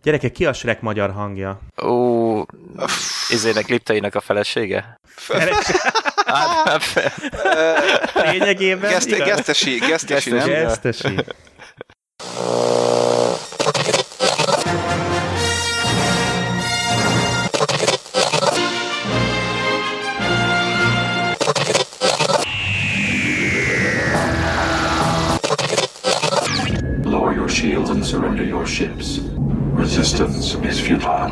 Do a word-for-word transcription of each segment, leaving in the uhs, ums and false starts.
Gyerekek, ki a Shrek magyar hangja? Ó, izének Liptainak a felesége? Lényegében? Gesztesi, gesztesi, nem? Gesztesi. Lower your shields and surrender your ships. Resistance is futile.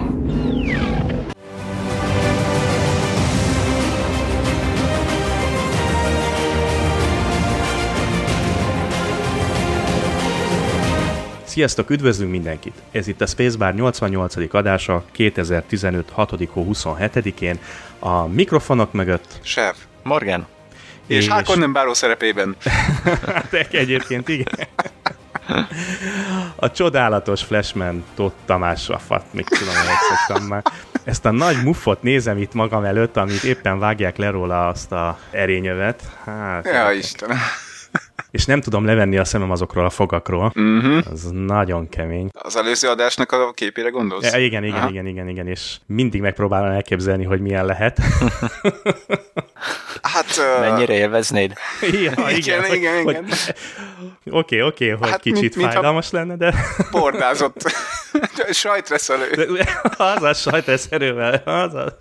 Sziasztok, üdvözlünk mindenkit! Ez itt a Spacebar nyolcvannyolcadik adása kétezer-tizenöt. hatodik hó huszonhetedikén. A mikrofonok mögött Sev. Morgan. És, és... Harkonnen báró szerepében. Hát egyébként igen. A csodálatos Flashman Tóth Tamás, a fat, még tudom, hogy szoktam már. Ezt a nagy muffot nézem itt magam előtt, amit éppen vágják le róla azt a erényövet. Hát, ja, Istenem. És nem tudom levenni a szemem azokról a fogakról. Uh-huh. Az nagyon kemény. Az előző adásnak a képére gondolsz? E, igen, igen, igen, igen, igen, és mindig megpróbálom elképzelni, hogy milyen lehet. Hát... Uh... Mennyire élveznéd? Ja, igen, igen, igen. igen. Oké, oké, hogy hát kicsit mint, fájdalmas lenne, de... Bordázott sajtreszelő. Az a sajtreszelővel, az az.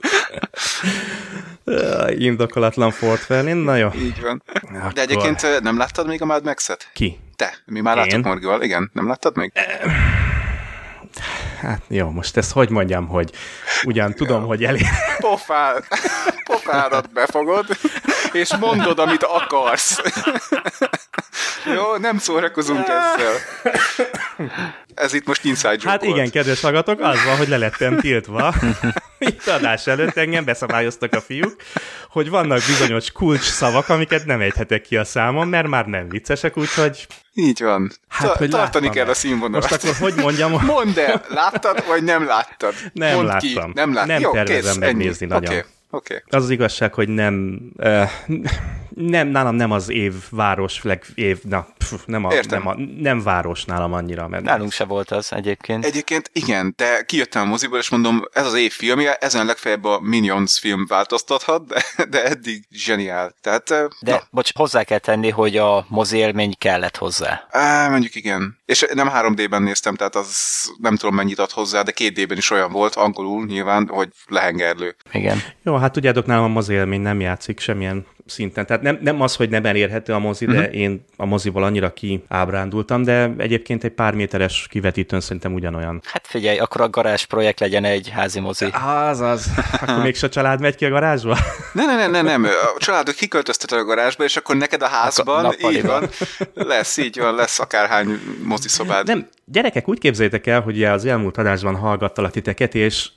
Indokolatlan Fort Wayne, na jó. Így van. Akkor... De egyébként nem láttad még a Mad Max-et? Ki? Te. Mi már láttuk Morgival, igen. Nem láttad még? Hát jó, most ezt hogy mondjam, hogy ugyan tudom, hogy elég... Pofál, pofádat befogod, és mondod, amit akarsz. Jó, nem szórakozunk ezzel. Ez itt most inside joke Hát volt. Igen, kedves hallgatók, az van, hogy le lettem tiltva. Itt adás előtt engem beszabályoztak a fiúk, hogy vannak bizonyos kulcs szavak, amiket nem ejthetek ki a számon, mert már nem viccesek, úgyhogy... Így van. Hát, Ta- hogy tartani kell a színvonalat. Most akkor hogy mondjam? Mondd el, láttad, vagy nem láttad? Nem Mondd láttam. Ki. Nem, lát... nem Jó, tervezem kész, megnézni ennyi. nagyon. Okay. Okay. Az az igazság, hogy nem, uh, nem nálam nem az év város, leg, év, na, pf, nem, a, nem, a, nem város nálam annyira. Mert nálunk se volt az egyébként. Egyébként igen, de kijöttem a moziból, és mondom, ez az év filmje, ezen legfeljebb a Minions film változtathat, de, de eddig zseniál. Tehát, de na. bocs, hozzá kell tenni, hogy a mozi élmény kellett hozzá. Á, mondjuk igen. És nem három dében néztem, tehát az nem tudom mennyit ad hozzá, de két dében is olyan volt, angolul nyilván, hogy lehengerlő. Igen. Jó, hát tudjátok, nálam a mozi élmény nem játszik semmilyen szinten. Tehát nem, nem az, hogy nem elérhető a mozi, uh-huh. de én a moziból annyira kiábrándultam, de egyébként egy pár méteres kivetítőn szerintem ugyanolyan. Hát figyelj, akkor a garázs projekt legyen egy házi mozi. Az, az. Akkor még a család megy ki a garázsba? Nem, nem, nem, nem. A családot kiköltözteted a garázsba, és akkor neked a házban, így van, lesz, így van, lesz akárhány moziszobád. Nem, gyerekek, úgy képzeljétek el, hogy az elmúlt adásban hallgattalak titeket, és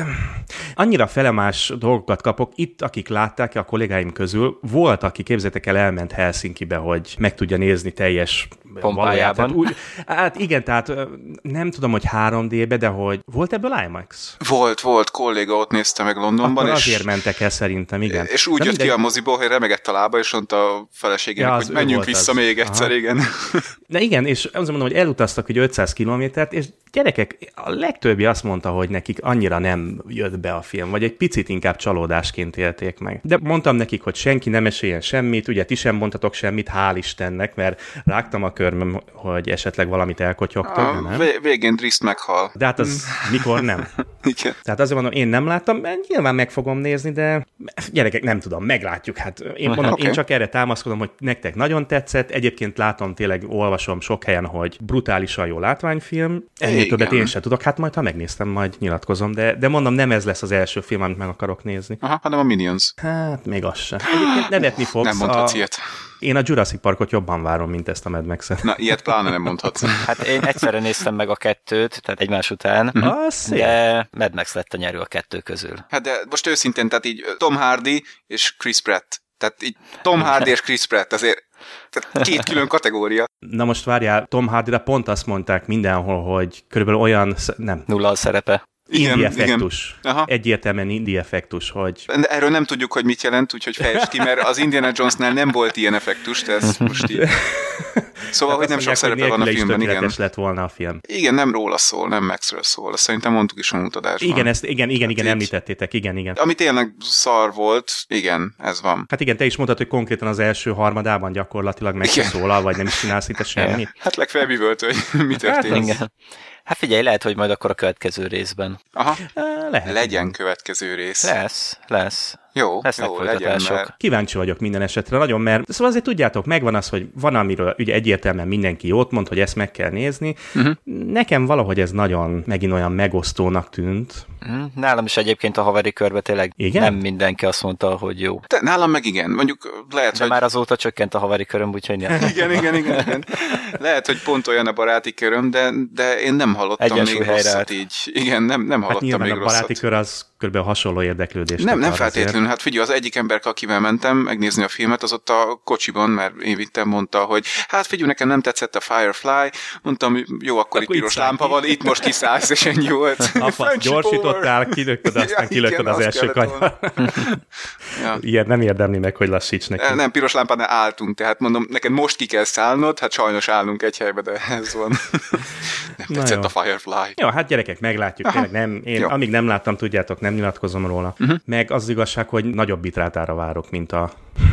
annyira felemás dolgokat kapok. Itt, akik látták a kollégáim közül, volt, aki képzeljétek el, elment Helsinkibe, hogy meg tudja nézni teljes pompájában. Úgy, hát igen, tehát nem tudom, hogy három dé-be, de hogy volt ebből IMAX? Volt, volt, kolléga ott nézte meg Londonban. Akkor és azért mentek el szerintem, igen. És úgy de jött mindegy... ki a moziból, hogy remegett a lába, és mondta a feleségének, ja, hogy menjünk vissza az. még egyszer, aha. igen. De igen, és azt mondom, hogy elutaztak ugye ötszáz kilométert, és gyerekek, a legtöbbi azt mondta, hogy nekik annyira nem jött be a film, vagy egy picit inkább csalódásként élték meg. De mondtam nekik, hogy senki nem meséljen semmit, ugye ti sem mondtatok semmit, hál' Istennek, mert rágtam a körmöm, hogy esetleg valamit elkotyogtok, a nem? Végén Driszt meghal. De hát az mikor nem? Igen. Tehát azért mondom, én nem láttam, mert nyilván meg fogom nézni, de gyerekek, nem tudom, meglátjuk. Hát én mondom, okay. én csak erre támaszkodom, hogy nektek nagyon tetszett. Egyébként látom, tényleg olvasom sok helyen, hogy brutálisan jó látványfilm. Ennél többet én sem tudok, hát majd ha megnéztem, majd nyilatkozom, de, de mondom, nem ez lesz az első film, amit meg akarok nézni. Aha, hanem a Minions. Hát, még az sem. Egyébként nevetni fogsz. Nem mondhatsz a... ilyet. Én a Jurassic Parkot jobban várom, mint ezt a Mad Max-et. Na, ilyet pláne nem mondhatsz. Hát én egyszerre néztem meg a kettőt, tehát egymás után, uh-huh. de Mad Max lett a nyerő a kettő közül. Hát de most őszintén, tehát így Tom Hardy és Chris Pratt. Tehát így Tom Hardy és Chris Pratt, azért tehát két külön kategória. Na most várjál, Tom Hardyra pont azt mondták mindenhol, hogy körülbelül olyan... Nem. Nulla a szerepe. Indi effektus. Egyértelműen indi effektus, hogy... De erről nem tudjuk, hogy mit jelent, úgyhogy fejtsd ki, mert az Indiana Jonesnál nem volt ilyen effektus, de ez most így... Szóval, hát hogy nem sok szerepe van a filmben, igen. lett volna a film. Igen, nem róla szól, nem Maxről szól. Azt szerintem mondtuk is a mutatásban. Igen, ezt, igen, igen, igen, említettétek, igen, igen. Ami tényleg szar volt, igen, ez van. Hát igen, te is mondtad, hogy konkrétan az első harmadában gyakorlatilag meg se szólal, vagy nem is csinálsz itt semmi. Hát legfeljebb üvölt, hogy mi történik. Hát, igen. Hát figyelj, lehet, hogy majd akkor a következő részben. Aha, lehet. Legyen következő rész. Lesz, lesz. Jó, Lesznek jó, legyen, mert... Kíváncsi vagyok minden esetre, nagyon, mert szóval azért tudjátok, megvan az, hogy van, amiről ugye egyértelműen mindenki jót mond, hogy ezt meg kell nézni. Uh-huh. Nekem valahogy ez nagyon megint olyan megosztónak tűnt. Uh-huh. Nálam is egyébként a haveri körbe tényleg igen? Nem mindenki azt mondta, hogy jó. De nálam meg igen, mondjuk lehet, de hogy... már azóta csökkent a haveri köröm, úgyhogy nem. igen, igen, igen, igen. Lehet, hogy pont olyan a baráti köröm, de, de én nem hallottam Egyensúly még rosszat így. Igen, nem, nem hallottam hát még rosszat. A baráti kör az kb. Hasonló érdeklődés. Nem, nem feltétlenül. Hát figyelj, az egyik ember, akivel mentem megnézni a filmet, az ott a kocsiban, mert én vittem, mondta, hogy hát figyelj, nekem nem tetszett a Firefly, mondtam, jó, akkor, akkor itt piros lámpa van, itt most kiszállsz, és ennyi volt. Apa, gyorsítottál, kilökted, aztán ja, kilökted az első kanyar. Ja. Ilyen nem érdemli meg, hogy lassíts neki. Nem, piros lámpánál álltunk, tehát mondom, neked most ki kell szállnod, hát sajnos állunk egy helybe, de ez van. Nem tetszett a Firefly. Jó, hát gyerekek, meglátjuk. Tényleg nem, én jó. Amíg nem láttam, tudjátok, nem nyilatkozom róla. Uh-huh. Meg az igazság, hogy nagyobb bitrátára várok, mint a...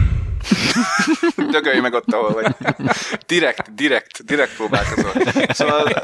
Dögölj meg ott, ahol vagy. Direkt, direkt, direkt próbálkozol. Szóval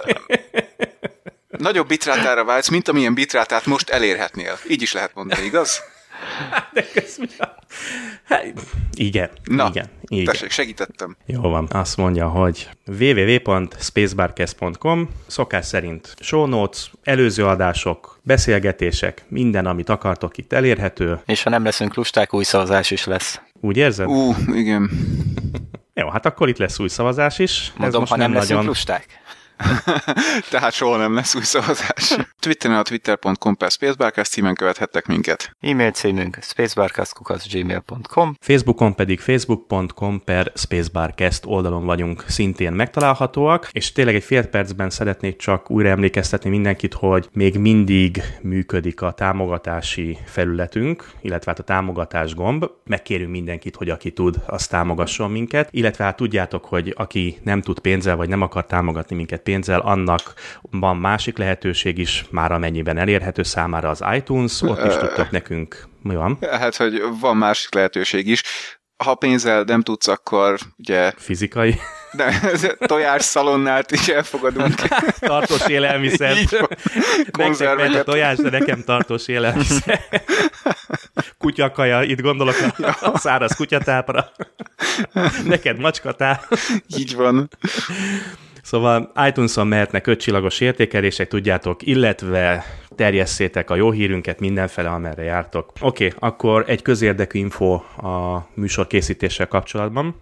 nagyobb bitrátára vársz, mint amilyen bitrátát most elérhetnél. Így is lehet mondani, igaz? De közben... Hát, igen, na, igen, igen. Tessék, segítettem. Jó van, azt mondja, hogy double-u double-u double-u pont spacebarcast pont com, szokás szerint show notes, előző adások, beszélgetések, minden, amit akartok, itt elérhető. És ha nem leszünk lusták, új szavazás is lesz. Úgy érzed? Ú, uh, igen. Jó, hát akkor itt lesz új szavazás is. Mondom, Ez most ha nem, nem leszünk nagyon... lusták. Tehát soha nem lesz új szavazás. Twitteren a twitter pont com per spacebarcast címen követhettek minket. E-mail címünk spacebarcast kukac gmail pont com. Facebookon pedig facebook pont com per spacebarcast oldalon vagyunk szintén megtalálhatóak, és tényleg egy fél percben szeretnék csak újra emlékeztetni mindenkit, hogy még mindig működik a támogatási felületünk, illetve hát a támogatás gomb. Megkérünk mindenkit, hogy aki tud, az támogasson minket, illetve hát tudjátok, hogy aki nem tud pénzzel, vagy nem akar támogatni minket pénzzel, annak van másik lehetőség is, már amennyiben elérhető számára az iTunes, ott is tudtok nekünk, mi van? Hát, hogy van másik lehetőség is. Ha pénzzel nem tudsz, akkor ugye... Fizikai? De tojás szalonnát is elfogadunk. Tartós élelmiszer. Nektek megy a tojás, de nekem tartós élelmiszer. Kutyakaja, itt gondolok a, a száraz kutyatápra. Neked macskatáp. Így van. Szóval iTunes-on mehetnek ötcsillagos értékelések, tudjátok, illetve terjesszétek a jó hírünket mindenfele, amerre jártok. Oké, okay, akkor egy közérdekű info a műsor készítéssel kapcsolatban.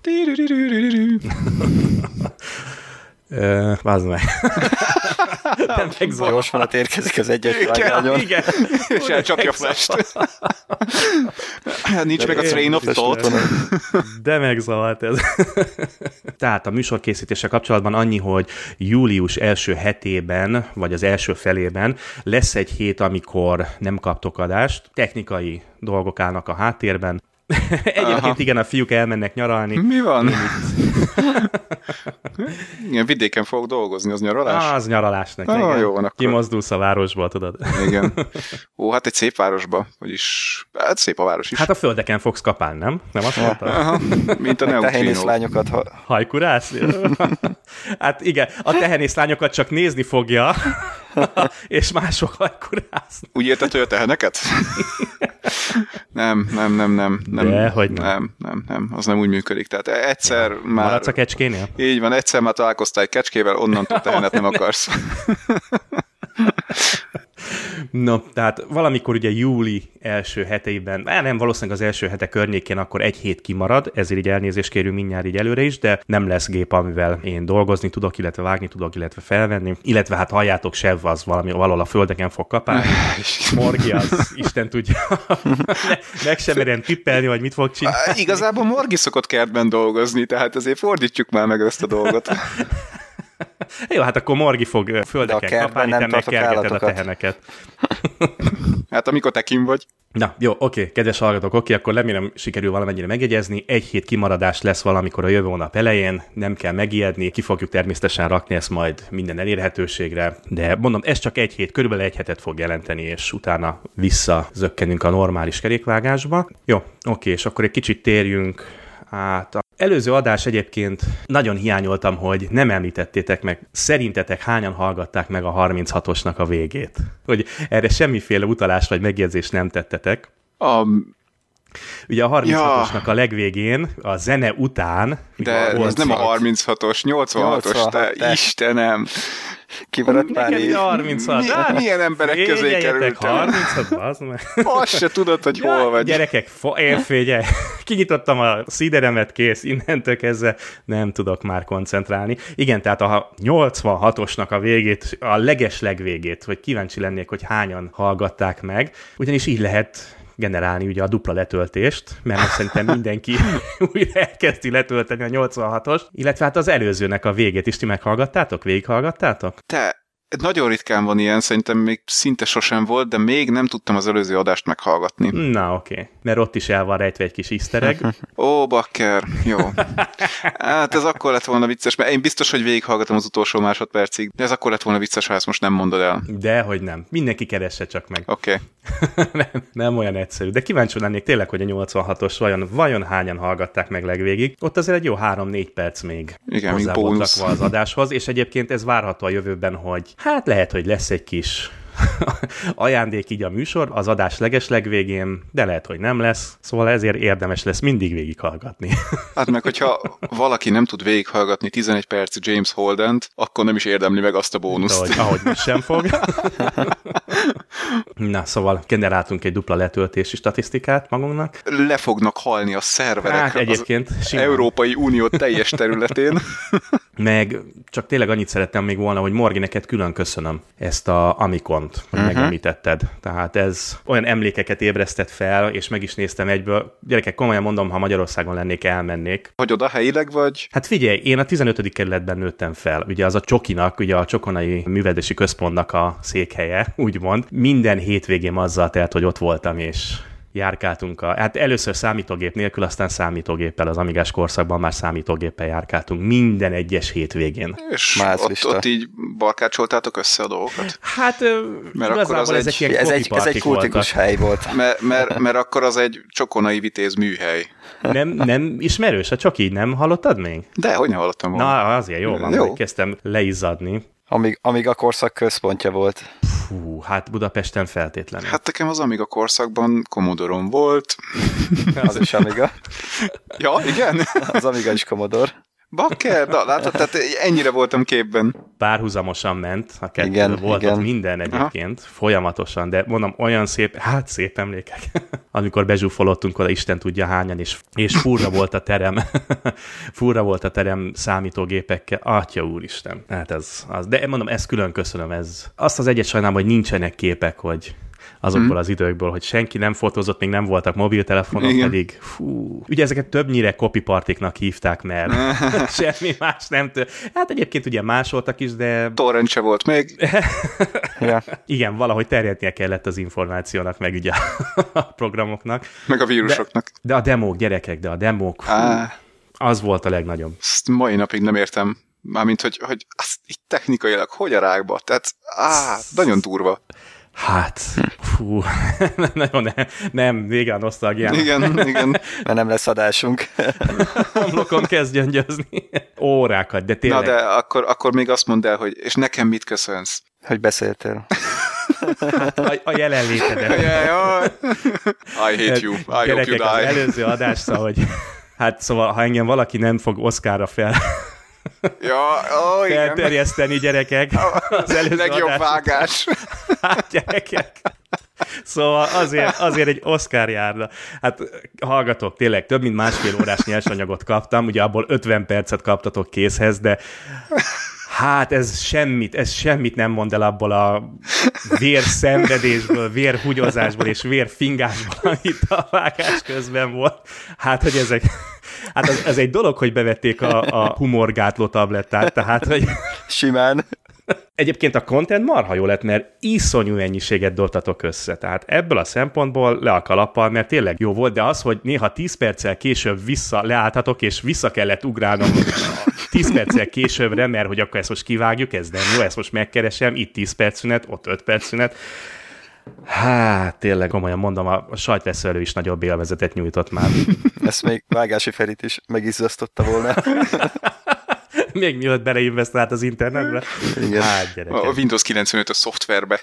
Vázd meg. Gyors vonat érkezik az egyes vágányon. Igen. És elcsapja Flash-t. Nincs meg a train of thought. De megzavart ez. Tehát a műsorkészítéssel kapcsolatban annyi, hogy július első hetében, vagy az első felében lesz egy hét, amikor nem kaptok adást. Technikai dolgok állnak a háttérben. Egyébként aha. Igen, a fiúk elmennek nyaralni. Mi van? Igen, vidéken fogok dolgozni, az nyaralás? Ah, az nyaralás nekem. Ah, jó van, akkor. Kimozdulsz a városból, tudod. Igen. Ó, hát egy szép városba, vagyis, hát szép a város is. Hát a földeken fogsz kapálni, nem? Nem azt mondta? Aha, mint a neutrino. Tehenészlányokat. Ha... Hajkurászni? Hát igen, a tehenészlányokat csak nézni fogja, és mások hajkurászni. Úgy érted, hogy a teheneket? Nem, nem, nem, nem. nem De, hogy nem. Nem, nem, nem, az nem úgy működik. Tehát egyszer ja. már... Maradsz a kecskénél? Így van, egyszer már találkoztál egy kecskével, onnantól tehenet nem akarsz. No, tehát valamikor ugye júli első heteiben, nem, valószínűleg az első hete környékén akkor egy hét kimarad, ezért így elnézést kérünk mindjárt így előre is, de nem lesz gép, amivel én dolgozni tudok, illetve vágni tudok, illetve felvenni, illetve hát halljátok, Sev az valami, valahol a földeken fog kapálni. Morgi az, Isten tudja, meg sem merem tippelni, hogy mit fog csinálni. Igazából Morgi szokott kertben dolgozni, tehát azért fordítsuk már meg ezt a dolgot. Jó, hát akkor Morgi fog földeken kapálni, te megkergeted a teheneket. Hát amikor te kim vagy. Na, jó, oké, kedves hallgatók, oké, akkor remélem sikerül valamennyire megjegyezni. Egy hét kimaradás lesz valamikor a jövő hónap elején, nem kell megijedni, ki fogjuk természetesen rakni ezt majd minden elérhetőségre, de mondom, ez csak egy hét, körülbelül egy hetet fog jelenteni, és utána visszazökkenünk a normális kerékvágásba. Jó, oké, és akkor egy kicsit térjünk át. Az előző adás egyébként nagyon hiányoltam, hogy nem említettétek meg, szerintetek hányan hallgatták meg a harminchatosnak a végét? Hogy erre semmiféle utalás vagy megjegyzést nem tettetek. Um, Ugye a harminchatosnak ja. a legvégén, a zene után... De ez nem a harminchatos, nyolcvanhatos, te de. Istenem! Kimaradt pár év. harminchat. Milyen, milyen emberek közé kerültem? harminchat, bazd meg. Azt se tudod, hogy ja, hol vagy. Gyerekek, figyelj, kinyitottam a szíderemet, kész, innentől kezdve nem tudok már koncentrálni. Igen, tehát a nyolcvanhatosnak a végét, a legesleg végét, hogy kíváncsi lennék, hogy hányan hallgatták meg, ugyanis így lehet generálni ugye a dupla letöltést, mert most szerintem mindenki újra elkezdi letölteni a nyolcvanhatost, illetve hát az előzőnek a végét is ti meghallgattátok? Végighallgattátok? Te, nagyon ritkán van ilyen, szerintem még szinte sosem volt, de még nem tudtam az előző adást meghallgatni. Na oké, okay. Mert ott is el van rejtve egy kis easter egg. Ó, bakker, jó. Hát ez akkor lett volna vicces, mert én biztos, hogy végighallgatom az utolsó másodpercig, de ez akkor lett volna vicces, ha ezt most nem mondod el. Dehogy nem. Mindenki keresse csak meg. Oké. Okay. nem, nem olyan egyszerű. De kíváncsi lennék tényleg, hogy a nyolcvanhatos vajon, vajon hányan hallgatták meg legvégig. Ott azért egy jó három-négy perc még igen, hozzá volt rakva az adáshoz, és egyébként ez várható a jövőben, hogy hát lehet, hogy lesz egy kis ajándék így a műsor, az adás legesleg végén, de lehet, hogy nem lesz, szóval ezért érdemes lesz mindig végighallgatni. Hát meg, hogyha valaki nem tud végighallgatni tizenegy perc James Holdent, akkor nem is érdemli meg azt a bónuszt. Ahogy, ahogy most sem fog. Na, szóval generáltunk egy dupla letöltési statisztikát magunknak. Le fognak halni a szerverek hát, egyébként, az simán. Európai Unió teljes területén. Meg csak tényleg annyit szerettem még volna, hogy Morgi, neked külön köszönöm ezt a Amikont, hogy uh-huh. megemlítetted. Tehát ez olyan emlékeket ébresztett fel, és meg is néztem egyből. Gyerekek, komolyan mondom, ha Magyarországon lennék, elmennék. Hogy oda helyileg vagy? Hát figyelj, én a tizenötödik kerületben nőttem fel. Ugye az a Csokinak, ugye a Csokonai Művelődési Központnak a székhelye, úgymond. Minden hétvégém azzal telt, hogy ott voltam, és járkáltunk. A, hát először számítógép nélkül, aztán számítógéppel, az amigás korszakban már számítógéppel járkáltunk minden egyes hétvégén. És ott, ott így barkácsoltátok össze a dolgokat? Hát mert igazából ez ezek egy, ez egy, ez egy kultikus hely volt. Mert, mert, mert akkor az egy Csokonai Vitéz műhely. Nem, nem ismerős a Csoki? Nem hallottad még? De, hogy nem hallottam volna. Na, azért jó van, jó. Kezdtem leizzadni. Amíg, amíg a korszak központja volt. Fú, hát Budapesten feltétlenül. Hát nekem az Amiga korszakban Commodorom volt. Az is Amiga. Ja, igen? Az Amiga is Commodore. Bakker, na látod, tehát ennyire voltam képben. Párhuzamosan ment, a kettő igen, volt igen. ott minden egyébként, aha. folyamatosan, de mondom, olyan szép, hát szép emlékek, amikor bezsúfolottunk oda, Isten tudja hányan, és, és furra volt a terem, furra volt a terem számítógépekkel, atya úristen, hát ez az, de mondom, ezt külön köszönöm, ez, azt az egyet sajnálom, hogy nincsenek képek, hogy azokból mm. az időkből, hogy senki nem fotózott, még nem voltak mobiltelefonok, igen. pedig fú. Ugye ezeket többnyire copypartiknak hívták, mert semmi más nem tő. Hát egyébként ugye másoltak is, de... Torrent se volt még. ja. Igen, valahogy terjednie kellett az információnak, meg ugye a programoknak. Meg a vírusoknak. De, de a demók, gyerekek, de a demók, fú, az volt a legnagyobb. Ezt mai napig nem értem. Mármint, hogy, hogy azt így technikailag hogy a rákba. Tehát, á, nagyon durva. Hát, fú, nagyon nem, nem, vége a nosztalgiának. Igen, igen. Mert nem lesz adásunk. Homlokon kezd gyöngyözni. Órákat, de tényleg. Na de akkor, akkor még azt mondd el, hogy és nekem mit köszönsz? Hogy beszéltél. A, a jelenlétedet. Yeah, I hate you. I hope you die. Az előző adás, szóval, hogy hát szóval, ha engem valaki nem fog Oscarra fel... Ja, ó, igen. Felterjeszteni, gyerekek. Az előző legjobb adás. Vágás. Hát, gyerekek. Szóval azért, azért egy Oscar járna. Hát hallgatok, tényleg több mint másfél órás nyersanyagot kaptam, ugye abból ötven percet kaptatok készhez, de hát ez semmit, ez semmit nem mond el abból a vérszenvedésből, vérhúgyozásból és vérfingásból, amit a vágás közben volt. Hát, hogy ezek... Hát az, az egy dolog, hogy bevették a, a humorgátló tablettát, tehát, hogy... Simán. Egyébként a content marha jó lett, mert iszonyú ennyiséget dobtatok össze. Tehát ebből a szempontból le a kalappal, mert tényleg jó volt, de az, hogy néha tíz perccel később vissza leálltatok, és vissza kellett ugrálnom tíz perccel későbbre, mert hogy akkor ezt most kivágjuk, ez nem jó, ezt most megkeresem, itt tíz perc szünet, ott öt perc szünet. Hát, tényleg, komolyan mondom, a sajtveszőlő is nagyobb élvezetet nyújtott már. Ezt még Vágási Ferit is megizzasztotta volna. Még mielőtt beleinvesztált az internetbe. Igen. Hát, gyerekek. A Windows kilencvenöt a szoftverbe.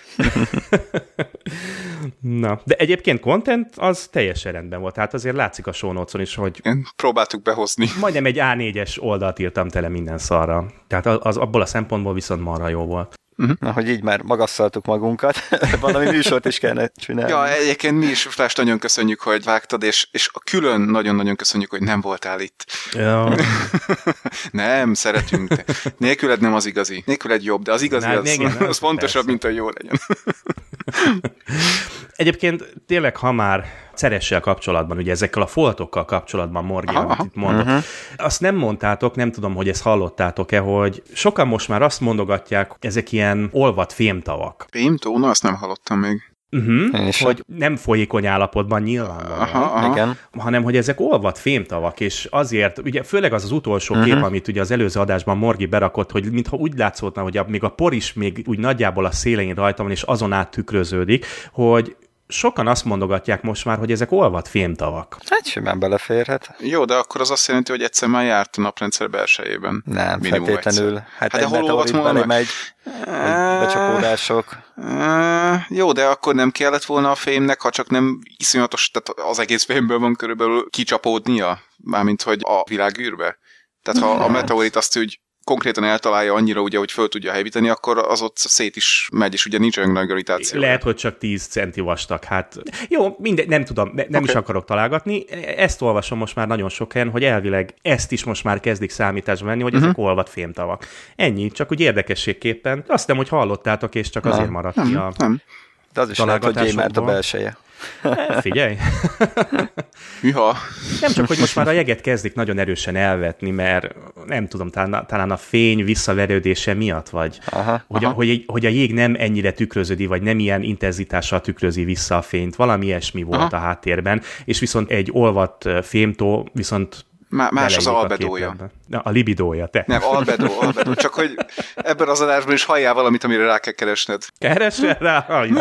Na, de egyébként content az teljesen rendben volt. Hát azért látszik a show notes-on is, hogy... Igen, próbáltuk behozni. Majdnem egy á négyes oldalt írtam tele minden szarra. Tehát az abból a szempontból viszont marha jó volt. Uh-huh. Na, hogy így már magasszaltuk magunkat, valami műsort is kellene csinálni. Ja, egyébként mi is, Flash, nagyon köszönjük, hogy vágtad, és, és a külön nagyon-nagyon köszönjük, hogy nem voltál itt. Ja. Nem, szeretünk. Te. Nélküled nem az igazi. Nélküled jobb, de az igazi Na, az, igen, az fontosabb, mint hogy jó legyen. Egyébként tényleg, ha már Ceressel kapcsolatban, ugye ezekkel a foltokkal kapcsolatban, Morgi, aha, amit aha. itt mondott. Uh-huh. Azt nem mondtátok, nem tudom, hogy ezt hallottátok-e, hogy sokan most már azt mondogatják, ezek ilyen olvadt fémtavak. Fémtó? Na, azt nem hallottam még. Uh-huh. Hogy nem folyékony állapotban nyilvánvalóan, aha, aha. Igen. hanem hogy ezek olvadt fémtavak, és azért, ugye főleg az az utolsó uh-huh. kép, amit ugye az előző adásban Morgi berakott, hogy mintha úgy látszódna, hogy a, még a por is még úgy nagyjából a szélén rajta van, és azon át tükröződik, hogy sokan azt mondogatják most már, hogy ezek olvadt fémtavak. Hát simán beleférhet. Jó, de akkor az azt jelenti, hogy egyszer már járt a naprendszer belsejében. Nem, minimum feltétlenül. egyszer. Hát, hát egy meteorit belé megy, e... becsapódások. E... Jó, de akkor nem kellett volna a fémnek, ha csak nem iszonyatos, tehát az egész fémből van körülbelül kicsapódnia, mármint hogy a világűrbe. Tehát ha a meteorit azt úgy konkrétan eltalálja annyira, ugye, hogy föl tudja helyvíteni, akkor az ott szét is megy, és ugye nincs olyan nagy gravitáció. Lehet, hogy csak tíz centi vastag. Hát jó, mindegy, nem tudom, nem okay. is akarok találgatni. Ezt olvasom most már nagyon sok helyen, hogy elvileg ezt is most már kezdik számításba venni, hogy uh-huh. ezek olvadt fémtavak. Ennyi, csak úgy érdekességképpen. Azt hiszem, hogy hallottátok, és csak azért maradt nem, ki a nem. De az is lehet, hogy gyémánt a belseje. Figyelj! Hűha! Nem csak, hogy most már a jeget kezdik nagyon erősen elvetni, mert nem tudom, talán, talán a fény visszaverődése miatt, vagy aha, hogy, aha. A, hogy, hogy a jég nem ennyire tükröződi, vagy nem ilyen intenzitással tükrözi vissza a fényt. Valami ilyesmi volt aha. a háttérben, és viszont egy olvadt fémtó viszont Má- más az albedója. A, a libidója, te. Nem, albedó, albedó. Csak hogy ebben az adásban is halljál valamit, amire rá kell keresned. Keresel rá?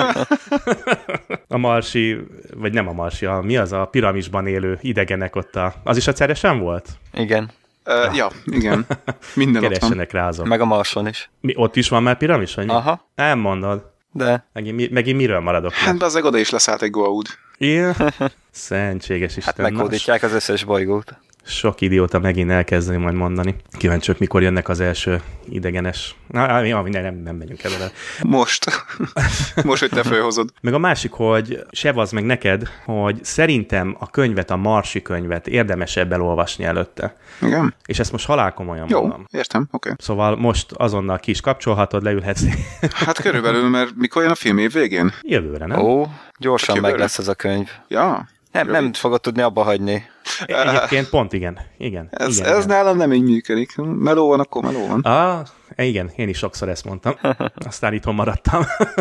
A marsi, vagy nem a marsi, a, mi az a piramisban élő idegenek ott a... Az is a Ceresen volt? Igen. Uh, ja, igen. Minden keressenek rá azok. Meg a Marson is. Mi, ott is van már piramis, vagy? Aha. Nem mondod. De. Megint, megint miről maradok? Hát az oda is leszállt egy Goa'uld. Igen? Szentséges Isten. Hát megkódítják az összes bolygót. Sok idióta megint elkezdeni majd mondani. Kíváncsiak, mikor jönnek az első idegenes. Na, ja, minden, nem, nem megyünk el. Most. Most, hogy te fölhozod. Meg a másik, hogy sevazd meg neked, hogy szerintem a könyvet, a marsi könyvet érdemesebb elolvasni előtte. Igen. És ezt most halálkomolyan jó, mondom. Jó, értem, oké. Okay. Szóval most azonnal ki is kapcsolhatod, leülhetsz. Hát körülbelül, mert mikor jön a film, év végén? Jövőre, nem? Ó, gyorsan meg lesz ez a könyv. Ja. Nem, nem fogod tudni abba hagyni. Egyébként pont igen. igen, ez, igen ez igen. Nálam nem így működik. Meló van, akkor meló van. Ah, igen, én is sokszor ezt mondtam. Aztán itthon maradtam.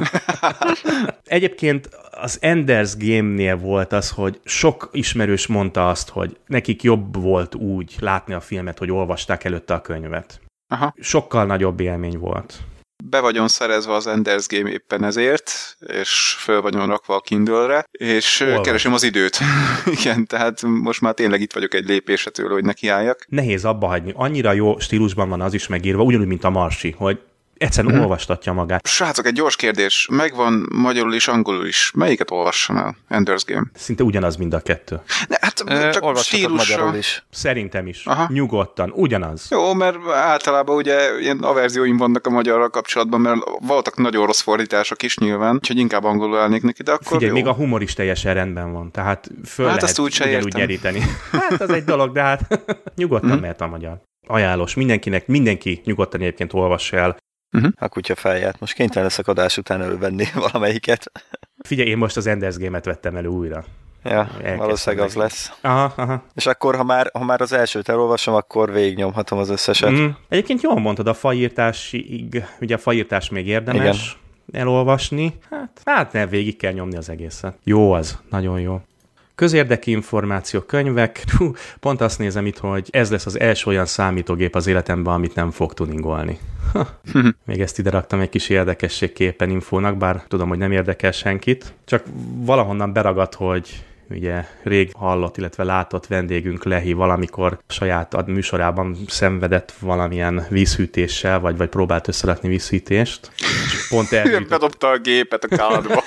Egyébként az Ender's Game-nél volt az, hogy sok ismerős mondta azt, hogy nekik jobb volt úgy látni a filmet, hogy olvasták előtte a könyvet. Aha. Sokkal nagyobb élmény volt. Be vagyon szerezve az Ender's Game éppen ezért, és föl vagyon rakva a Kindle-re, és Olvas. keresem az időt. Igen, tehát most már tényleg itt vagyok egy lépésre tőle, hogy nekiálljak. Nehéz abba hagyni. Annyira jó stílusban van az is megírva, ugyanúgy, mint a Marsi, hogy egyszerűen hmm. olvastatja magát. Srácok, egy gyors kérdés. Megvan magyarul és angolul is. Melyiket olvassam el? Ender's Game. Szinte ugyanaz mind a kettő. Ne, hát csak stílusra. Is. Szerintem is. Aha. Nyugodtan. Ugyanaz. Jó, mert általában ugye ilyen averzióim vannak a magyarral kapcsolatban, mert voltak nagyon rossz fordítások is nyilván, úgyhogy inkább angolul állnék neki, de akkor Figyelj, jó. még a humor is teljesen rendben van, tehát föl hát lehet úgy ugyanúgy nyeríteni. Hát az egy dolog, de hát nyugodtan mm. mehet a magyar. Ajánlós mindenkinek, mindenki nyugodtan egyébként olvassa el. Uh-huh. A kutya felját. Most kénytelen leszek adás után elővenni valamelyiket. Figyelj, én most az Ender's Game-et vettem elő újra. Ja, valószínűleg az lesz. Aha, aha. És akkor, ha már, ha már az elsőt elolvasom, akkor végignyomhatom az összeset. Mm. Egyébként jól mondtad, a faírtásig, ugye a faírtás még érdemes igen. elolvasni. Hát, hát ne, végig kell nyomni az egészet. Jó az, nagyon jó. Közérdekű információ, könyvek. Hú, pont azt nézem itt, hogy ez lesz az első olyan számítógép az életemben, amit nem fog tuningolni. Még ezt ide raktam egy kis érdekességképpen infónak, bár tudom, hogy nem érdekel senkit. Csak valahonnan beragadt, hogy ugye rég hallott, illetve látott vendégünk Lehi valamikor saját műsorában szenvedett valamilyen vízhűtéssel, vagy, vagy próbált összerakni vízhűtést. Pont elhűtött. Bedobta a gépet a kádba.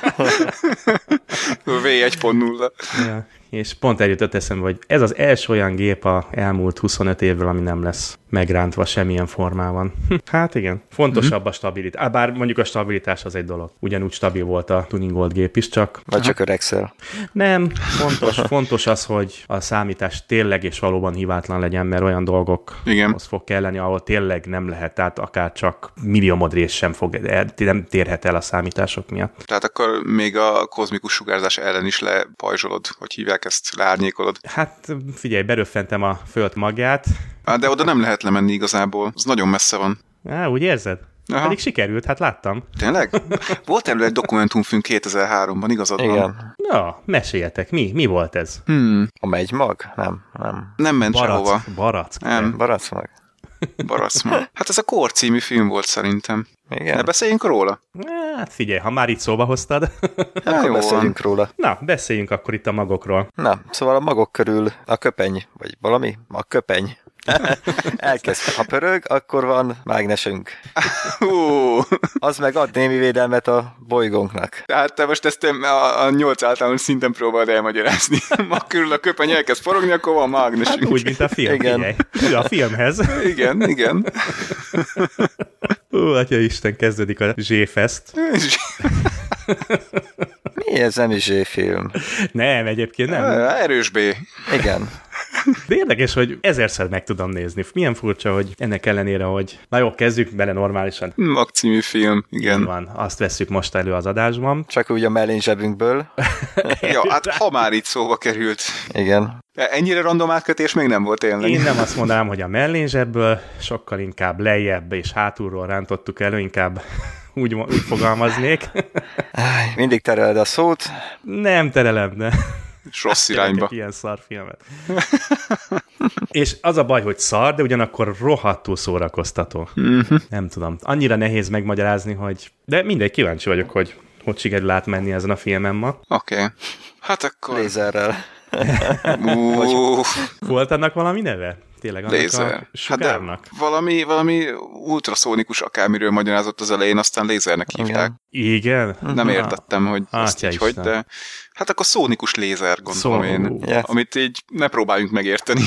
vé egy pont nulla. Ja, és pont eljutott eszembe, hogy ez az első olyan gép a elmúlt huszonöt évvel, ami nem lesz megrántva semmilyen formában. Hát igen, fontosabb a stabilitás. Bár mondjuk a stabilitás az egy dolog. Ugyanúgy stabil volt a tuningolt gép is, csak... Vagy csak öregszel. Nem, fontos, fontos az, hogy a számítás tényleg és valóban hibátlan legyen, mert olyan dolgokhoz fog kelleni, ahol tényleg nem lehet, tehát akár csak milliómod rész sem fog, nem térhet el a számítások miatt. Tehát akkor még a kozmikus sugárzás ellen is lepajzsolod, hogy hívják ezt, leárnyékolod? Hát figyelj, beröffentem a föld magját. De oda nem lehet lemenni igazából, az nagyon messze van. Á, úgy érzed? Aha. Pedig sikerült, hát láttam. Tényleg? Volt erről egy dokumentumfilm kétezer-háromban, igazad van? Igen. Na, meséljetek, mi? Mi volt ez? Hmm. A megymag? Nem, nem. Nem ment Barack, sehova. Barack. Nem. Baracmag. Baracmag. Hát ez a Kor című film volt szerintem. Igen. Ne beszéljünk róla? Hát figyelj, ha már itt szóba hoztad. Hát akkor beszéljünk van. róla. Na, beszéljünk akkor itt a magokról. Na, szóval a magok körül a köpeny, vagy valami, a köpeny. Elkezd, ha pörög, akkor van mágnesünk. Uh. Az meg ad némi védelmet a bolygónknak. Tehát te most ezt a, a nyolc általános szinten próbáld elmagyarázni. Ma körül a köpeny elkezd forogni, akkor van mágnesünk. Hát úgy, mint a film, igen. Figyelj. A filmhez. Igen, igen. Ó, atya Isten, kezdődik a Z-fest. Mi ez, nem is Z-film? Nem, egyébként nem. Erős B. Igen. De érdekes, hogy ezerszer meg tudom nézni. Milyen furcsa, hogy ennek ellenére, hogy na jó, kezdjük bele normálisan. Mag című film, igen. Van, azt vesszük most elő az adásban. Csak úgy a mellén zsebünkből. Ja, hát ha már itt szóba került. Igen. Ennyire random átkötés még nem volt tényleg. Én nem azt mondanám, hogy a mellén zsebből, sokkal inkább lejjebb és hátulról rántottuk elő, inkább úgy, úgy fogalmaznék. Mindig tereled a szót. Nem terelem, de... És rossz irányba. Ilyen szar filmet. És az a baj, hogy szar, de ugyanakkor rohadtul szórakoztató. Uh-huh. Nem tudom. Annyira nehéz megmagyarázni, hogy... De mindegy, kíváncsi vagyok, hogy hogy sikerül átmenni ezen a filmen ma. Oké. Okay. Hát akkor... Lézerrel. uh. Volt annak valami neve? Tényleg annak lézer. A sugárnak? Hát valami, valami ultraszónikus akármiről magyarázott az elején, aztán lézernek hívták. Igen? Nem értettem, hogy ah, ezt így hogy, de hát akkor szónikus lézer, gondolom Szó... én, yes. Amit így ne próbáljunk megérteni.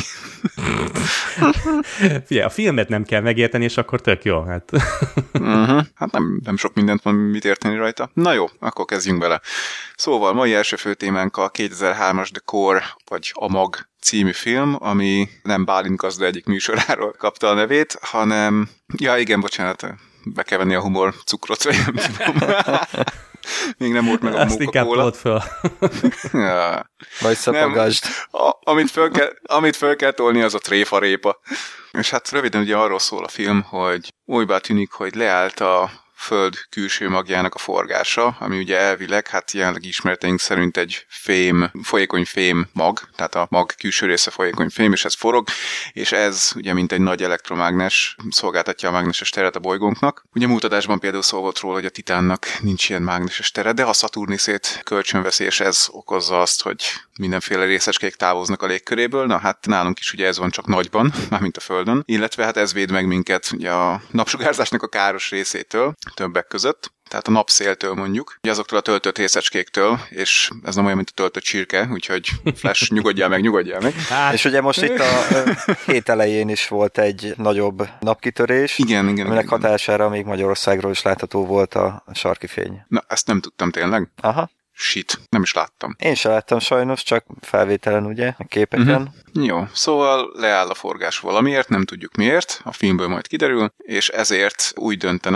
Figyelj, a filmet nem kell megérteni, és akkor tök jó. Hát, uh-huh. hát nem, nem sok mindent van mit érteni rajta. Na jó, akkor kezdjünk bele. Szóval mai első főtémánk a kétezer-hármas The Core, vagy a Mag című film, ami nem Bálint gazda egyik műsoráról kapta a nevét, hanem... Ja, igen, bocsánat, be kell venni a humor cukrot, vagy nem tudom. Még nem volt meg a Azt inkább told föl. Ja. Vagy szapogasd. A, amit, föl kell, amit föl kell tolni, az a tréfarépa. És hát röviden ugye arról szól a film, hogy olybá tűnik, hogy leállt a Föld külső magjának a forgása, ami ugye elvileg, hát jelenleg ismereteink szerint egy fém, folyékony fém mag, tehát a mag külső része folyékony fém, és ez forog, és ez ugye mint egy nagy elektromágnes szolgáltatja a mágneses teret a bolygónknak. Ugye múlt adásban például szó volt róla, hogy a Titánnak nincs ilyen mágneses tere, de a Szaturniszét kölcsönveszi, és ez okozza azt, hogy mindenféle részecskék távoznak a légköréből, na hát nálunk is ugye ez van csak nagyban, mármint a Földön, illetve hát ez véd meg minket ugye a napsugárzásnak a káros részétől, többek között, tehát a napszéltől mondjuk, ugye azoktól a töltött részecskéktől, és ez nem olyan, mint a töltött csirke, úgyhogy Flash, nyugodjál meg, nyugodjál meg. Hát. És ugye most itt a hét elején is volt egy nagyobb napkitörés, igen, igen, aminek igen. hatására még Magyarországról is látható volt a sarki fény. Na, ezt nem tudtam tényleg. Aha. Shit, nem is láttam. Én sem láttam sajnos, csak felvételen ugye, a képeken. Uh-huh. Jó, szóval leáll a forgás valamiért, nem tudjuk miért, a filmből majd kiderül, és ezért úgy döntenek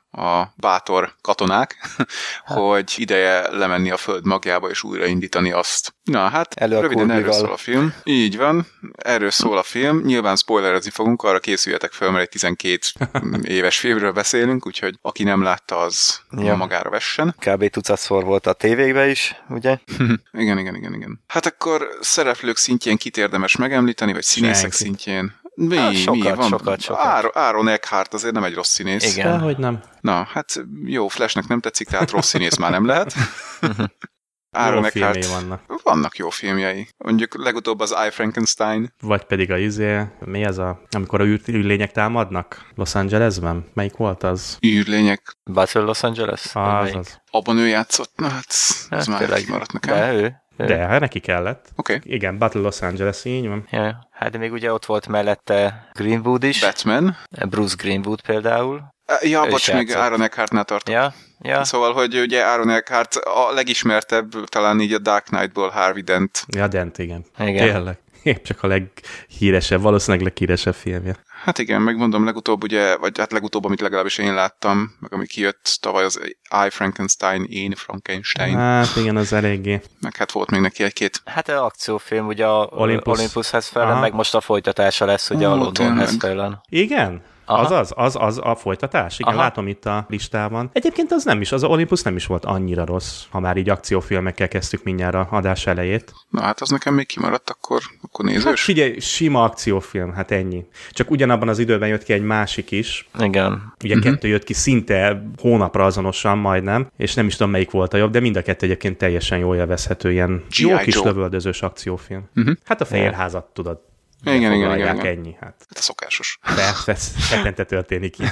a bátor katonák, hogy ideje lemenni a föld magjába és újraindítani azt. Na hát, Elő röviden erről szól a film. Így van, erről szól a film. Nyilván spoilerezni fogunk, arra készüljetek fel, mert egy tizenkét éves filmről beszélünk, úgyhogy aki nem látta, az ja. magára vessen. Kb. Tucatszor volt a tévékben is, ugye? igen, igen, igen, igen. Hát akkor szereplők szintjén kit érdemes megemlíteni, vagy színészek Senki. szintjén? Mi, hát, sokat, mi van? sokat, sokat. Aaron, Aaron Eckhart azért nem egy rossz színész. Igen. Hogy nem. Na, hát jó, Flashnek nem tetszik, tehát rossz színész már nem lehet. Aaron jó Eckhart. filmjei vannak. Vannak jó filmjei. Mondjuk legutóbb az I, Frankenstein. Vagy pedig a izé, mi ez a, amikor a űr, űrlények támadnak Los Angelesben? Melyik volt az? Űrlények. Battle Los Angeles? Az, az. Abban ő játszott? Na hát, ez Hát, már kimaradt nekem. De ő? ő. De, hát neki kellett. Oké. Okay. Igen, Battle Los Angeles, így van. Ja, hát de még ugye ott volt mellette Greenwood is. Batman. Bruce Greenwood például. Ja, ő bocs, még Aaron Eckhartnál tartok. Ja, ja. Szóval, hogy ugye Aaron Eckhart a legismertebb, talán így a Dark Knight-ból Harvey Dent. Ja, Dent, igen. Igen. Tényleg. Épp csak a leghíresebb, valószínűleg leghíresebb filmje. Hát igen, megmondom, legutóbb ugye, vagy hát legutóbb, amit legalábbis én láttam, meg ami kijött tavaly az I, Frankenstein, én, Frankenstein. Hát igen, az eléggé. Meg hát volt még neki egy-két. Hát a akciófilm ugye a Olympus. Olympus Has Fallen, meg most a folytatása lesz ugye Ó, a London Has tényleg. Fallen. Igen? Aha. Az az, az az a folytatás? Igen, Aha. látom itt a listában. Egyébként az nem is, az Olympus nem is volt annyira rossz, ha már így akciófilmekkel kezdtük mindjárt a adás elejét. Na hát az nekem még kimaradt, akkor, akkor Hát nézős. figyelj, sima akciófilm, hát ennyi. Csak ugyanabban az időben jött ki egy másik is. Igen. Ugye uh-huh. kettő jött ki szinte hónapra azonosan majdnem, és nem is tudom melyik volt a jobb, de mind a kettő egyébként teljesen jól élvezhető ilyen G I. jó kis Joe. lövöldözős akciófilm. Uh-huh. Hát a Fehérházat tudod. Igen, igen, igen, Foglalják, igen. ennyi, hát. Hát a szokásos. Persze, ez hetente történik így.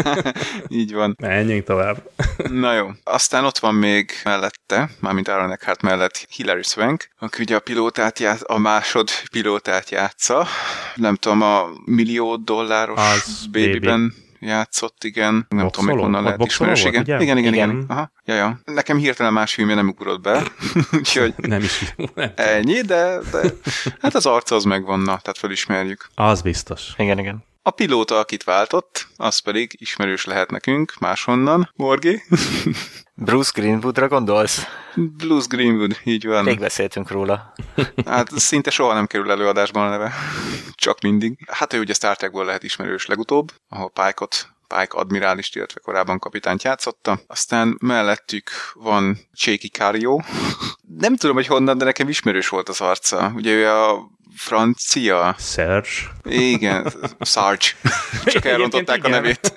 Így van. Menjünk tovább. Na jó. Aztán ott van még mellette, mármint Aaron Eckhart mellett Hilary Swank, aki ugye a pilótát játsz, a másod pilótát játsza. Nem tudom, a millió dolláros Az Babyben Baby. játszott, igen. Nem Boxoló? tudom, még honnan Ott lehet boxoló ismerős. volt, Igen. ugye? igen, igen, igen. Igen. Aha. Ja, ja. Nekem hirtelen más filmje nem ugrott be, úgyhogy Nem is. Nem. ennyi, de, de hát az arca az megvan, na, tehát felismerjük. Az biztos. Igen, igen. A pilóta, akit váltott, az pedig ismerős lehet nekünk máshonnan. Morgi? Bruce Greenwoodra gondolsz? Bruce Greenwood, így van. Még beszéltünk róla. Hát szinte soha nem kerül előadásban a neve. Csak mindig. Hát ő ugye Star Trekból lehet ismerős legutóbb, ahol Pike-ot Pike admirálist, illetve korábban kapitányt játszotta. Aztán mellettük van Cséki Cario. Nem tudom, hogy honnan, de nekem ismerős volt az arca. Ugye ő a francia... Serge. Igen, Sarge. Csak elrontották a nevét.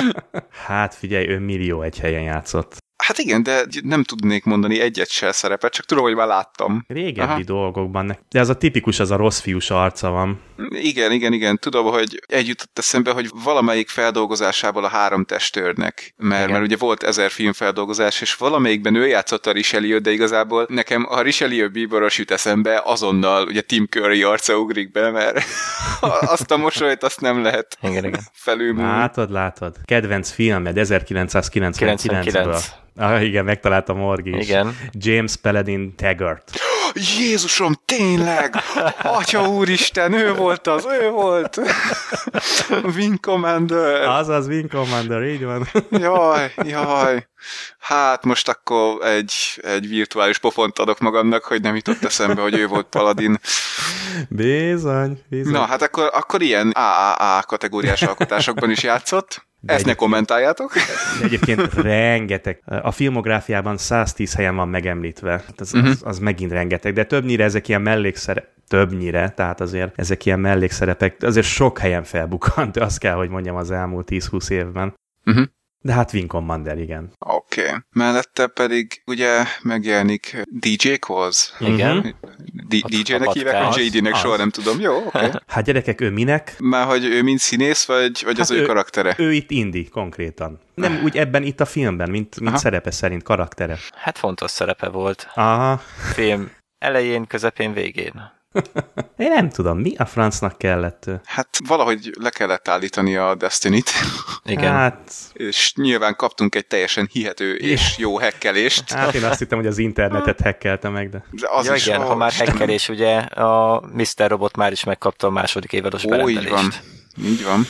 Hát figyelj, ő millió egy helyen játszott. Hát igen, de nem tudnék mondani egyet se szerepet, csak tudom, hogy már láttam. Régebbi Aha. dolgokban. De az a tipikus, az a rossz fiús arca van. Igen, igen, igen. Tudom, hogy egy jutott eszembe, hogy valamelyik feldolgozásából a három testőrnek, mert, mert ugye volt ezer filmfeldolgozás, és valamelyikben ő játszott a Richelieu, de igazából nekem a Richelieu bíboros jut eszembe, azonnal ugye Tim Curry arca ugrik be, mert azt a mosolyt azt nem lehet Igen, igen. felülmúlni. Látod, látod. Kedvenc filmed ezerkilencszázkilencvenkilencből. kilencvenkilenc. Ah, igen, megtaláltam Morgi is. Igen. James Paladin Taggart. Jézusom, tényleg! Atya úristen, ő volt az, ő volt! Wing Commander! Azaz, Wing Commander, így van. Jaj, jaj. Hát most akkor egy, egy virtuális pofont adok magamnak, hogy nem jutott eszembe, hogy ő volt Paladin. Bizony, bizony. Na, hát akkor, akkor ilyen á á á kategóriás alkotásokban is játszott. De Ezt ne kommentáljátok. De egyébként rengeteg. A filmográfiában száztíz helyen van megemlítve. Az, Uh-huh. az, az megint rengeteg. De többnyire ezek ilyen mellékszerep, többnyire, tehát azért ezek ilyen mellékszerepek, azért sok helyen felbukkant, azt kell, hogy mondjam, az elmúlt tíz-húsz évben. Uh-huh. De hát Wing Commander, igen. Oké. Okay. Mellette pedig ugye megjelenik dé dzsé Qualls. Igen. D- dé dzsének a hívják, vagy podcast. jé dé-nek Az. soha nem tudom. Jó, oké. Okay. Hát gyerekek, ő minek? Már hogy ő mind színész, vagy, vagy Hát az ő, ő karaktere? Ő itt indi, konkrétan. Nem úgy ebben itt a filmben, mint, mint szerepe szerint, karaktere. Hát fontos szerepe volt. Aha. Film elején, közepén, végén. Én nem tudom, mi a francnak kellett ő? Hát valahogy le kellett állítani a Destiny-t, Igen. Hát, és nyilván kaptunk egy teljesen hihető és jó hekkelést. hát én azt hittem, hogy az internetet hekkelte meg, de... De az Ja, is, igen, ó, ha már Istenem. hackerés, ugye a miszter Robot már is megkapta a második évados Ó, így van. berendelést. Így van.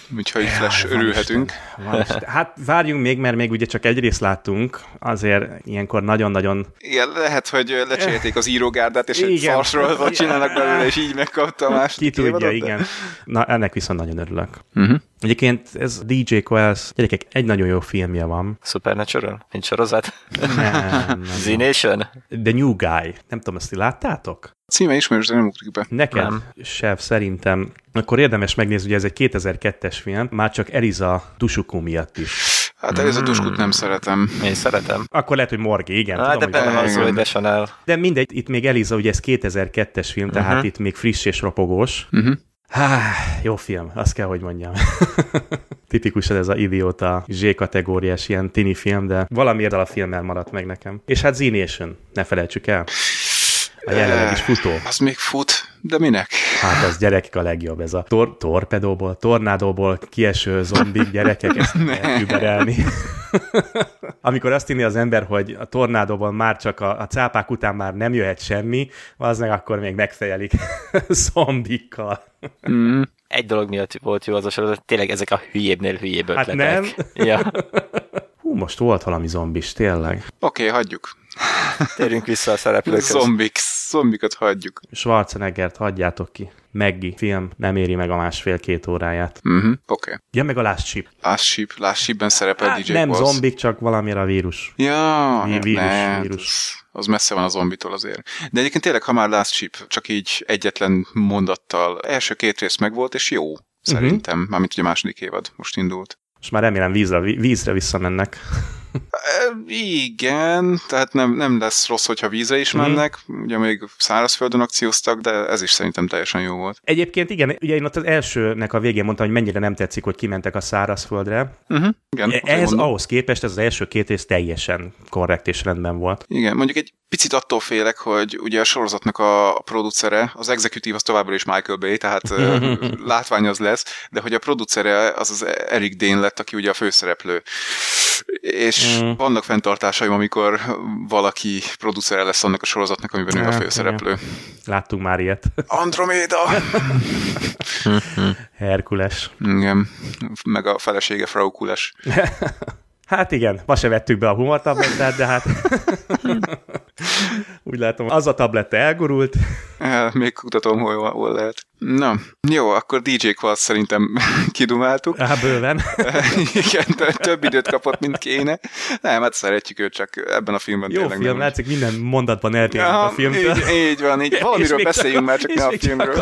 úgyhogy Flash örülhetünk. Van Isten. Hát várjunk még, mert még ugye csak egy részt láttunk, azért ilyenkor nagyon-nagyon... Igen, lehet, hogy lecserélték az írógárdát, és egy farsról csinálnak belőle, és így megkapta a második Ki tudja, igen. Na, ennek viszont nagyon örülök. Uh-huh. Egyébként ez dé dzsé Qualls, gyerekek, egy nagyon jó filmje van. Supernatural? Mint sorozat? Nem. Z-Nation? The New Guy. Nem tudom, ezt ti láttátok? A címe ismerős, de nem ugrik be. Neked, nem. Sev, szerintem, akkor érdemes megnézni, hogy ez egy kétezer-kettes film, már csak Eliza Dushku miatt is. Hát Eliza Dushkut nem szeretem. Én szeretem. Akkor lehet, hogy Morgi, igen. Ah, tudom, de benne van szó, hogy Deschanel. De mindegy, itt még Eliza, ugye ez kétezer-kettes film, tehát uh-huh. itt még friss és ropogós. Uh-huh. Há, jó film, azt kell, hogy mondjam. Tipikusan ez a idióta Z-kategóriás ilyen tini film, de valamiért a filmmel maradt meg nekem. És hát Z-Nation, ne felejtsük el. A jelenleg is futó. Az még fut, de minek? Hát az gyerekek a legjobb, ez a tor- torpedóból, tornádóból kieső zombik, gyerekek, ezt lehet überelni. Amikor azt hinni az ember, hogy a tornádóban már csak a, a cápák után már nem jöhet semmi, az meg akkor még megfejelik zombikkal. Mm. Egy dolog miatt volt jó az a sorozat, tényleg ezek a hülyébbnél hülyébb ötletek. Hát nem? Ja. Hú, most volt valami zombis, tényleg. Oké, okay, hagyjuk. Térjünk vissza a szereplőkhöz. Zombik, zombikat hagyjuk. Schwarzeneggert hagyjátok ki. Maggie film nem éri meg a másfél-két óráját. Uh-huh. Oké. Okay. Ja, meg a Last Ship. Last Ship, Last Shipben szerepel hát, dé dzsé nem Qualls. zombik, csak valamire a vírus. Ja, Ví- vírus, ne, vírus. Az messze van a zombitól azért. De egyébként tényleg, ha már Last Ship, csak így egyetlen mondattal, első két rész megvolt, és jó, szerintem. Uh-huh. Mármint ugye a második évad most indult. És már remélem vízre, vízre visszamennek. Igen, tehát nem, nem lesz rossz, hogyha vízre is mennek. Mm. Ugye még szárazföldön akcióztak, de ez is szerintem teljesen jó volt. Egyébként igen, ugye én ott az elsőnek a végén mondtam, hogy mennyire nem tetszik, hogy kimentek a szárazföldre. Uh-huh. Igen, ez ahhoz képest ez az első két rész teljesen korrekt és rendben volt. Igen, mondjuk egy picit attól félek, hogy ugye a sorozatnak a producere, az executive az továbbra is Michael Bay, tehát látvány az lesz, de hogy a producere az az Eric Dane lett, aki ugye a főszereplő. És mm. vannak fenntartásaim, amikor valaki producere lesz annak a sorozatnak, amiben ő a főszereplő. Igen. Láttunk már ilyet. Andromeda! Herkules. Igen, meg a felesége Frau Kules. Hát igen, ma se vettük be a humortablettát, de hát úgy látom, az a tabletta elgurult. El, még kutatom, hol, hol lehet. Na, jó, akkor dé dzsé Qualls szerintem kidumáltuk. Á, bőven. Igen, több időt kapott, mint kéne. Nem, hát szeretjük őt, csak ebben a filmben jó tényleg film, nem. látszik, minden mondatban eltérünk a filmtől. Így, így van, így. Valamiről beszéljünk már, csak ne a filmről.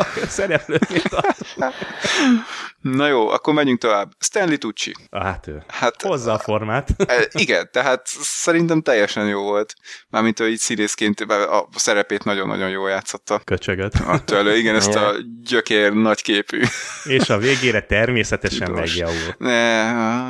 Na jó, akkor menjünk tovább. Stanley Tucci. Hát ő. Hát, hozza a formát. Igen, tehát szerintem teljesen jó volt. Mármint, hogy így színészként a szerepét nagyon-nagyon jól játszotta. Köcsögöt. Attól, igen, ezt a gyökér nagyképű. És a végére természetesen megjavul. Ne,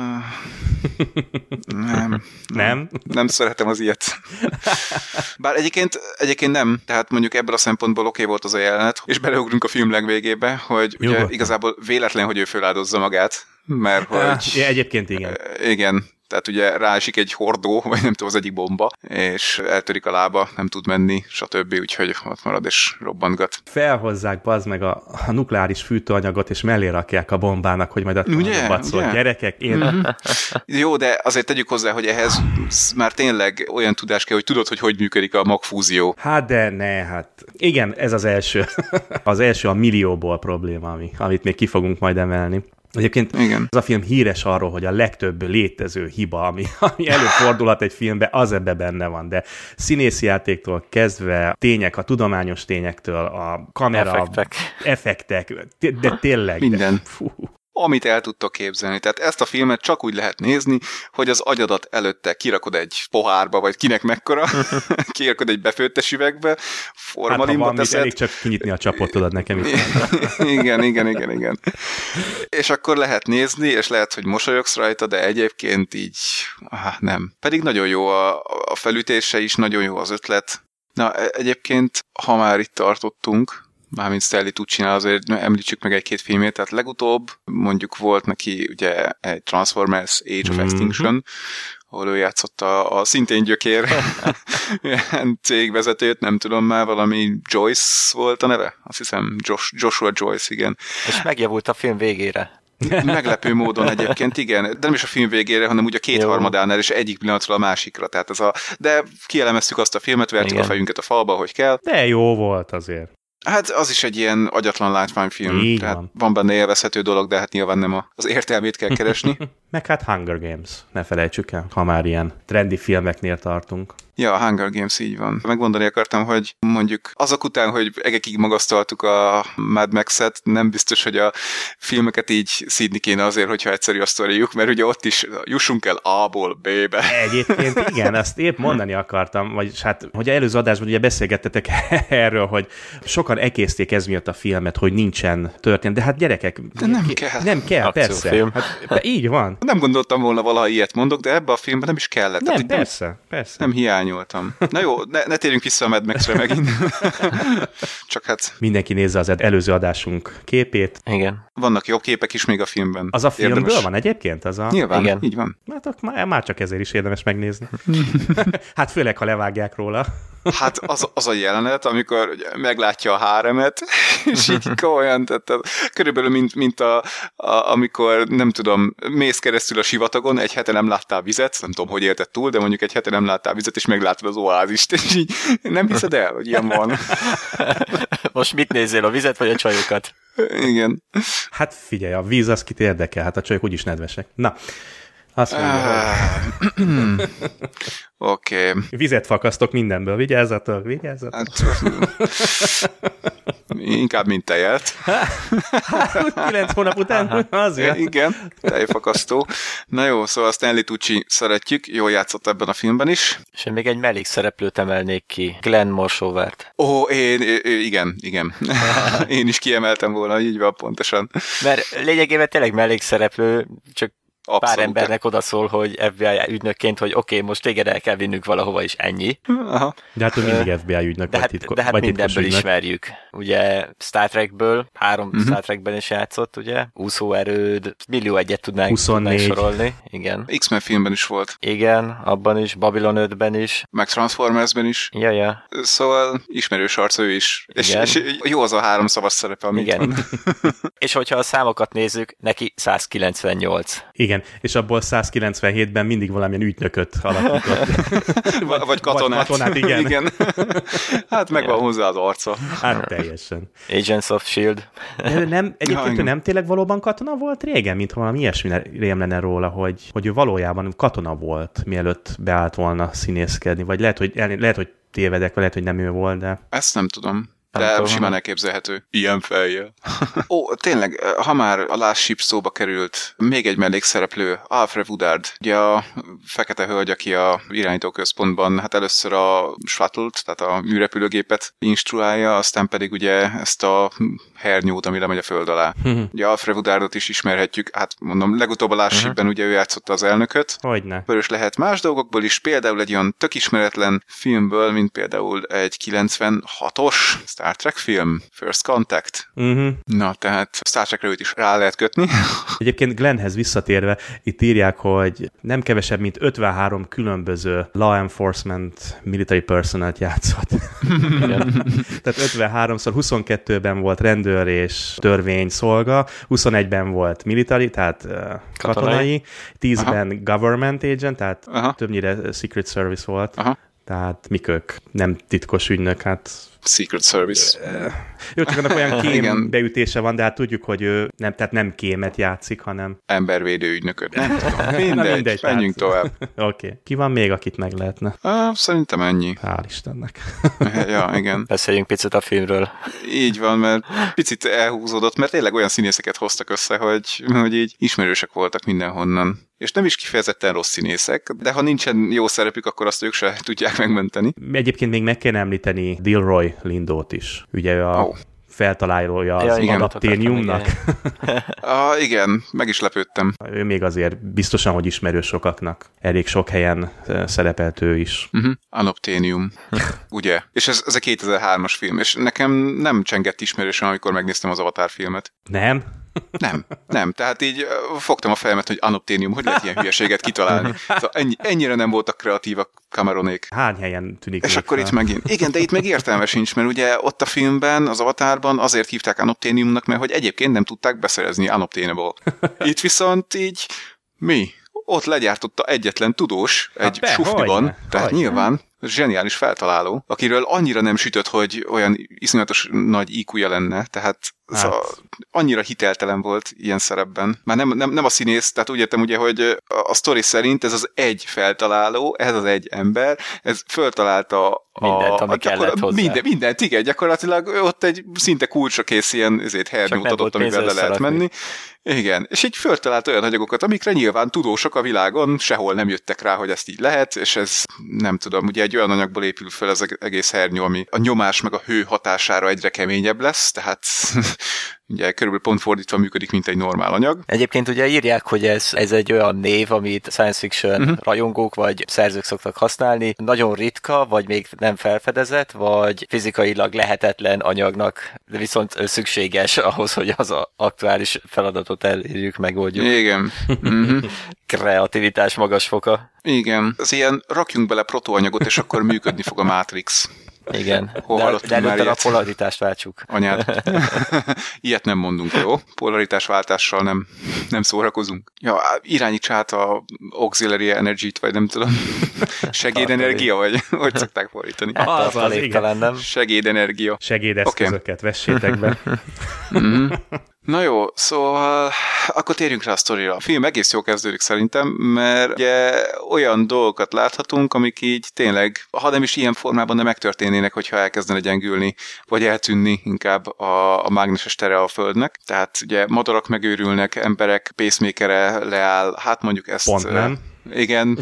nem, nem. Nem szeretem az ilyet. Bár egyébként, egyébként nem. Tehát mondjuk ebből a szempontból oké volt az a jelenet, és beleugrunk a film legvégébe, hogy ugye igazából véletlen, hogy ő föláldozza magát, mert hogy... Ja, egyébként igen. Igen. Tehát ugye ráesik egy hordó, vagy nem tudom, az egyik bomba, és eltörik a lába, nem tud menni, stb. Úgyhogy ott marad és robbantgat. Felhozzák bazd meg a, a nukleáris fűtőanyagot, és mellé rakják a bombának, hogy majd a bacol. Gyerekek, én... Mm-hmm. Jó, de azért tegyük hozzá, hogy ehhez már tényleg olyan tudás kell, hogy tudod, hogy hogy működik a magfúzió. Hát de ne, hát igen, ez az első. Az első a millióból probléma, ami, amit még ki fogunk majd emelni. Egyébként igen. Ez a film híres arról, hogy a legtöbb létező hiba, ami, ami előfordulhat egy filmben, az ebbe benne van, de színészjátéktól kezdve a tények, a tudományos tényektől, a kamera, effektek, effektek de tényleg. Minden. Fú. Amit el tudtok képzelni. Tehát ezt a filmet csak úgy lehet nézni, hogy az agyadat előtte kirakod egy pohárba, vagy kinek mekkora, kirakod egy befőttes üvegbe, formalinba hát, teszed. Elég csak kinyitni a csapot, tudod nekem itt. igen, igen, igen, igen. És akkor lehet nézni, és lehet, hogy mosolyogsz rajta, de egyébként így ah, nem. Pedig nagyon jó a, a felütése is, nagyon jó az ötlet. Na, egyébként, ha már itt tartottunk, mármint Stanley Tuccinál, azért említsük meg egy-két filmét, tehát legutóbb mondjuk volt neki ugye egy Transformers Age of Extinction, mm-hmm. ahol ő játszotta a szintén gyökér cégvezetőt, nem tudom már, valami Joyce volt a neve? Azt hiszem Josh, Joshua Joyce, igen. És megjavult a film végére. Meglepő módon egyébként, igen. De nem is a film végére, hanem úgy a kétharmadánál, és egyik pillanatról a másikra. Tehát ez a... De kielemeztük azt a filmet, vertük igen. a fejünket a falba, hogy kell. De jó volt azért. Hát az is egy ilyen agyatlan látványfilm. Így tehát van. van benne élvezhető dolog, de hát nyilván nem az értelmét kell keresni. Meg hát Hunger Games, ne felejtsük el, ha már ilyen trendi filmeknél tartunk. Ja, a Hunger Games így van. Megmondani akartam, hogy mondjuk azok után, hogy egekig magasztaltuk a Mad Max-et, nem biztos, hogy a filmeket így szídni kéne azért, hogyha egyszerű a sztoriuk, mert ugye ott is jussunk el A-ból B-be. Egyébként igen, ezt épp mondani akartam, vagyis hát, hogy előző adásban ugye beszélgettetek erről, hogy sokan ekészték ez miatt a filmet, hogy nincsen történet, de hát gyerekek, de nem kell. Nem kell, persze. Hát, így van. Nem gondoltam volna valaha ilyet mondok, de ebbe a filmben nem is kellett. Nem, Tehát, persze, nem, persze. Nem hiányoltam. Na jó, ne, ne térjünk vissza a Mad Max-re megint. Csak hát... Mindenki nézze az előző adásunk képét. Igen. Vannak jobb képek is még a filmben. Az a filmből Érdemes. van egyébként? Az a... Nyilván, igen. Így van. Hát már, már csak ezért is érdemes megnézni. Hát főleg, ha levágják róla. Hát az, az a jelenet, amikor ugye, meglátja a háremet, és így komolyan, tehát körülbelül mint, mint a, a, amikor, nem tudom, mész keresztül a sivatagon, egy hete nem láttál vizet, nem tudom, hogy élted túl, de mondjuk egy hete nem láttál vizet, és meglátod az oázist, és így nem hiszed el, hogy ilyen van. Most mit nézzél, a vizet vagy a csajokat? Igen. Hát figyelj, a víz az kit érdekel, hát a csajok úgyis nedvesek. Na, azt mondja, hogy... Oké. Okay. Vizet fakasztok mindenből, vigyázzatok, vigyázzatok. Hát, inkább, mint tejet. Hát, kilenc hónap után azért. Igen, tejfakasztó. Na jó, szóval Stanley Tucci szeretjük, jól játszott ebben a filmben is. És én még egy mellékszereplőt emelnék ki, Glenn Morshovert. Ó, én, én, igen, igen. Én is kiemeltem volna, így van pontosan. Mert lényegében tényleg mellékszereplő, csak Abszolút. Pár embernek odaszól, hogy ef bé i ügynökként, hogy oké, okay, most téged el kell vinnünk valahova, és ennyi. Aha. De hát ő mindig ef bé i ügynök, de vagy, hát, titko, de hát vagy mindenből ügynök. ismerjük. Ugye Star Trekből, három uh-huh. Star Trekben is játszott, ugye? Úszóerőd, millió egyet tudnánk, huszonnégy. tudnánk sorolni. Igen. X-Men filmben is volt. Igen, abban is, Babylon ötben is. Meg Transformersben is. Ja, ja. Szóval ismerős arc ő is. És, és jó az a három szavas szerepe, amit igen. van. És hogyha a számokat nézzük, neki száz kilencvennyolc. Igen, és abból száz kilencvenhétben mindig valamilyen ügynököt alakított. vagy, vagy katonát. Vagy katonát, igen. igen. Hát megvan hozzá az arca. Hát teljesen. Agents of Shield. De nem, egyébként ja, ő nem tényleg valóban katona volt régen, mint valami ilyesmi rém lenne róla, hogy, hogy ő valójában katona volt, mielőtt beállt volna színészkedni, vagy lehet, hogy, lehet, hogy tévedek, vagy lehet, hogy nem ő volt, de... Ezt nem tudom. De nem simán elképzelhető. Ilyen fejjel. Ó, tényleg, ha már a Last Ship szóba került, még egy mellékszereplő, Alfred Woodard, ugye a fekete hölgy, aki a irányítóközpontban hát először a shuttle-t, tehát a űrrepülőgépet instruálja, aztán pedig ugye ezt a hernyót, ami lemegy a föld alá. Ugye Alfred Woodardot is ismerhetjük, hát mondom, legutóbb a Last Shipben ugye ő játszotta az elnököt. Hogyne. Vörös lehet más dolgokból is, például egy olyan tök ismeretlen filmből, mint például egy kilencvenhatos Star Trek film, First Contact. Uh-huh. Na, tehát Star Trekre őt is rá lehet kötni. Egyébként Glennhez visszatérve, itt írják, hogy nem kevesebb, mint ötvenhárom különböző law enforcement military personnel-t játszott. Tehát ötvenháromszor, huszonkettőben volt rendőr és törvényszolga, huszonegyben volt military, tehát uh, katonai, katonai. tízben Aha. government agent, tehát Aha. többnyire Secret Service volt. Aha. Tehát mik ők? Nem titkos ügynök, hát... Secret Service. Jó, csak annak olyan kém beütése van, de hát tudjuk, hogy ő nem, tehát nem kémet játszik, hanem... Embervédő ügynököt. Nem tudom. Mindegy, Na mindegy menjünk tehát... tovább. Oké. Okay. Ki van még, akit meg lehetne? Ah, szerintem ennyi. Hál' Istennek. Ja, igen. Beszéljünk picit a filmről. Így van, mert picit elhúzódott, mert tényleg olyan színészeket hoztak össze, hogy, hogy így ismerősek voltak mindenhonnan. És nem is kifejezetten rossz színészek, de ha nincsen jó szerepük, akkor azt ők se tudják megmenteni. Egyébként még meg kell említeni Delroy Lindót is. Ugye ő a oh. feltalálója az ja, adapténiumnak. ah, igen, meg is lepődtem. Ő még azért biztosan, hogy ismerő sokaknak. Elég sok helyen szerepelt ő is. Uh-huh. Anopténium. Ugye? És ez, ez a kétezer-hármas film, és nekem nem csengett ismerősen, amikor megnéztem az Avatar filmet. Nem? Nem, nem. Tehát így fogtam a fejemet, hogy Unobtainium, hogy lehet ilyen hülyeséget kitalálni. Szóval ennyi, ennyire nem voltak kreatívak Cameronék. Hány helyen tűnik? És akkor fel. Itt megint. Igen, de itt meg értelme sincs, mert ugye ott a filmben, az Avatarban azért hívták Unobtainiumnak, mert hogy egyébként nem tudták beszerezni Unobtainable. Itt viszont így mi? Ott legyártotta egyetlen tudós egy be, sufniban, hogyne, tehát hogyne. nyilván zseniális feltaláló, akiről annyira nem sütött, hogy olyan iszonyatos nagy í kú-ja lenne, tehát hát. Szóval annyira hiteltelen volt ilyen szerepben. Már nem, nem, nem a színész, tehát úgy értem ugye, hogy a sztori szerint ez az egy feltaláló, ez az egy ember, ez föltalálta a, mindent, ami a, kellett hozzá. Minden, mindent, igen, gyakorlatilag ott egy szinte kulcsra kész ilyen ezért hernyót adott, amivel le lehet menni. Igen, és így föltalált olyan anyagokat, amikre nyilván tudósok a világon sehol nem jöttek rá, hogy ezt így lehet, és ez nem tudom, ugye egy olyan anyagból épül fel az egész hernyó, ami a nyomás meg a hő hatására egyre keményebb lesz, tehát ugye körülbelül pont fordítva működik, mint egy normál anyag. Egyébként ugye írják, hogy ez, ez egy olyan név, amit science fiction uh-huh. rajongók vagy szerzők szoktak használni. Nagyon ritka, vagy még nem felfedezett, vagy fizikailag lehetetlen anyagnak, de viszont szükséges ahhoz, hogy az a aktuális feladatot elérjük, megoldjuk. Igen. Uh-huh. Kreativitás magas foka. Igen. Ez ilyen rakjunk bele protoanyagot, és akkor működni fog a Matrix. Igen, Hol de, de előtte a polaritást váltsuk. Anyád. Ilyet nem mondunk, jó? Polaritásváltással nem, nem szórakozunk. Ja, irányíts át a auxiliary energy-t, vagy nem tudom. Segédenergia, vagy hogy szokták fordítani? Hát, az, az, talán nem. Segédenergia. Segédeszközöket okay. vessétek be. Mm-hmm. Na jó, szóval akkor térjünk rá a sztorira. A film egész jól kezdődik szerintem, mert ugye olyan dolgokat láthatunk, amik így tényleg, ha nem is ilyen formában, de megtörténnének, hogyha elkezdene gyengülni, vagy eltűnni inkább a, a mágneses tere a Földnek. Tehát ugye madarak megőrülnek, emberek pacemakere leáll, hát mondjuk ezt... Pont nem. Igen,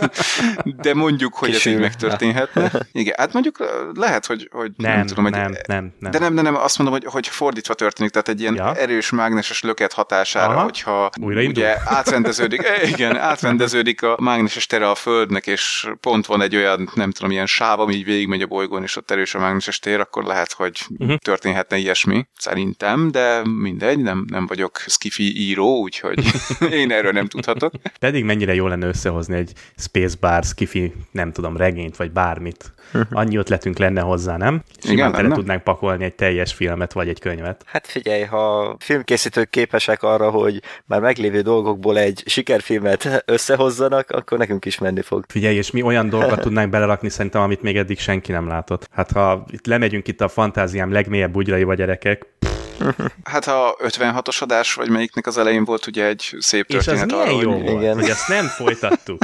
de mondjuk, hogy Kisül. ez így megtörténhetne. Igen, hát mondjuk lehet, hogy, hogy nem, nem tudom, hogy... Nem, nem, nem. De nem, de nem, azt mondom, hogy, hogy fordítva történik, tehát egy ilyen ja. erős mágneses löket hatására, Aha. hogyha ugye átrendeződik, igen, átrendeződik a mágneses tere a Földnek, és pont van egy olyan, nem tudom, ilyen sáv, ami így végigmegy a bolygón, és ott erős a mágneses tér, akkor lehet, hogy uh-huh. történhetne ilyesmi. Szerintem, de mindegy, nem, nem vagyok skifi író, úgyhogy én erről nem tudhatok. Pedig mennyire jó lenne összehozni egy Space Bar, skifi, nem tudom, regényt, vagy bármit. Annyi ötletünk lenne hozzá, nem? Simán tele tudnánk pakolni egy teljes filmet, vagy egy könyvet. Hát figyelj, ha filmkészítők képesek arra, hogy már meglévő dolgokból egy sikerfilmet összehozzanak, akkor nekünk is menni fog. Figyelj, és mi olyan dolgokat tudnánk belerakni szerintem, amit még eddig senki nem látott. Hát ha itt lemegyünk itt a fantáziám legmélyebb bugyraiba, gyerekek, hát ha ötvenhatos adás, vagy melyiknek az elején volt ugye egy szép történet arra, hogy... jó volt, igen. hogy ezt nem folytattuk.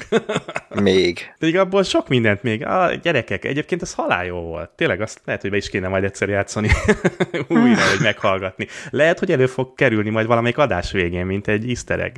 Még. Pedig abból sok mindent még. A gyerekek, egyébként ez halál jó volt. Tényleg azt lehet, hogy be is kéne majd egyszer játszani újra, hogy meghallgatni. Lehet, hogy elő fog kerülni majd valamelyik adás végén, mint egy easter egg.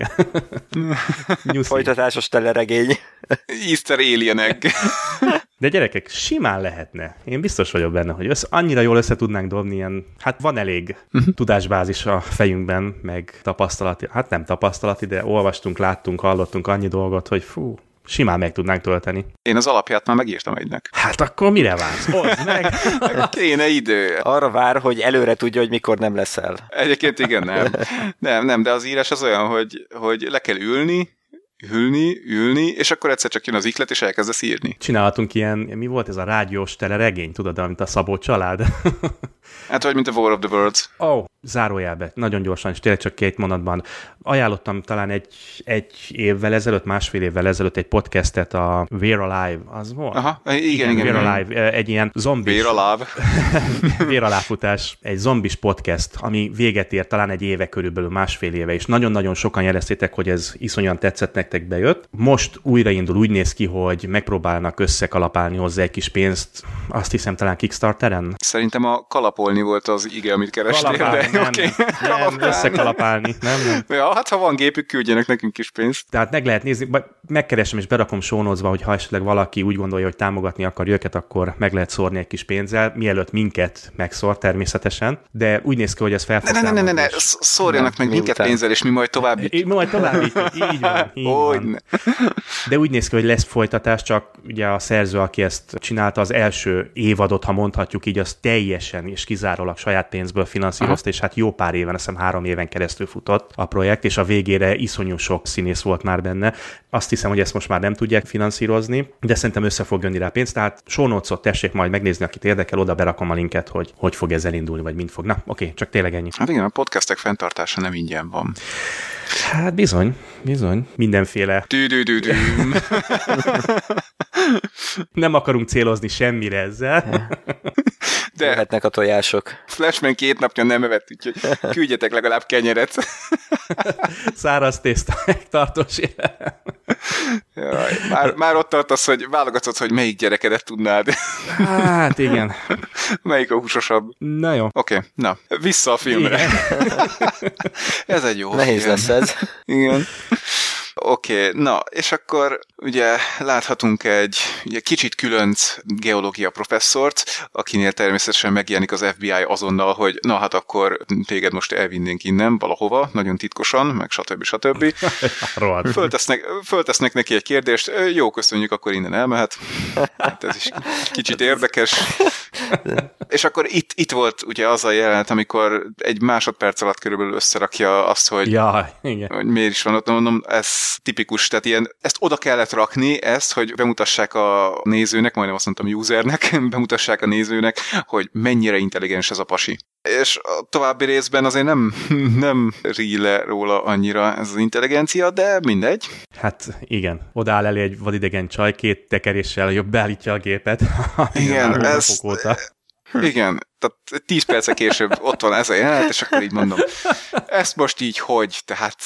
Folytatásos teleregény. Easter alien egg. De gyerekek, simán lehetne. Én biztos vagyok benne, hogy össze, annyira jól össze tudnánk dobni ilyen, hát van elég uh-huh. tudásbázis a fejünkben, meg tapasztalati, hát nem tapasztalati, de olvastunk, láttunk, hallottunk annyi dolgot, hogy fú, simán meg tudnánk tölteni. Én az alapját már megírtam egynek. Hát akkor mire vársz? Old meg! Kéne idő. Arra vár, hogy előre tudja, hogy mikor nem leszel. Egyébként igen, nem. Nem, nem, de az írás az olyan, hogy, hogy le kell ülni, ülni, ülni, és akkor egyszer csak jön az iklet, és elkezdesz írni. Csinálhatunk ilyen, mi volt ez a rádiós teleregény, tudod, amit a Szabó család? Hát, vagy mint a War of the Worlds. Ó, oh, zárójelbe, nagyon gyorsan, és tényleg csak két mondatban. Ajánlottam talán egy, egy évvel ezelőtt, másfél évvel ezelőtt egy podcastet, a We're Alive, az volt? Aha, igen, igen. igen We're igen. Alive, egy ilyen zombis... We're Alive. We're Alive-futás, egy zombis podcast, ami véget ér talán egy éve körülbelül, másfél éve, és nagyon-nagyon sokan jeleztétek, hogy ez iszonyan tetszett, nektek bejött. Most újraindul, úgy néz ki, hogy megpróbálnak összekalapálni hozzá egy kis pénzt, azt hiszem talán Kickstarteren. Szerintem a kalapolni volt az ige, amit kerestél. Kalapálni, de, nem, okay. nem, összekalapálni. Nem, nem. Ja, hát ha van gépük, küldjenek nekünk kis pénzt. Tehát meg lehet nézni, megkeresem és berakom show-notesba, hogy ha esetleg valaki úgy gondolja, hogy támogatni akar őket, akkor meg lehet szórni egy kis pénzzel, mielőtt minket megszór természetesen, de úgy néz ki, hogy ez fel fog Ne, ne, ne, ne, ne. szórjanak meg minket pénzzel, és mi majd továbbítjuk. Mi majd továbbítjuk, így van. Így van. De úgy néz ki, hogy lesz folytatás, csak ugye a szerző, aki ezt csinálta, az első évadot, ha mondhatjuk így, az teljesen és kizárólag saját pénzből finanszírozta, és hát jó pár éven, azt hiszem három éven keresztül futott a projekt, és a végére iszonyú sok színész volt már benne. Azt hiszem, hogy ezt most már nem tudják finanszírozni, de szerintem össze fog jönni rá pénzt, tehát show notes-ot tessék majd megnézni, akit érdekel, oda berakom a linket, hogy hogy fog ez elindulni, vagy mind fog. Na, oké, csak tényleg ennyi. Hát igen, a podcastek fenntartása nem ingyen van. Hát bizony, bizony. Mindenféle. Dű-dű-dű-dű. Nem akarunk célozni semmire ezzel. De jöhetnek a tojások. Flashman két napja nem evett, úgyhogy küldjetek legalább kenyeret. Száraz tészta, tartós élelem. Jaj, már, már ott tartasz, hogy válogatod, hogy melyik gyerekedet tudnád. Hát igen. Melyik a húsosabb. Na jó. Oké, okay, na, vissza a filmre. Ez egy jó Nehéz film. lesz ez. Igen. Oké, okay, na, és akkor ugye láthatunk egy ugye, kicsit különc geológia professzort, akinél természetesen megjelenik az ef bé i azonnal, hogy na hát akkor téged most elvinnénk innen valahova, nagyon titkosan, meg stb. stb. Föltesznek, föltesznek neki egy kérdést, jó, köszönjük, akkor innen elmehet. Hát ez is kicsit érdekes. És akkor itt, itt volt ugye az a jelenet, amikor egy másodperc alatt körülbelül összerakja azt, hogy, ja, igen. hogy miért is van ott, mondom, ez tipikus, tehát ilyen, ezt oda kellett rakni, ezt, hogy bemutassák a nézőnek, majdnem azt mondtam usernek, bemutassák a nézőnek, hogy mennyire intelligens ez a pasi. És a további részben azért nem, nem ríj le róla annyira ez az intelligencia, de mindegy. Hát igen, odaáll elé egy vadidegen csaj, két tekeréssel jobb beállítja a gépet. Igen, ez... Igen, tehát tíz perce később ott van ez a jelenet, és akkor így mondom, ezt most így hogy? Tehát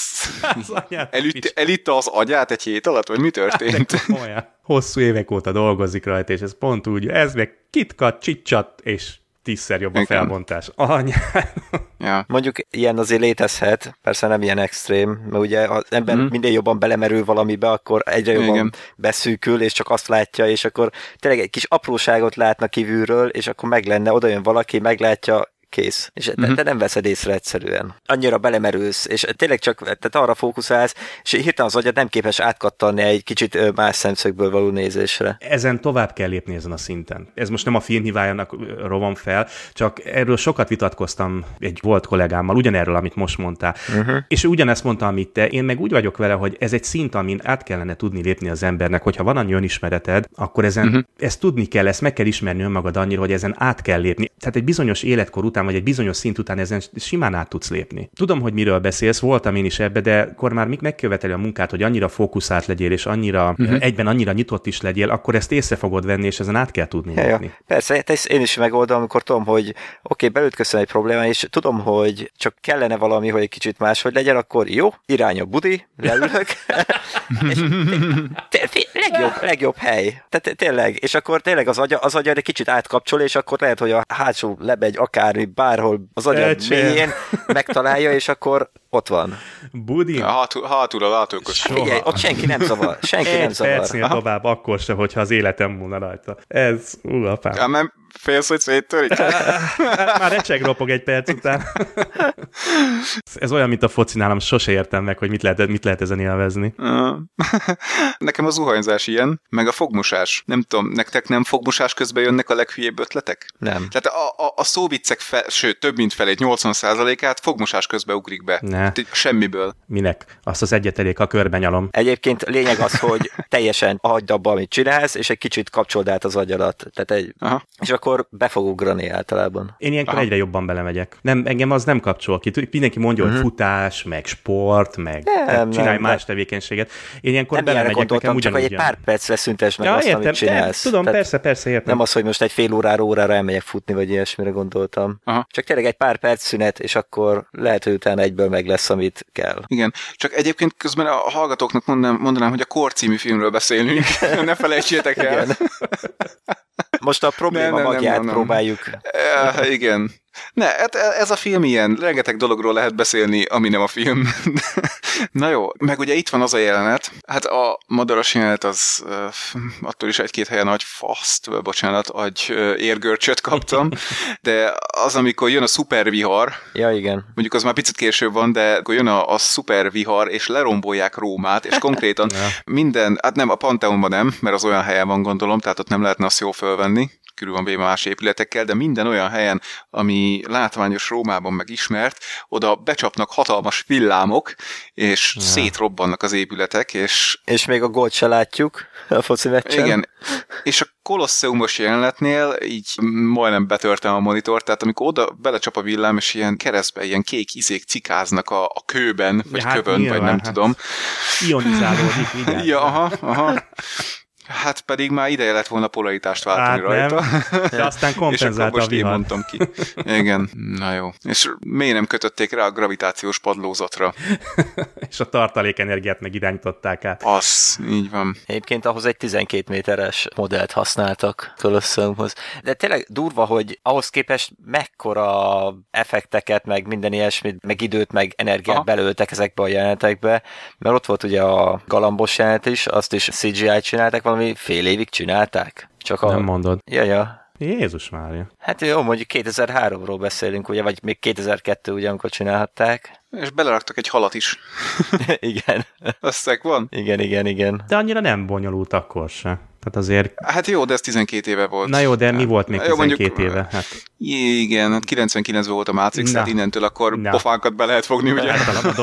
elüt, elitta az agyát egy hét alatt, vagy mi történt? Hosszú évek óta dolgozik rajta, és ez pont úgy, ez meg kitkat, csicsat, és tízszer jobb a felbontás. Anyád. Ja. Mondjuk ilyen azért létezhet, persze nem ilyen extrém, mert ugye az ember mm. minél jobban belemerül valamibe, akkor egyre jobban igen. beszűkül, és csak azt látja, és akkor tényleg egy kis apróságot látna kívülről, és akkor meg lenne, oda jön valaki, meglátja, kész. És te, te nem veszed észre egyszerűen. Annyira belemerülsz, és tényleg csak tehát arra fókuszálsz, és hirtelen az agyad nem képes átkattani egy kicsit más szemszögből való nézésre. Ezen tovább kell lépni ezen a szinten. Ez most nem a filmhibájának rovom fel, csak erről sokat vitatkoztam egy volt kollégámmal, ugyanerről, amit most mondtál. Uh-huh. És ő ugyanezt mondta, amit te. Én meg úgy vagyok vele, hogy ez egy szint, amin át kellene tudni lépni az embernek, hogyha van annyi önismereted, akkor ezen uh-huh. ezt tudni kell, ezt meg kell ismerni önmagad annyira, hogy ezen át kell lépni. Tehát egy bizonyos életkor után, vagy egy bizonyos szint után ezen simán át tudsz lépni. Tudom, hogy miről beszélsz, voltam én is ebbe, de akkor már megköveteli a munkát, hogy annyira fókuszált legyél, és annyira uh-huh. egyben annyira nyitott is legyél, akkor ezt észre fogod venni, és ezen át kell tudni ja, lépni. Ja. Persze, én is megoldom, amikor tudom, hogy oké, okay, belütközöm egy probléma, és tudom, hogy csak kellene valami, hogy egy kicsit máshogy legyen, akkor jó, irány a budi, leülök, és legjobb, legjobb hely. Tehát tényleg, és akkor tényleg az agya, az agya egy kicsit átkapcsol, és akkor lehet, hogy a hátsó lebegy akármi, bárhol az agyad mélyén megtalálja, és akkor ott van. Budi? Hátul, hátul a látókos. Figyelj, ott senki nem zavar. Senki egy nem zavar. Egy percnél tovább, akkor se, hogyha az életem múlna rajta. Ez, ú, apám. Ja, nem félsz, hogy széttörik? Már recseg ropog egy perc után. Ez olyan, mint a focinálom, sose értem meg, hogy mit lehet, mit lehet ezen élvezni. Nekem a zuhanyzás ilyen, meg a fogmosás. Nem tudom, nektek nem fogmosás közben jönnek a leghülyébb ötletek? Nem. Tehát a, a, a szóviccek, fel, sőt, több mint felét, nyolcvan százalékát fogmosás közben ugrik be. Ne. Hát, semmiből. Minek? Azt az egyet elég, ha körben nyalom. Egyébként lényeg az, hogy teljesen hagyd abba, amit csinálsz, és egy kicsit kapcsold át az agyadat. Tehát egy, és akkor be fog ugrani általában. Én ilyenkor Aha. egyre jobban belemegyek. Nem, engem az nem kapcsol ki. Mindenki mondja, uh-huh. hogy futás, meg sport, meg nem, csinálj nem, más tevékenységet. Én ilyenkor nem belemegyek, nekem ugyanúgy. Csak egy pár percre szüntess meg ja, azt, értem, amit csinálsz. Nem, tudom, Tehát persze, persze, értem. Nem az, hogy most egy fél órára, órára elmegyek futni, vagy ilyesmire gondoltam. Aha. Csak tényleg egy pár perc szünet, és akkor lehet, hogy utána egyből meg lesz, amit kell. Igen. Csak egyébként közben a hallgatóknak mondanám, mondanám hogy a Kor című filmről beszélünk. Ne felejtsétek el. Most a probléma nem, magját nem, nem, próbáljuk. E, igen. Ne, hát ez a film ilyen, rengeteg dologról lehet beszélni, ami nem a film. Na jó, meg ugye itt van az a jelenet, hát a madaras jelenet az uh, attól is egy-két helyen nagy faszt, bocsánat, agy uh, érgörcsöt kaptam, de az, amikor jön a szupervihar, ja, igen. mondjuk az már picit később van, de akkor jön a, a szupervihar, és lerombolják Rómát, és konkrétan minden, hát nem, a Pantheonban nem, mert az olyan helyen van, gondolom, tehát ott nem lehetne azt jól fölvenni, körül van véve más épületekkel, de minden olyan helyen, ami látványos Rómában megismert, oda becsapnak hatalmas villámok, és ja. szétrobbannak az épületek, és... És még a gólt se látjuk a foci meccsen. Igen, és a Kolosseumos jelenetnél így majdnem betörtem a monitort, tehát amikor oda belecsap a villám, és ilyen keresztbe, ilyen kék izék cikáznak a, a kőben, vagy ja, kövön, nyilván, vagy nem hát tudom. Ionizálódik, igen. Ja, aha, aha. Hát pedig már ideje lett volna polaritást váltani hát rajta. Nem. De aztán kompenzálta a vihar. És akkor mondtam ki. Igen, na jó. És miért nem kötötték rá a gravitációs padlózatra? És a tartalékenergiát meg irányították át. Az, így van. Egyébként ahhoz egy tizenkét méteres modellt használtak Colosseumhoz. De tényleg durva, hogy ahhoz képest mekkora effekteket, meg minden ilyesmit, meg időt, meg energiát Aha. belőltek ezekbe a jelenetekbe. Mert ott volt ugye a galambos jelenet is, azt is cé gé í csinálták, valami fél évig csinálták. Csak a... Nem mondod. Ja, ja. Jézus Mária. Hát jó, mondjuk kétezer-háromról beszélünk, ugye, vagy még kétezer-kettő, ugye, amikor csinálhatták. És beleraktak egy halat is. Igen. Aztek van? Igen, igen, igen. De annyira nem bonyolult akkor se. Tehát azért... Hát jó, de ez tizenkét éve volt. Na jó, de mi volt még tizenkét jó, éve? Hát... Igen, kilencvenkilencben volt a Matrix, tehát innentől akkor Na. pofánkat be lehet fogni, ugye?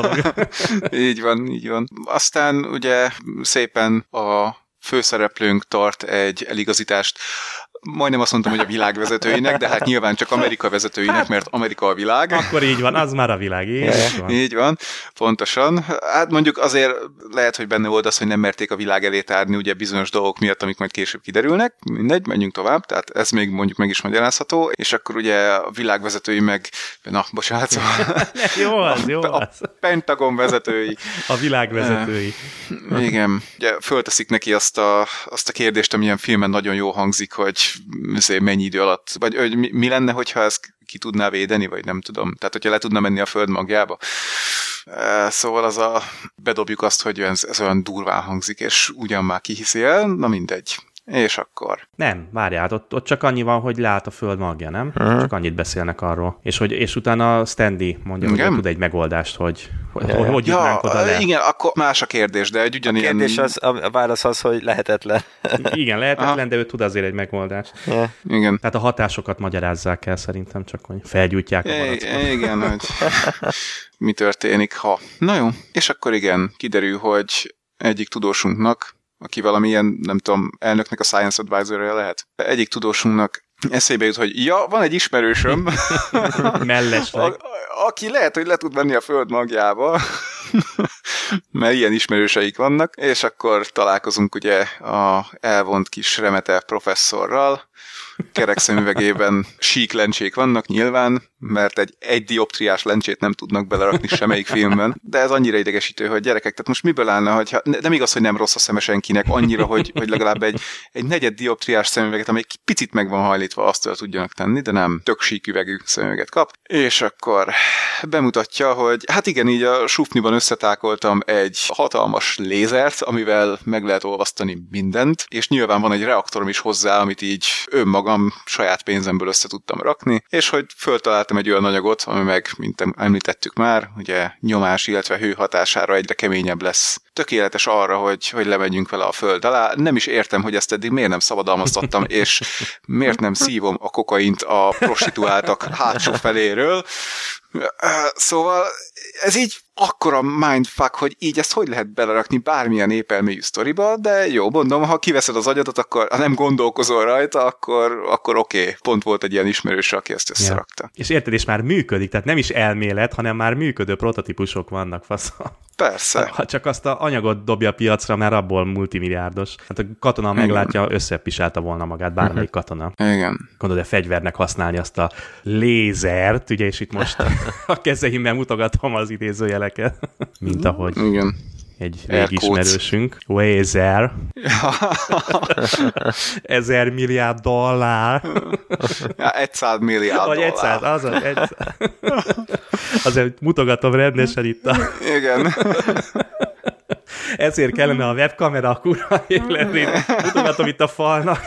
Így van, így van. Aztán ugye szépen a főszereplőnk tart egy eligazítást, majdnem azt mondtam, hogy a világ vezetőinek, de hát nyilván csak Amerika vezetőinek, mert Amerika a világ. Akkor így van, az már a világ. Így van. Így van, pontosan. Hát mondjuk azért lehet, hogy benne volt az, hogy nem merték a világ elé tárni ugye bizonyos dolgok miatt, amik majd később kiderülnek. Mindegy, menjünk tovább, tehát ez még mondjuk meg is magyarázható, és akkor ugye a világ vezetői meg, na, bocsánat, szóval jó az, jó a, az. A Pentagon vezetői. A világ vezetői. Uh, igen, ugye fölteszik neki azt a, azt a kérdést, amilyen filmen nagyon jól hangzik, hogy mennyi idő alatt, vagy hogy mi, mi lenne, hogyha ezt ki tudná védeni, vagy nem tudom. Tehát, hogyha le tudna menni a föld magjába. Szóval az a, bedobjuk azt, hogy ez, ez olyan durván hangzik, és ugyan már kihiszi el, na mindegy. És akkor? Nem, várjál, ott, ott csak annyi van, hogy lát a föld magja, nem? Uh-huh. Csak annyit beszélnek arról. És, hogy, és utána Stanley mondja, igen? Hogy tud egy megoldást, hogy hogy, ja, hogy jutnánk ja, oda le. Igen, akkor más a kérdés, de egy ugyanilyen... A kérdés az, a válasz az, hogy lehetetlen. Igen, lehetetlen, Aha. de ő tud azért egy megoldást. Ja. Igen. Tehát a hatásokat magyarázzák el szerintem, csak hogy felgyújtják a barackot. Igen, hogy mi történik, ha... Na jó, és akkor igen, kiderül, hogy egyik tudósunknak, aki valamilyen, nem tudom, elnöknek a Science Advisor-ja lehet. Egyik tudósunknak eszébe jut, hogy ja, van egy ismerősöm, mellesleg, a, aki lehet, hogy le tud menni a föld magjába, mert ilyen ismerőseik vannak, és akkor találkozunk ugye a elvont kis remete professzorral, kerek szemüvegében sík lencsék vannak nyilván, mert egy egy dioptriás lencsét nem tudnak belerakni semmelyik filmben, de ez annyira idegesítő, hogy gyerekek, tehát most miből állna, hogyha nem igaz, hogy nem rossz a szeme senkinek, annyira, hogy, hogy legalább egy, egy negyed dioptriás szemüveget, amely egy picit meg van hajlítva, azt tudjanak tenni, de nem tök sík üvegű szemüveget kap. És akkor bemutatja, hogy hát igen, így a sufniban összetákoltam egy hatalmas lézert, amivel meg lehet olvasztani mindent, és nyilván van egy reaktorom is hozzá, amit így önmagam saját pénzemből össze tudtam rakni, és hogy föltaláltam egy olyan anyagot, ami meg, mint említettük már, ugye nyomás, illetve hő hatására egyre keményebb lesz. Tökéletes arra, hogy, hogy lemegyünk vele a föld alá. Nem is értem, hogy ezt eddig miért nem szabadalmaztattam, és miért nem szívom a kokaint a prostituáltak hátsó feléről. Szóval ez így akkora mindfuck, hogy így ezt hogy lehet belerakni bármilyen épelmélyű sztoriba, de jó, mondom, ha kiveszed az agyadat, akkor ha nem gondolkozol rajta, akkor, akkor oké. Okay. Pont volt egy ilyen ismerős, aki ezt összerakta. Ja. És érted, és már működik, tehát nem is elmélet, hanem már működő prototípusok vannak, fasza. Persze. Ha csak azt a anyagot dobja a piacra, már abból multimilliárdos. Hát a katona igen. meglátja, összepisálta volna magát bármelyik katona. Igen. Gondolod, a fegyvernek használni azt a lézert, ugye, és itt most a kezeimmel mutogatom az idézőjeleket, mint ahogy igen. egy régismerősünk. Lézer. Ezer milliárd dollár. Ja, egyszáz milliárd Vagy egyszáz, az az, egyszáz. Azért mutogatom rendesen itt a... Igen. Ezért kellene a webkamera, a kurva életét. Mutogatom itt a falnak.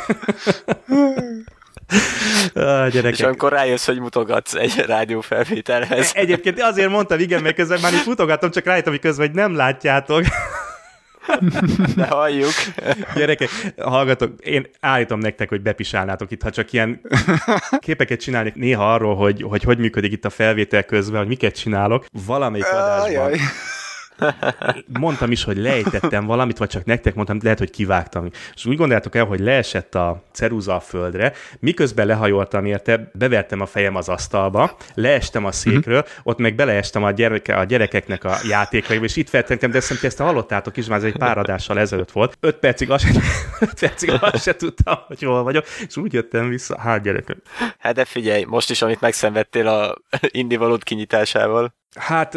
Ah, és amikor rájössz, hogy mutogatsz egy rádiófelvételhez. Egyébként azért mondtam, igen, mert közben már itt mutogatom, csak rájöttem, hogy közben, hogy nem látjátok. De halljuk. Gyerekek, hallgatok, én állítom nektek, hogy bepisálnátok itt, ha csak ilyen képeket csinálnék néha arról, hogy, hogy hogy működik itt a felvétel közben, hogy miket csinálok. Valamelyik adásban mondtam is, hogy lejtettem valamit, vagy csak nektek mondtam, lehet, hogy kivágtam. És úgy gondoljátok el, hogy leesett a ceruza a földre, miközben lehajoltam érte, bevertem a fejem az asztalba, leestem a székről, ott meg beleestem a, gyereke, a gyerekeknek a játékaiba, és itt feltettem, de szerintem ezt hallottátok is, már ez egy pár adással ezelőtt volt. Öt percig azt percig azt se tudtam, hogy hol vagyok, és úgy jöttem vissza, hát gyerekek. Hát de figyelj, most is, amit megszenvedtél a indivalód kinyitásával. Hát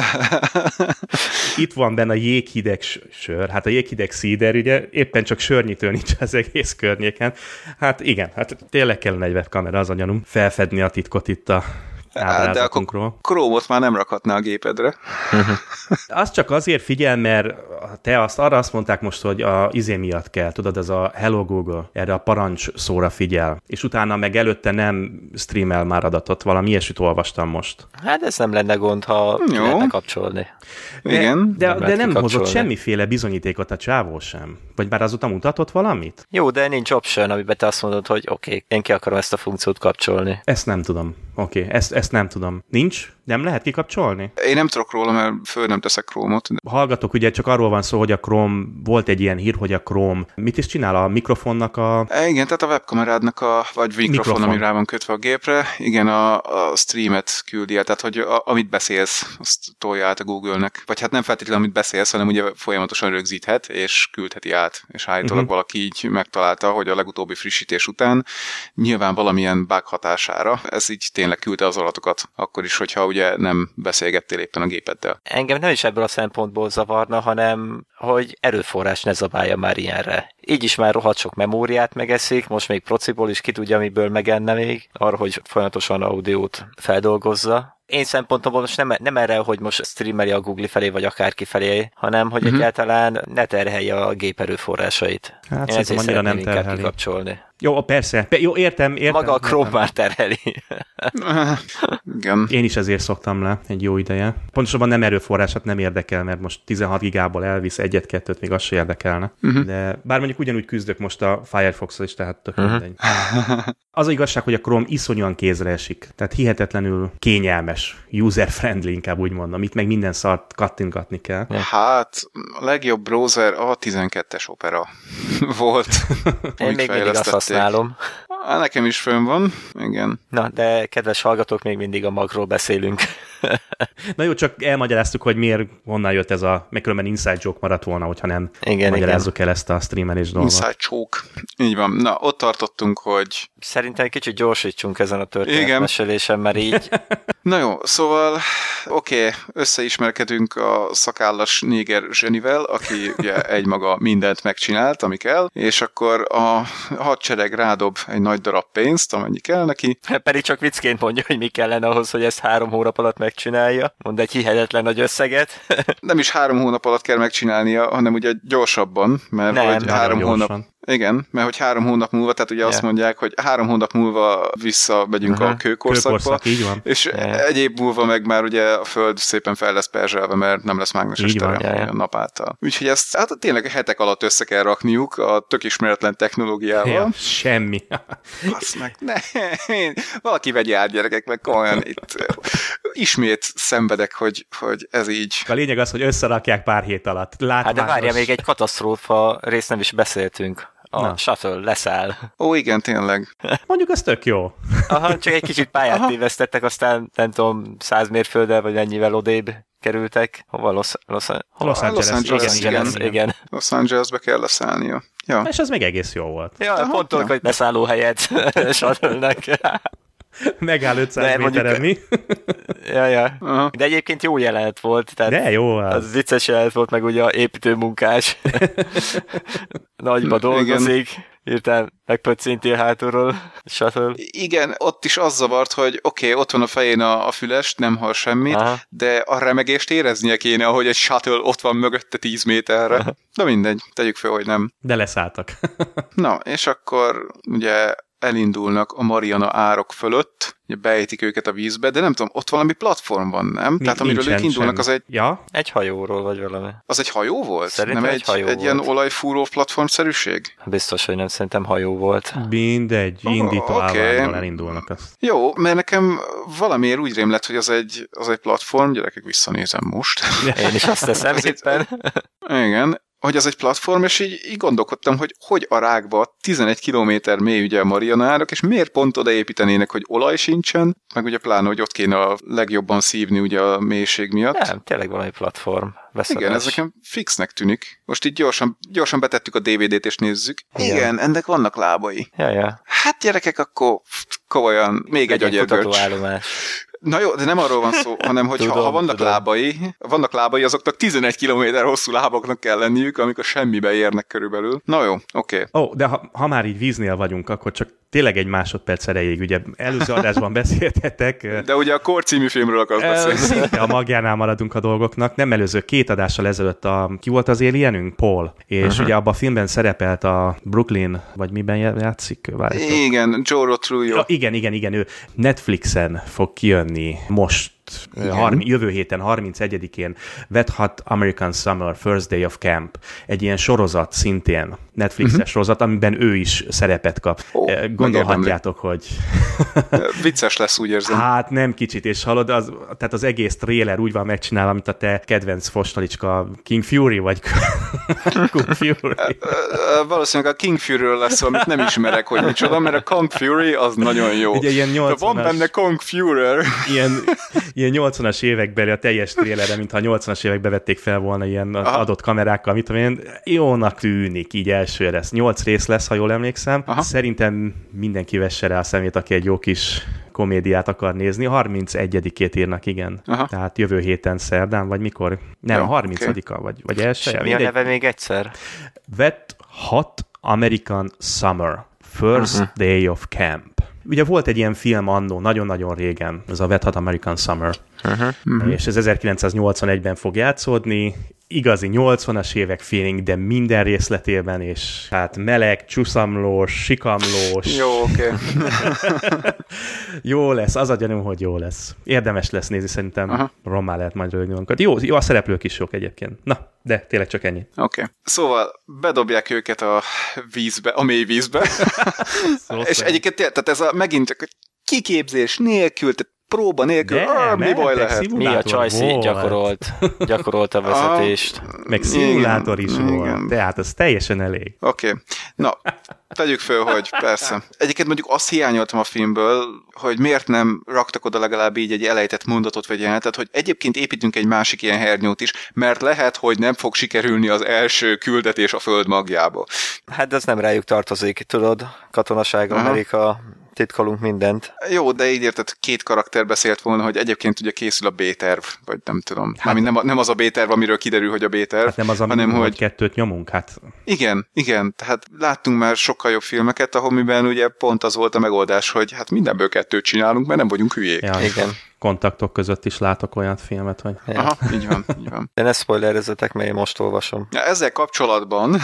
itt van benne a jéghideg sör, hát a jéghideg szíder, ugye éppen csak sörnyitő nincs az egész környéken. Hát igen, hát tényleg kellene egy webkamera, az a gyanúm, felfedni a titkot itt a ábrázatunkról. De akkor Chrome-ot már nem rakhatná a gépedre. Az csak azért figyel, mert te azt, arra azt mondták most, hogy a izé miatt kell, tudod, ez a Hello Google, erre a parancs szóra figyel, és utána meg előtte nem streamel már adatot, valami ilyesmit olvastam most. Hát ez nem lenne gond, ha ki lehetne kapcsolni. De, Igen. De, Nem de, de nem kikapcsolni. hozott semmiféle bizonyítékot a csávó sem. Vagy bár azóta mutatott valamit? Jó, de nincs option, amiben te azt mondod, hogy oké, okay, én ki akarom ezt a funkciót kapcsolni. Ezt nem tudom. Oké, okay, ezt, ezt nem tudom. Nincs? Nem lehet kikapcsolni? Én nem tudok róla, mert föl nem teszek Chrome-ot. De... Hallgatok, ugye csak arról van szó, hogy a Chrome, volt egy ilyen hír, hogy a Chrome mit is csinál a mikrofonnak a... E, igen, tehát a webkamerádnak a, vagy mikrofon, mikrofon, ami rá van kötve a gépre, igen, a, a streamet küldi el, tehát hogy a, amit beszélsz, azt tolja át a Google-nek. Vagy hát nem feltétlenül, amit beszélsz, hanem ugye folyamatosan rögzíthet, és küldheti át. És állítólag uh-huh. valaki így megtalálta, hogy a legutóbbi frissítés után nyilván valamilyen bug hatására ez így tényleg küldte az adatokat, akkor is, hogyha ugye nem beszélgettél éppen a gépeddel. Engem nem is ebből a szempontból zavarna, hanem hogy erőforrás ne zabálja már ilyenre. Így is már rohadt sok memóriát megeszik, most még prociból is ki tudja, miből megenne még, arra, hogy folyamatosan audiót feldolgozza. Én szempontomból most nem, nem erre, hogy most streameli a Google felé, vagy akárki felé, hanem hogy uh-huh. egyáltalán ne terhelje a gép erőforrásait. Hát én ezért annyira nem inkább terheli. Kikapcsolni. Jó, persze. Jó, értem, értem. Maga a Chrome már terheli. Igen. Én is ezért szoktam le egy jó ideje. Pontosabban nem erőforrását nem érdekel, mert most tizenhat gigából elvisz egyet-kettőt, még az se érdekelne. Uh-huh. De bár mondjuk ugyanúgy küzdök most a Firefox-al is, tehát tök uh-huh. mindegy. Az a igazság, hogy a Chrome iszonyúan kézre esik. Tehát hihetetlenül kényelmes, user-friendly, inkább úgy mondom. Itt meg minden szart kattintgatni kell. Hát, a legjobb browser a tizenkettes Opera volt. Én még mindig azt használom. Á, nekem is fönn van, igen. Na, de kedves hallgatók, még mindig a magról beszélünk. Na jó, csak elmagyaráztuk, hogy miért, honnan jött ez a, meg különben inside joke maradt volna, hogyha nem igen, magyarázzuk igen. el ezt a streamelés dolgot. Inside joke. Így van. Na, ott tartottunk, hogy... Szerintem kicsit gyorsítsunk ezen a történetmesélésen, mert így... Na jó, szóval oké, okay, összeismerkedünk a szakállas néger zsenivel, aki ugye egymaga mindent megcsinált, ami kell, és akkor a hadsereg rádob egy nagy darab pénzt, amennyi kell neki. Pedig csak viccként mondja, hogy mi kellene ahhoz, hogy ezt három hónap alatt megcsinálja. Mond egy hihetetlen nagy összeget. Nem is három hónap alatt kell megcsinálnia, hanem ugye gyorsabban, mert nem, hogy három hónap... Igen, mert hogy három hónap múlva, tehát ugye yeah. azt mondják, hogy három hónap múlva visszamegyünk uh-huh. a kőkorszakba, Kőkorszak, így van. és yeah. egy év múlva meg már ugye a föld szépen fel lesz perzselve, mert nem lesz mágneses tere yeah. a nap által. Úgyhogy ezt hát tényleg hetek alatt össze kell rakniuk a tök ismeretlen technológiával. Ja, semmi. Azt meg, ne, én, valaki vegye át, gyerekek, meg olyan itt ismét szenvedek, hogy, hogy ez így. A lényeg az, hogy összerakják pár hét alatt. Látványos. Hát de várja, még egy katasztrófa részt nem is beszéltünk. A Na. shuttle leszáll. Ó, igen, tényleg. Mondjuk az tök jó. Aha, csak egy kicsit pályát tévesztettek, aztán nem tudom, száz mérfölddel, vagy mennyivel odébb kerültek. Hova? Los, Los, Los Angeles. Los Angeles, igen, igen. igen. igen. Los Angelesbe kell leszállnia. Ja. És az még egész jó volt. Ja, Aha, pont tudok, ja. hogy leszálló helyet shuttle-nek. Megáll ötszáz méteren, mi? Ja, ja. Uh-huh. De egyébként jó jelenet volt. Tehát de jó az. Az vicces jelenet volt, meg ugye építőmunkás. Nagyba dolgozik. Írtán megpöccintél hátulról, shuttle. Igen, ott is az zavart, hogy oké, okay, ott van a fején a, a füles, nem hall semmit, Aha. de a remegést éreznie kéne, ahogy egy shuttle ott van mögötte tíz méterre. Aha. De mindegy, tegyük fel, hogy nem. De leszálltak. Na, és akkor ugye elindulnak a Mariana árok fölött, ugye beejtik őket a vízbe, de nem tudom, ott valami platform van, nem? Mi, Tehát amiről ők indulnak, az egy... Ja? Egy hajóról vagy valami. Az egy hajó volt? Szerintem nem egy, egy, hajó egy volt. ilyen olajfúró platformszerűség? Biztos, hogy nem, szerintem hajó volt. Mindegy, indító Oh, okay. állványról elindulnak azt. Jó, mert nekem valamiért úgy rém lett, hogy az egy, az egy platform, gyerekek, visszanézem most. Én is azt teszem éppen. Igen, hogy az egy platform, és így, így gondolkodtam, hogy hogy a rákba tizenegy kilométer mély ugye a Mariana árok, és miért pont oda építenének, hogy olaj sincsen, meg ugye pláne, hogy ott kéne a legjobban szívni ugye a mélység miatt. Nem, tényleg valami platform. Beszarás. Igen, ez nekem fixnek tűnik. Most így gyorsan, gyorsan betettük a dé vé dét és nézzük. Igen, Igen ennek vannak lábai. Ja, ja. Hát gyerekek, akkor komolyan még egy agyérgörcs. Na jó, de nem arról van szó, hanem hogy tudom, ha, ha vannak tudom. lábai, vannak lábai, azoknak tizenegy kilométer hosszú lábaknak kell lenniük, amikor semmibe érnek körülbelül. Na jó, oké. Okay. Ó, oh, de ha, ha már így víznél vagyunk, akkor csak tényleg egy másodperc erejéig, ugye előző adásban beszéltetek. De ugye a Core című filmről akarsz beszélni. Szinte a magjánál maradunk a dolgoknak. Nem előző, két adással ezelőtt a, ki volt az alienünk? Paul. És uh-huh. ugye abban a filmben szerepelt a Brooklyn, vagy miben játszik? Várjátok. Igen, Joe Rotrujillo. Ja, igen, igen, igen, ő Netflixen fog kijönni most, harmi, jövő héten, harmincegyedikén Wet Hot American Summer, First Day of Camp. Egy ilyen sorozat szintén, Netflixes uh-huh. sorozat, amiben ő is szerepet kap. Oh, gondolhatjátok, hogy... Vicces lesz, úgy érzem. Hát nem kicsit, és hallod, az, tehát az egész trailer úgy van megcsinálva, mint a te kedvenc fostalicska King Fury, vagy Kung Fury. Valószínűleg a King Fury-ről lesz, amit nem ismerek, hogy micsoda, mert a Kung Fury az nagyon jó. Ugye ilyen nyolcvanas... Van benne Kung Fury. Ilyen, ilyen nyolcvanas évekbeli a teljes trailerre, mintha a nyolcvanas évekbe vették fel volna ilyen Aha. adott kamerákkal, mit tudom én, jónak tűnik így elsőre lesz. Nyolc rész lesz, ha jól emlékszem. Aha. Szerintem mindenki vesse rá a szemét, aki egy jó kis komédiát akar nézni. harmincegyedikét írnak, igen. Aha. Tehát jövő héten szerdán, vagy mikor? Nem, Jó, harmincadika, okay. vagy, vagy első. Mi a neve még egyszer? Wet Hot American Summer, First uh-huh. Day of Camp. Ugye volt egy ilyen film annó, nagyon-nagyon régen, ez a Wet Hot American Summer, uh-huh. Uh-huh. és ez ezerkilencszáznyolcvanegyben fog játszódni, igazi nyolcvanas évek feeling, de minden részletében, és hát meleg, csuszamlós, sikamlós. Jó, oké. Okay. Jó lesz, az a gyanúm, hogy jó lesz. Érdemes lesz nézni, szerintem uh-huh. rommá lehet majd rögni magunkat. Jó, jó, a szereplők is jók egyébként. Na, de tényleg csak ennyi. Oké. Okay. Szóval bedobják őket a vízbe, a mély vízbe. Szóval és egyébként tehát ez a megint csak kiképzés nélkül, tehát próba nélkül, de, ah, mi baj lehet? Mi a Csajci gyakorolt, gyakorolt a vezetést. Ah, meg szimulátor is igen. volt, tehát az teljesen elég. Oké. Okay. Na, tegyük föl, hogy persze. Egyébként mondjuk azt hiányoltam a filmből, hogy miért nem raktak oda legalább így egy elejtett mondatot vagy jelenetet, hogy egyébként építünk egy másik ilyen hernyót is, mert lehet, hogy nem fog sikerülni az első küldetés a föld magjába. Hát ez nem rájuk tartozik, tudod, katonaság, Amerika, titkolunk mindent. Jó, de így érted, két karakter beszélt volna, hogy egyébként ugye készül a B-terv, vagy nem tudom. Hát, nem, nem az a B-terv, amiről kiderül, hogy a B-terv. Hát nem az, hanem hogy kettőt nyomunk, hát. Igen, igen, tehát láttunk már sokkal jobb filmeket, ahol miben ugye pont az volt a megoldás, hogy hát mindenből kettőt csinálunk, mert nem vagyunk hülyék. Ja, igen. Kontaktok között is látok olyan filmet, hogy... Ja. Aha, így van, így van. De ne spoilerezzetek, mert én most olvasom. Ja, ezzel kapcsolatban...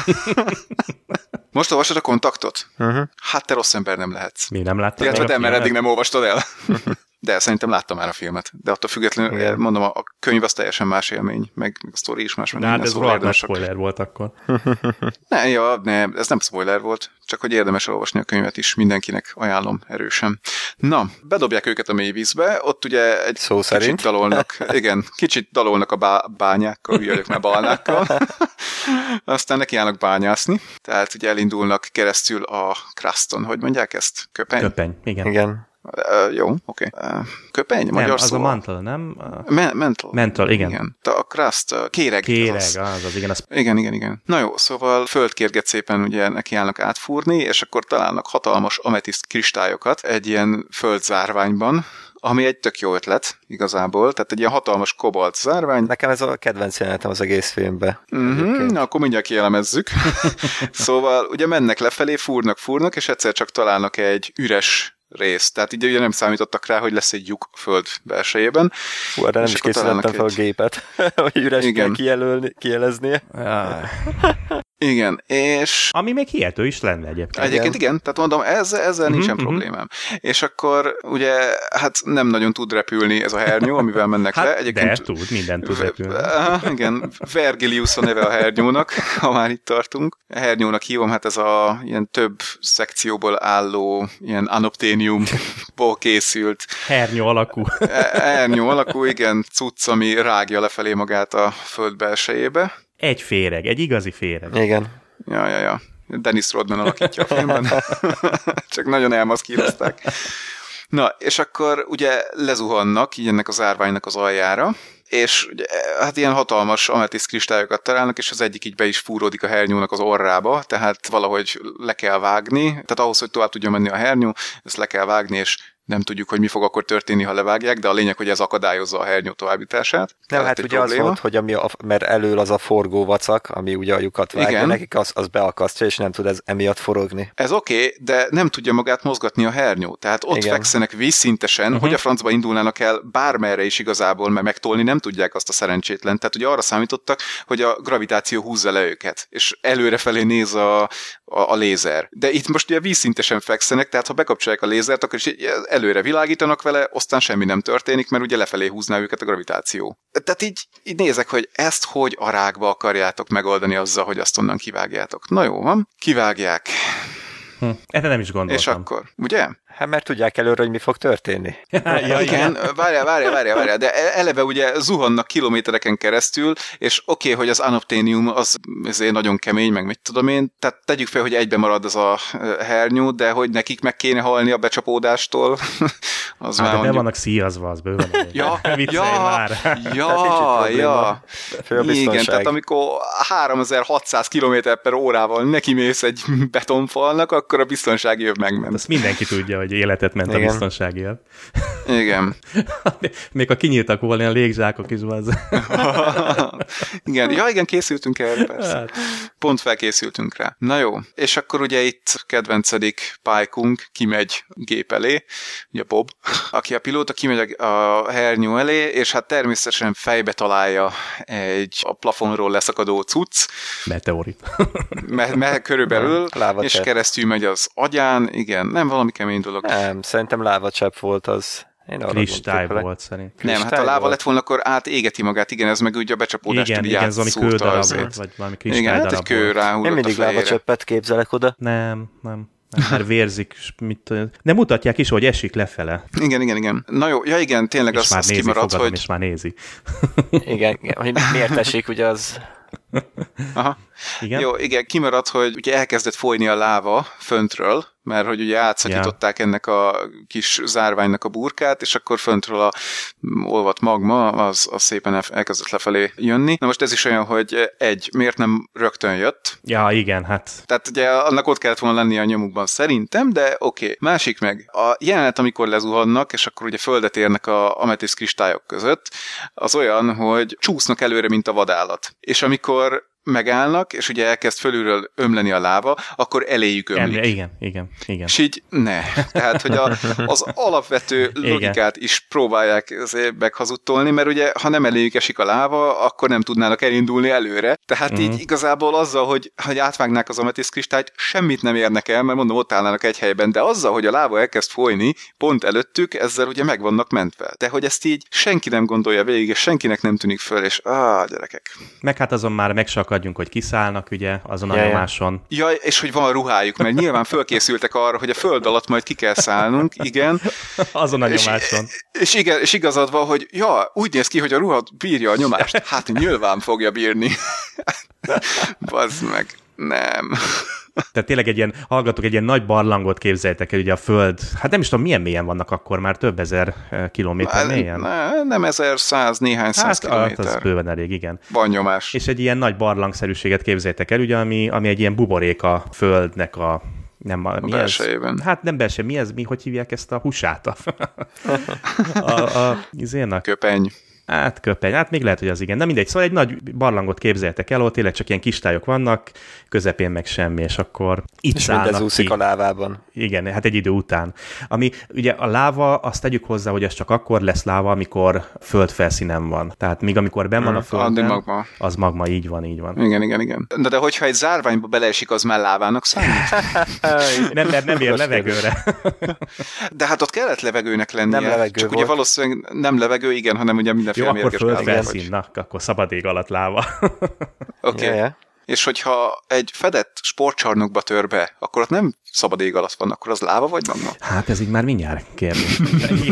Most olvasod a Kontaktot? Uh-huh. Hát te rossz ember nem lehetsz. Mi nem láttad? Illetve de, mert eddig nem olvastad el. De szerintem láttam már a filmet. De attól függetlenül, igen. mondom, a könyv az teljesen más élmény, meg a sztori is más. De hát ez rohadt nagy spoiler volt akkor. Ne, ja, ne, ez nem spoiler volt, csak hogy érdemes olvasni a könyvet is, mindenkinek ajánlom erősen. Na, bedobják őket a mélyvízbe, ott ugye egy Szó kicsit szerint. dalolnak, igen, kicsit dalolnak a bá- bányákkal, ugye vagyok már balnákkal, aztán nekiállnak bányászni, tehát ugye elindulnak keresztül a Cruston, hogy mondják ezt? Köpeny? Köpeny, igen. Igen. Uh, jó, oké. Okay. Uh, köpeny? Nem, magyar az szó. a mantle, nem? Uh, Me- mental. Mental, igen. igen. A crust, a kéreg. Kéreg, az. az, az igen. Az... Igen, igen, igen. Na jó, szóval földkérget szépen ugye nekiállnak átfúrni, és akkor találnak hatalmas ametiszt kristályokat egy ilyen földzárványban, ami egy tök jó ötlet igazából, tehát egy ilyen hatalmas kobalt zárvány. Nekem ez a kedvenc jelenetem az egész filmben. Mm-hmm, na, akkor mindjárt kielemezzük. Szóval ugye mennek lefelé, fúrnak, fúrnak, és egyszer csak találnak egy üres rész. Tehát így ugye nem számítottak rá, hogy lesz egy lyuk a föld belsejében. Hú, erre nem is készítettem fel egy... a gépet, hogy üres kell kijelölni, kijeleznie. Igen, és... Ami még hihető is lenne egyébként. Egyébként igen, igen, tehát mondom, ezzel, ezzel uh-huh, nincsen uh-huh. problémám. És akkor ugye, hát nem nagyon tud repülni ez a hernyó, amivel mennek hát le. Egyébként de tud, minden tud repülni. Uh, igen, Vergilius a neve a hernyónak, ha már itt tartunk. A hernyónak hívom, hát ez a ilyen több szekcióból álló, ilyen anopténiumból készült. Hernyó alakú. Hernyó alakú, igen, cucc, ami rágja lefelé magát a föld belsejébe. Egy féreg, egy igazi féreg. Igen. Ja, ja, ja. Dennis Rodman alakítja a filmben. Csak nagyon elmaszkírozták. Na, és akkor ugye lezuhannak így ennek az árványnak az aljára, és ugye, hát ilyen hatalmas ametisz kristályokat találnak, és az egyik így be is fúródik a hernyónak az orrába, tehát valahogy le kell vágni, tehát ahhoz, hogy tovább tudjon menni a hernyó, ezt le kell vágni, és nem tudjuk, hogy mi fog akkor történni, ha levágják, de a lényeg, hogy ez akadályozza a hernyó továbbítását. Nem, hát ugye probléma. Az volt, hogy ami a, mert elől az a forgó vacak, ami ugye a lyukat vágja, igen. Nekik az, az beakasztja, és nem tud ez emiatt forogni. Ez oké, okay, de nem tudja magát mozgatni a hernyó. Tehát ott igen. fekszenek vízszintesen, uh-huh. hogy a francba indulnának el bármerre is igazából, mert megtolni nem tudják azt a szerencsétlen. Tehát ugye arra számítottak, hogy a gravitáció húzza le őket, és előrefelé néz a, a, a lézer. De itt most ugye vízszintesen fekszenek, tehát ha bekapcsolják a lézert, akkor is előre világítanak vele, aztán semmi nem történik, mert ugye lefelé húzná őket a gravitáció. Tehát így, így nézek, hogy ezt hogy a rákba akarjátok megoldani azzal, hogy azt onnan kivágjátok. Na jó van, kivágják. Hm. Erre nem is gondoltam. És akkor, ugye? Hát mert tudják előre, hogy mi fog történni. Ja, igen, várjál, várjál, várjál, várjál, de eleve ugye zuhannak kilométereken keresztül, és oké, okay, hogy az anopténium az azért nagyon kemény, meg mit tudom én, tehát tegyük fel, hogy egybe marad az a hernyó, de hogy nekik meg kéne halni a becsapódástól, az hát, már de mondjuk... be vannak szíjazva, az bőven. Ja, ja, már. ja, ja. Igen, tehát amikor háromezer-hatszáz kilométer per órával nekimész egy betonfalnak, akkor a biztonsági öv megment. Azt mindenki tudja, hogy életet ment igen. a biztonságért. Igen. Még ha kinyíltak volna a légzsákok is, az. Igen, ja, igen, készültünk erre, persze. Hát. Pont felkészültünk rá. Na jó, és akkor ugye itt kedvencedik Pike-unk kimegy gép elé, ugye Bob, aki a pilóta, kimegy a hernyó elé, és hát természetesen fejbe találja egy a plafonról leszakadó cucc. Meteorit. Me- me- körülbelül, és keresztül megy az agyán, igen, nem valami kemény dolog. Nem, szerintem lávacsepp volt az. Kristály volt szerint. Nem, hát a láva volt. Lett volna, akkor átégeti magát, igen, ez meg ugye a becsapódást igen, így igen, ez valami kődarab volt, vagy valami kristálydarab igen, hát egy kő ráhullott én mindig lávacseppet képzelek oda. Nem, nem. Már vérzik, mit, de mutatják is, hogy esik lefele. Igen, igen, igen. Na jó, ja igen, tényleg és az, már az nézi, kimaradt, fogadom, hogy... és már nézi. Igen, igen, hogy miért esik, ugye az... Aha. Igen? Jó, igen, kimaradt, hogy ugye elkezdett folyni a láva föntről, mert hogy ugye átszakították ja. ennek a kis zárványnak a burkát, és akkor föntről a olvadt magma, az, az szépen elkezdett lefelé jönni. Na most ez is olyan, hogy egy, miért nem rögtön jött? Ja, igen, hát. Tehát ugye annak ott kellett volna lenni a nyomukban szerintem, de oké. Okay. Másik meg, a jelenet, amikor lezuhannak, és akkor ugye földet érnek a ametisz kristályok között, az olyan, hogy csúsznak előre, mint a vadállat. És amikor megállnak, és ugye elkezd fölülről ömleni a láva, akkor eléjük ömlik. Igen, igen, igen. igen. És így ne. Tehát, hogy a, az alapvető logikát igen. is próbálják meghazudtolni, mert ugye, ha nem eléjük esik a láva, akkor nem tudnának elindulni előre. Tehát mm. így igazából azzal, hogy, hogy átvágnák az ametisz kristályt, semmit nem érnek el, mert mondom, ott állnának egy helyben, de azzal, hogy a láva elkezd folyni, pont előttük, ezzel ugye meg vannak mentve. De hogy ezt így senki nem gondolja végig, és senkinek nem tűnik föl, és áh, gyerekek. Meg hát azon már megsakadjunk, hogy kiszállnak, ugye, azon a nyomáson. Ja, és hogy van ruhájuk, mert nyilván fölkészültek arra, hogy a föld alatt majd ki kell szállnunk, igen. Azon a nyomáson. És, és, igen, és igazad van, hogy ja, úgy néz ki, hogy a ruha bírja a nyomást. Hát nyilván fogja bírni. Bazd meg. Nem. Tehát tényleg egy ilyen, hallgatok, egy ilyen nagy barlangot képzeljtek el, ugye a Föld, hát nem is tudom, milyen mélyen vannak akkor, már több ezer kilométer mélyen? Ne, nem ezer száz, néhány száz hát, kilométer. Hát az bőven elég, igen. Van nyomás. És egy ilyen nagy barlangszerűséget képzeljtek el, ugye, ami, ami egy ilyen buborék a Földnek a nem, a mi belsejében. Ez? Hát nem belső, mi ez? Mi, hogy hívják ezt a húsát? a, a, a, izénak? Köpeny. Hát köpeny, hát még lehet, hogy az igen. De mindegy, szóval egy nagy barlangot képzeltek el, ott tényleg csak ilyen kis tájok vannak, közepén meg semmi, és akkor itt és szállnak mindez úszik ki. a lávában. Igen, hát egy idő után. Ami ugye a láva, azt tegyük hozzá, hogy ez csak akkor lesz láva, amikor földfelszínen van. Tehát míg amikor benn van a földben, magma. az magma, így van, így van. Igen, igen, igen. De, de hogyha egy zárványba beleesik, az már lávának számít? nem, mert nem ér levegőre. De hát ott kellett levegőnek lennie. Nem levegő csak volt. ugye valószínűleg nem levegő, igen, hanem ugye mindenféle jó, akkor mérges gáz. földfelszín, na, akkor szabad ég alatt láva. Oké. Okay. Yeah, yeah. És hogyha egy fedett sportcsarnokba tör be, akkor ott nem szabad ég alatt van, akkor az láva vagy magma? Hát ez így már mindjárt kérdés.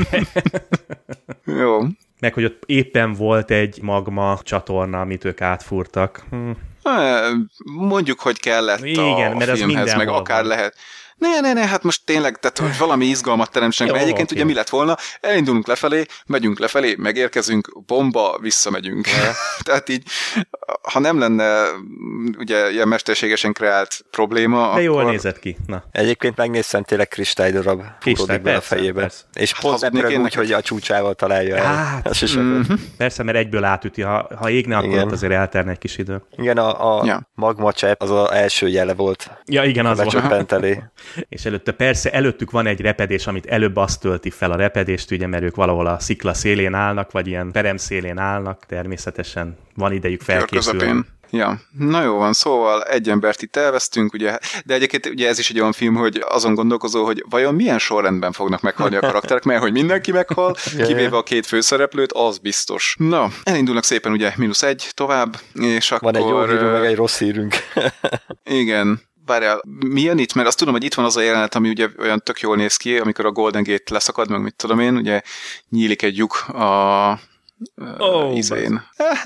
Jó. Meg, hogy ott éppen volt egy magma csatorna, amit ők átfúrtak. Hm. Mondjuk, hogy kellett igen, a mert az filmhez, meg akár van. lehet. Ne, ne, ne, hát most tényleg, tehát hogy valami izgalmat teremtsenek, mert egyébként okay. ugye mi lett volna, elindulunk lefelé, megyünk lefelé, megérkezünk, bomba, visszamegyünk. Tehát így, ha nem lenne ugye ilyen mesterségesen kreált probléma, de jól akkor... nézett ki. Na. Egyébként megnéztem, tényleg kristálydarab fúródik be a fejébe. Persze. És pont repülök úgy, hogy a csúcsával találja el. Hát, mm-hmm. Persze, mert egyből átüti. Ha, ha égne, akkor igen. ott azért elterne egy kis idő. Igen, a, a ja. magma csepp az az első jele volt. Ja, igen, az volt. Elé. És előtte persze, előttük van egy repedés, amit előbb azt tölti fel a repedést, ugye, mert ők valahol a szikla szélén állnak, vagy ilyen perem szélén állnak, természetesen van idejük felkészülni. Ja, na jó van, szóval egy embert itt elvesztünk, ugye, de egyébként ugye ez is egy olyan film, hogy azon gondolkozó, hogy vajon milyen sorrendben fognak meghalni a karakterek, mert hogy mindenki meghal, kivéve a két főszereplőt, az biztos. Na, elindulnak szépen ugye mínusz egy tovább, és akkor... Van egy jó hírünk, meg egy rossz hírünk. Igen. Várjál, mi jön itt? Mert azt tudom, hogy itt van az a jelenet, ami ugye olyan tök jól néz ki, amikor a Golden Gate leszakad, meg mit tudom én, ugye nyílik egy lyuk a oh, ízén.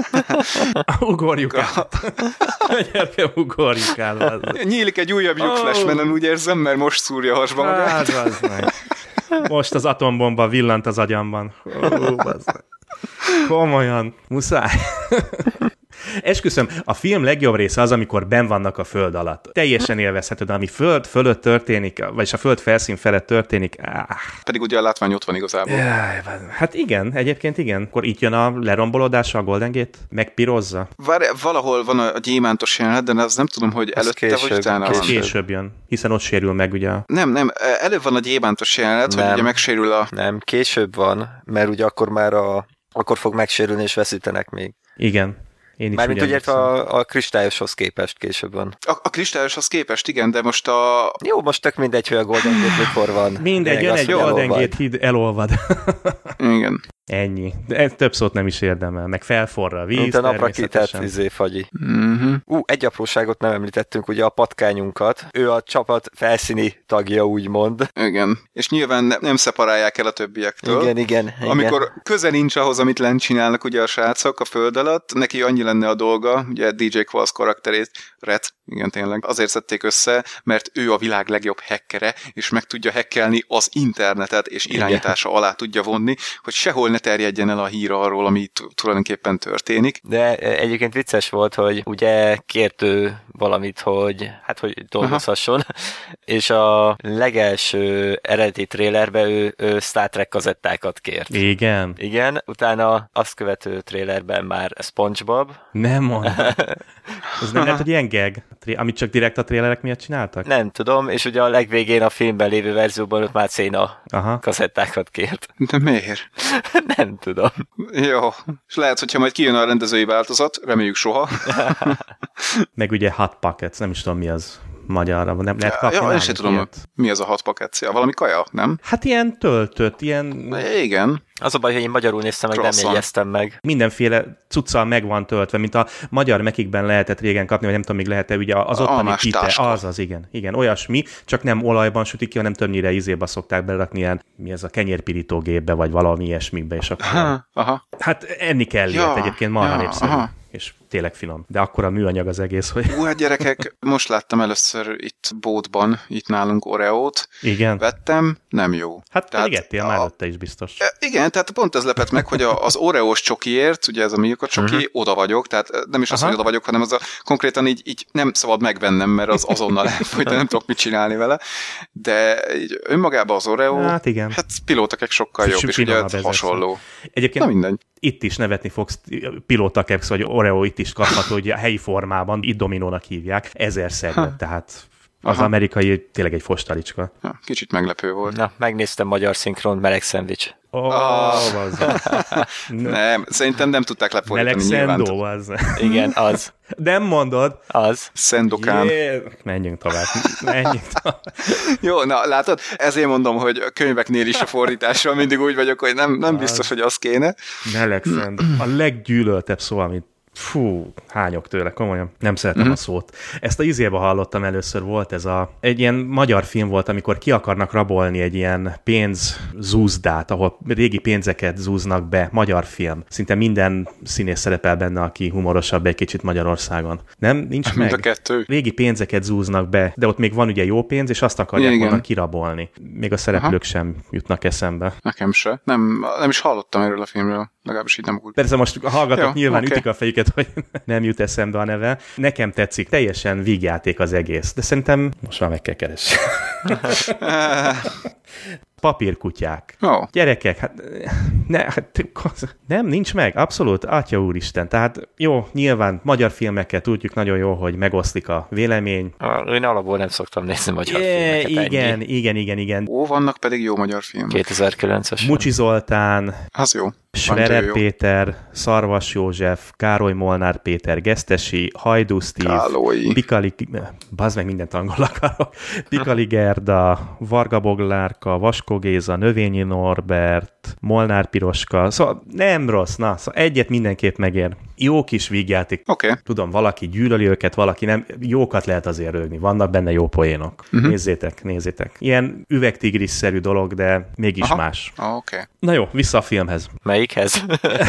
Ugorjuk át. Gyerkem, ugorjuk át. Nyílik egy újabb lyuk oh. Flashmanen, úgy érzem, mert most szúrja hasba magát. Hát, most az atombomba villant az agyamban. Oh, komolyan, muszáj. Esküszöm, a film legjobb része az, amikor benn vannak a föld alatt. Teljesen élvezhető, de ami föld fölött történik, vagyis a föld felszín felett történik, áh. Pedig ugye a látvány ott van igazából. Jaj, hát igen, egyébként igen. Akkor itt jön a lerombolódása a Golden Gate, megpirozza. Várj, valahol van a gyémántos jelenet, de az nem tudom, hogy előtte később, vagy utána van. Később. később jön, hiszen ott sérül meg ugye. Nem, nem, előbb van a gyémántos jelenet, nem. hogy ugye megsérül a... Nem, később van, mert ugye akkor már a... akkor fog megsérülni és veszítenek még. Igen. Mármint ugye a, a kristályoshoz képest később van. A, a kristályoshoz képest, igen, de most a... Jó, most tök mindegy, hogy a Golden Gate mikor van. Mindegy, jön egy Golden Gate híd, elolvad. Igen. Ennyi. De több szót nem is érdemel, meg felforra a víz. Mint a napra kitett izé fagyi. Uh-huh. Ú, egy apróságot nem említettünk, ugye a patkányunkat. Ő a csapat felszíni tagja, úgymond. Igen. És nyilván ne, nem szeparálják el a többiektől. Igen, igen. Amikor igen. köze nincs ahhoz, amit lent csinálnak ugye a srácok a föld alatt, neki annyi lenne a dolga, ugye dé dzsé Qualls karakterét, Red, igen tényleg, azért szedték össze, mert ő a világ legjobb hackere, és meg tudja hackelni az internetet, és irányítása igen. alá tudja vonni, hogy sehol ne terjedjen el a hír arról, ami tulajdonképpen történik. De egyébként vicces volt, hogy ugye kért ő valamit, hogy hát hogy dolgozhasson, aha. és a legelső eredeti trailerben ő, ő Star Trek kazettákat kért. Igen. Igen, utána azt követő trailerben már SpongeBob. Nem mondom. Ez nem lehet, hogy ilyen gag, amit csak direkt a trailerek miatt csináltak? Nem tudom, és ugye a legvégén a filmben lévő verzióban ott már Céna aha. kazettákat kért. De miért? Nem tudom. Jó, és lehet, hogyha majd kijön a rendezői változat, reméljük soha. Meg ugye Hot Pockets, nem is tudom mi az magyarra, nem lehet kapni. Ja, én sem tudom, ilyet. Mi az a Hot Pockets, ja, valami kaja, nem? Hát ilyen töltött, ilyen... Igen. Az a baj, hogy én magyarul néztem meg, Crosszan. Nem jegyeztem meg. Mindenféle cuccal meg van töltve, mint a magyar mekikben lehetett régen kapni, vagy nem tudom, még lehet-e, ugye az ottani kite, az az, igen. Igen, olyasmi, csak nem olajban sütik ki, hanem többnyire izéba szokták berakni ilyen, mi ez a kenyérpirítógépbe, vagy valami ilyesmikbe, és akkor... Aha, aha. Hát enni kell ja, ilyet, egyébként marha ja, népszerű. Aha. És tényleg finom. De akkora műanyag az egész, hogy... Ú, hát gyerekek, most láttam először itt bótban, itt nálunk Oreót. Igen. Vettem, nem jó. Hát pedig ettél már előtte is biztos. Igen, Igen, tehát pont ez lepett meg, hogy a, az Oreos csokiért, ugye ez a Milka csoki, uh-huh. oda vagyok, tehát nem is az, hogy oda vagyok, hanem az a konkrétan így, így nem szabad megvennem, mert az azonnal elfogy, de nem tudok mit csinálni vele. De így önmagában az Oreo, hát, igen. hát pilótakek sokkal jobb, és ugye hasonló. Egyébként na mindegy. Itt is nevetni fogsz, pilótakex vagy Oreo itt is kapható, hogy a helyi formában, itt Dominónak hívják, ezerszer lett, tehát az Aha. amerikai tényleg egy fostalicska. Ja, kicsit meglepő volt. Na, megnéztem magyar szinkron, meleg szendvics. Oh, oh. Nem, szerintem nem tudták lefordítani nyilván. Meleg szendó az. Igen, az. Nem mondod? Az. Szendokán. Yeah. Menjünk tovább. Menjünk tovább. Jó, na látod, ezért mondom, hogy a könyveknél is a fordítással mindig úgy vagyok, hogy nem, nem biztos, hogy az kéne. Meleg szendó. A leggyűlöltebb szó, amit fú, hányok tőle, komolyan. Nem szeretem mm-hmm. a szót. Ezt a izébe hallottam először, volt ez a... Egy ilyen magyar film volt, amikor ki akarnak rabolni egy ilyen pénzzúzdát, ahol régi pénzeket zúznak be. Magyar film. Szinte minden színész szerepel benne, aki humorosabb egy kicsit Magyarországon. Nem? Nincs Mind meg? Mind a kettő. Régi pénzeket zúznak be, de ott még van ugye jó pénz, és azt akarják igen. volna kirabolni. Még a szereplők Aha. sem jutnak eszembe. Nekem se. Nem, nem is hallottam erről a filmről. Legalábbis így nem úgy. Persze most a hallgatók Jó, nyilván okay. ütik a fejüket, hogy nem jut eszembe a neve. Nekem tetszik, teljesen vígjáték az egész, de szerintem most már meg kell keresni. Papírkutyák. Oh. Gyerekek, hát, ne, hát nem, nincs meg, abszolút, atya úristen. Tehát jó, nyilván magyar filmekkel tudjuk nagyon jó, hogy megoszlik a vélemény. Én alapból nem szoktam nézni magyar é, filmeket. Igen, ennyi. igen, igen, igen. Ó, vannak pedig jó magyar filmek. kétezer-kilences. Mucsi Zoltán. Az jó. Sverer Péter, Szarvas József, Károly Molnár Péter, Gesztesi, Hajdú Steve, Pikali, bazd meg mindent angol akarok, Pikali Gerda, Varga Boglárka, Vaskó Géza, Növényi Norbert, Molnár Piroska, szóval nem rossz, na, szóval egyet mindenképp megér. Jó kis vígjáték. Okay. Tudom, valaki gyűlöli őket, valaki nem. Jókat lehet azért rögni. Vannak benne jó poénok. Uh-huh. Nézzétek, nézzétek. Ilyen üvegtigris-szerű dolog, de mégis Aha. más. Ah, okay. Na jó, vissza a filmhez. Melyikhez?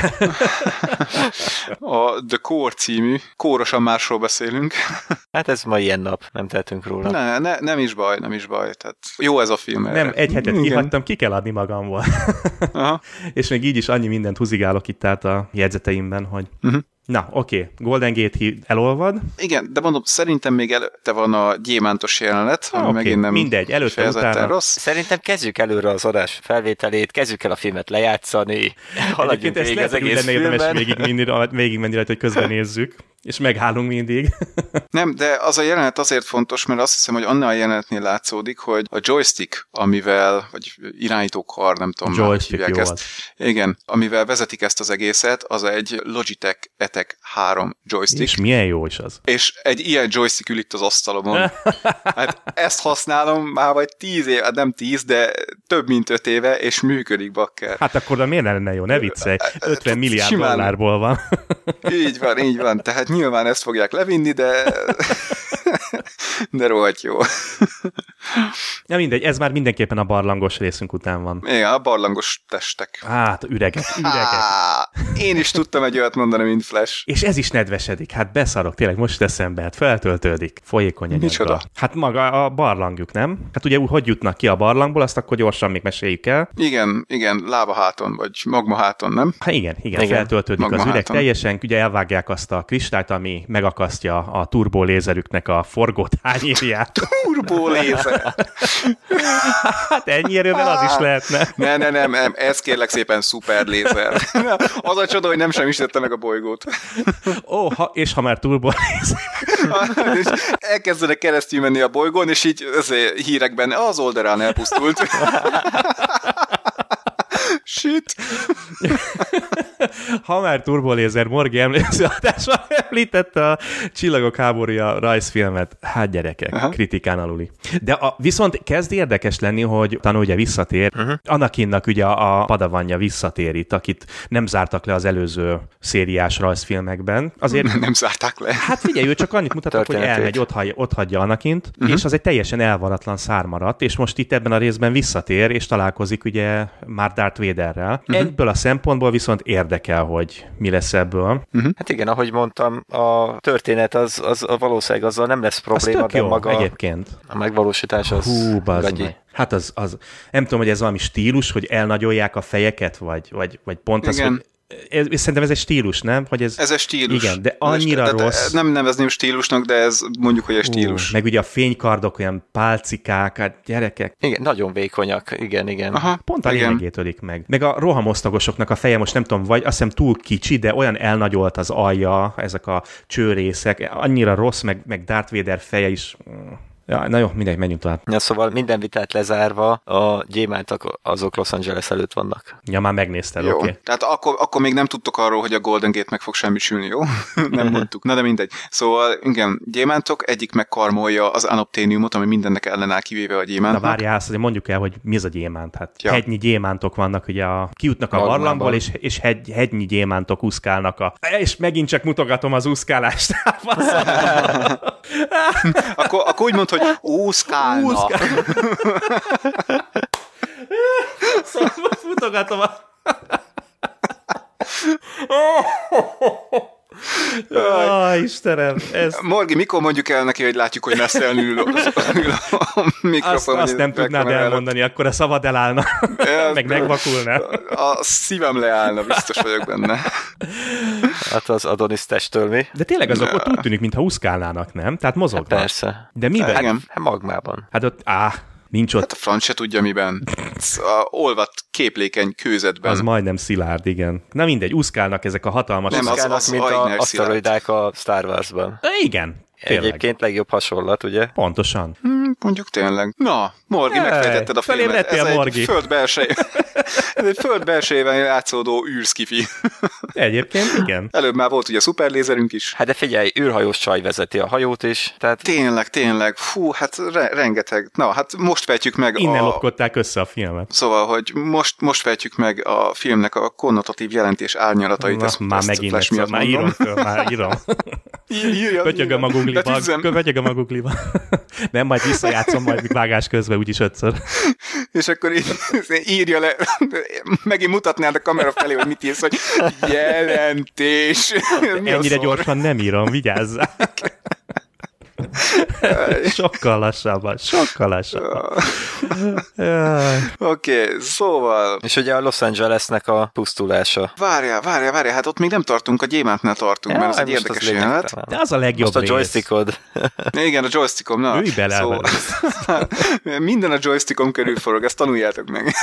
A The Core című. Kórosan másról beszélünk. Hát ez ma ilyen nap, nem tehetünk róla. Ne, ne, nem is baj, nem is baj. Tehát jó ez a film. Nem, erre. Egy hetet kihagytam, ki kell adni magamból. Aha. És még így is annyi mindent húzigálok itt át a jegyzeteimben, hogy... Uh-huh. Na, oké, okay. Golden Gate elolvad. Igen, de mondom, szerintem még előtte van a gyémántos jelenet, ami okay. megint nem mindegy, előtte utána. Rossz. Szerintem kezdjük előre az adás felvételét, kezdjük el a filmet lejátszani, haladjunk végig az egész filmben. Végig, végig menni rajta, hogy közben nézzük, és meghálunk mindig. Nem, de az a jelenet azért fontos, mert azt hiszem, hogy annál a jelenetnél látszódik, hogy a joystick, amivel, vagy irányítókar, nem tudom, joystick, jó ezt. Igen, amivel vezetik ezt az egészet, az egy Logitech E T E C három joystick. És milyen jó is az. És egy ilyen joystick ül itt az asztalomon. Hát ezt használom már vagy tíz év, hát nem tíz, de több mint öt éve, és működik, bakker. Hát akkor de miért lenne jó? Ne viccelj. ötven milliárd Simán. dollárból van. Így van, így van. Tehát nyilván ezt fogják levinni, de de rohadt jó. Ja, mindegy, ez már mindenképpen a barlangos részünk után van. Igen, a barlangos testek. Hát, üregek, üregek. Há, én is tudtam egy olyat mondani, mint Flash. És ez is nedvesedik, hát beszarok, tényleg most eszembe, hát feltöltődik, folyékony anyaggal. Micsoda? Hát maga a barlangjuk, nem? Hát ugye hogy jutnak ki a barlangból, azt akkor gyorsan még meséljük el. Igen, igen, lába háton, vagy magma háton, nem? Hát igen, igen, igen. feltöltődik magma az üreg háton. Teljesen, ugye elvágják azt a kristályt, ami megakasztja a turbolézerüknek a forgót hányérját. Turbolézer! Hát ennyi erővel az is lehetne. Ne, ne, nem, nem, ez kérlek szépen szuperlézer. Az a csoda, hogy nem sem istette meg a bolygót. Ó, ha, és ha már turbolézer. Elkezdenek keresztül menni a bolygón, és így hírekben az oldalán elpusztult. Shit. Ha már turbolézer, Morgi emlékező adásban említette a Csillagok háborúja rajzfilmet. Hát gyerekek, Aha. kritikán aluli. De a, viszont kezd érdekes lenni, hogy tanul ugye visszatér. Uh-huh. Anakinnak ugye a padavanja visszatér itt, akit nem zártak le az előző szériás rajzfilmekben. Azért, nem, nem zárták le. Hát figyelj, ő csak annyit mutatott, hogy elmegy, ott hagyja, ott hagyja Anakint, uh-huh. és az egy teljesen elvaratlan szár maradt, és most itt ebben a részben visszatér, és találkozik ugye már Darth Vaderrel. Uh-huh. Ebből a szempontból viszont érdekel, hogy mi lesz ebből. Uh-huh. Hát igen, ahogy mondtam, a történet az, az a valószínűleg azzal nem lesz probléma, de jó, maga egyébként. A megvalósítás az Hú, gagyi. Hát az, az, nem tudom, hogy ez valami stílus, hogy elnagyolják a fejeket, vagy, vagy, vagy pont az, igen. hogy ez, szerintem ez egy stílus, nem? Hogy ez, ez egy stílus. Igen, de annyira de, rossz. De nem nevezném stílusnak, de ez mondjuk, hogy egy stílus. Uh, meg ugye a fénykardok, olyan pálcikák, hát gyerekek. Igen, nagyon vékonyak, igen, igen. Aha, pont a igen. lényegét ölik meg. Meg a rohamosztagosoknak a feje, most nem tudom, vagy azt hiszem túl kicsi, de olyan elnagyolt az alja, ezek a csőrészek, annyira rossz, meg, meg Darth Vader feje is... Ja, na jó, mindegy, menjünk tovább. Ja, szóval minden vitát lezárva, a gyémántok azok Los Angeles előtt vannak. Ja, már megnézted, oké. Okay. Tehát akkor, akkor még nem tudtok arról, hogy a Golden Gate meg fog semmisülni, jó? Nem mondtuk. Na de mindegy. Szóval, igen, gyémántok, egyik megkarmolja az unobtainiumot, ami mindennek ellenáll, kivéve a gyémántnak. Na várjál, azt azért mondjuk el, hogy mi az a gyémánt. Hát ja. Hegynyi gyémántok vannak, ugye a, kijutnak a barlangból, és, és hegy, hegynyi gyémántok úszkálnak a... És megint csak mutogatom az úszkálást. akkor, akkor úgy mondd, hogy úszkálna. Úszkálna. Szóval most mutogatom a... Ó, Istenem, ez... Morgi, mikor mondjuk el neki, hogy látjuk, hogy messze ül a, ül a mikrofon? Azt, azt nem tudnád elmondani, akkor a szavad elállna, meg megvakulna. A szívem leállna, biztos vagyok benne. Hát az Adonis testtől mi? De tényleg azok ott úgy tűnik, mintha úszkálnának, nem? Tehát mozognak. Hát persze. De miben? Igen. Hát magmában. Hát ott, áh, nincs ott. Hát a franc se tudja miben. A olvadt képlékeny kőzetben. Az majdnem szilárd, igen. Na mindegy, úszkálnak ezek a hatalmas... Nem, az, Úszkálnak, az mint Aigner az aszteroidák a Star Warsban. Igen. Tényleg. Egyébként legjobb hasonlat, ugye? Pontosan. Hmm, mondjuk tényleg. Na, Morgi, Jaj, megfejtetted a filmet. Ez a Morgi. egy föld belsej... Ez egy föld belsejében játszódó űrszkifi. Egyébként igen. Előbb már volt ugye szuperlézerünk is. Hát de figyelj, űrhajós csaj vezeti a hajót is, tehát... Tényleg, tényleg. Fú, hát re- rengeteg. Na, hát most fejtjük meg Innen a... lopkodták össze a filmet. Szóval, hogy most, most fejtjük meg a filmnek a konnotatív jelentés árnyalatait. Na, ezt, már ezt megint Flash egyszer, már írom föl, már írom. Pötyögöm a Google-ba, pötyögöm a Google-ba. Nem, majd visszajátszom, majd vágás közben úgyis ötször. És akkor így, írja le, megint mutatnád a kamera felé, hogy mit írsz, hogy jelentés. Mi ennyire gyorsan nem írom, vigyázzál. Sokkal lassabban, sokkal lassabban. Oké, okay, szóval... És ugye a Los Angelesnek a pusztulása. Várjál, várjál, várjál, hát ott még nem tartunk, a gyémántnál tartunk, ja, mert ez egy érdekes jelenet. De az a legjobb most a joystickod. Igen, a joystickom, na. Ülj bele. Szóval, minden a joystickom körül forog, ezt tanuljátok meg.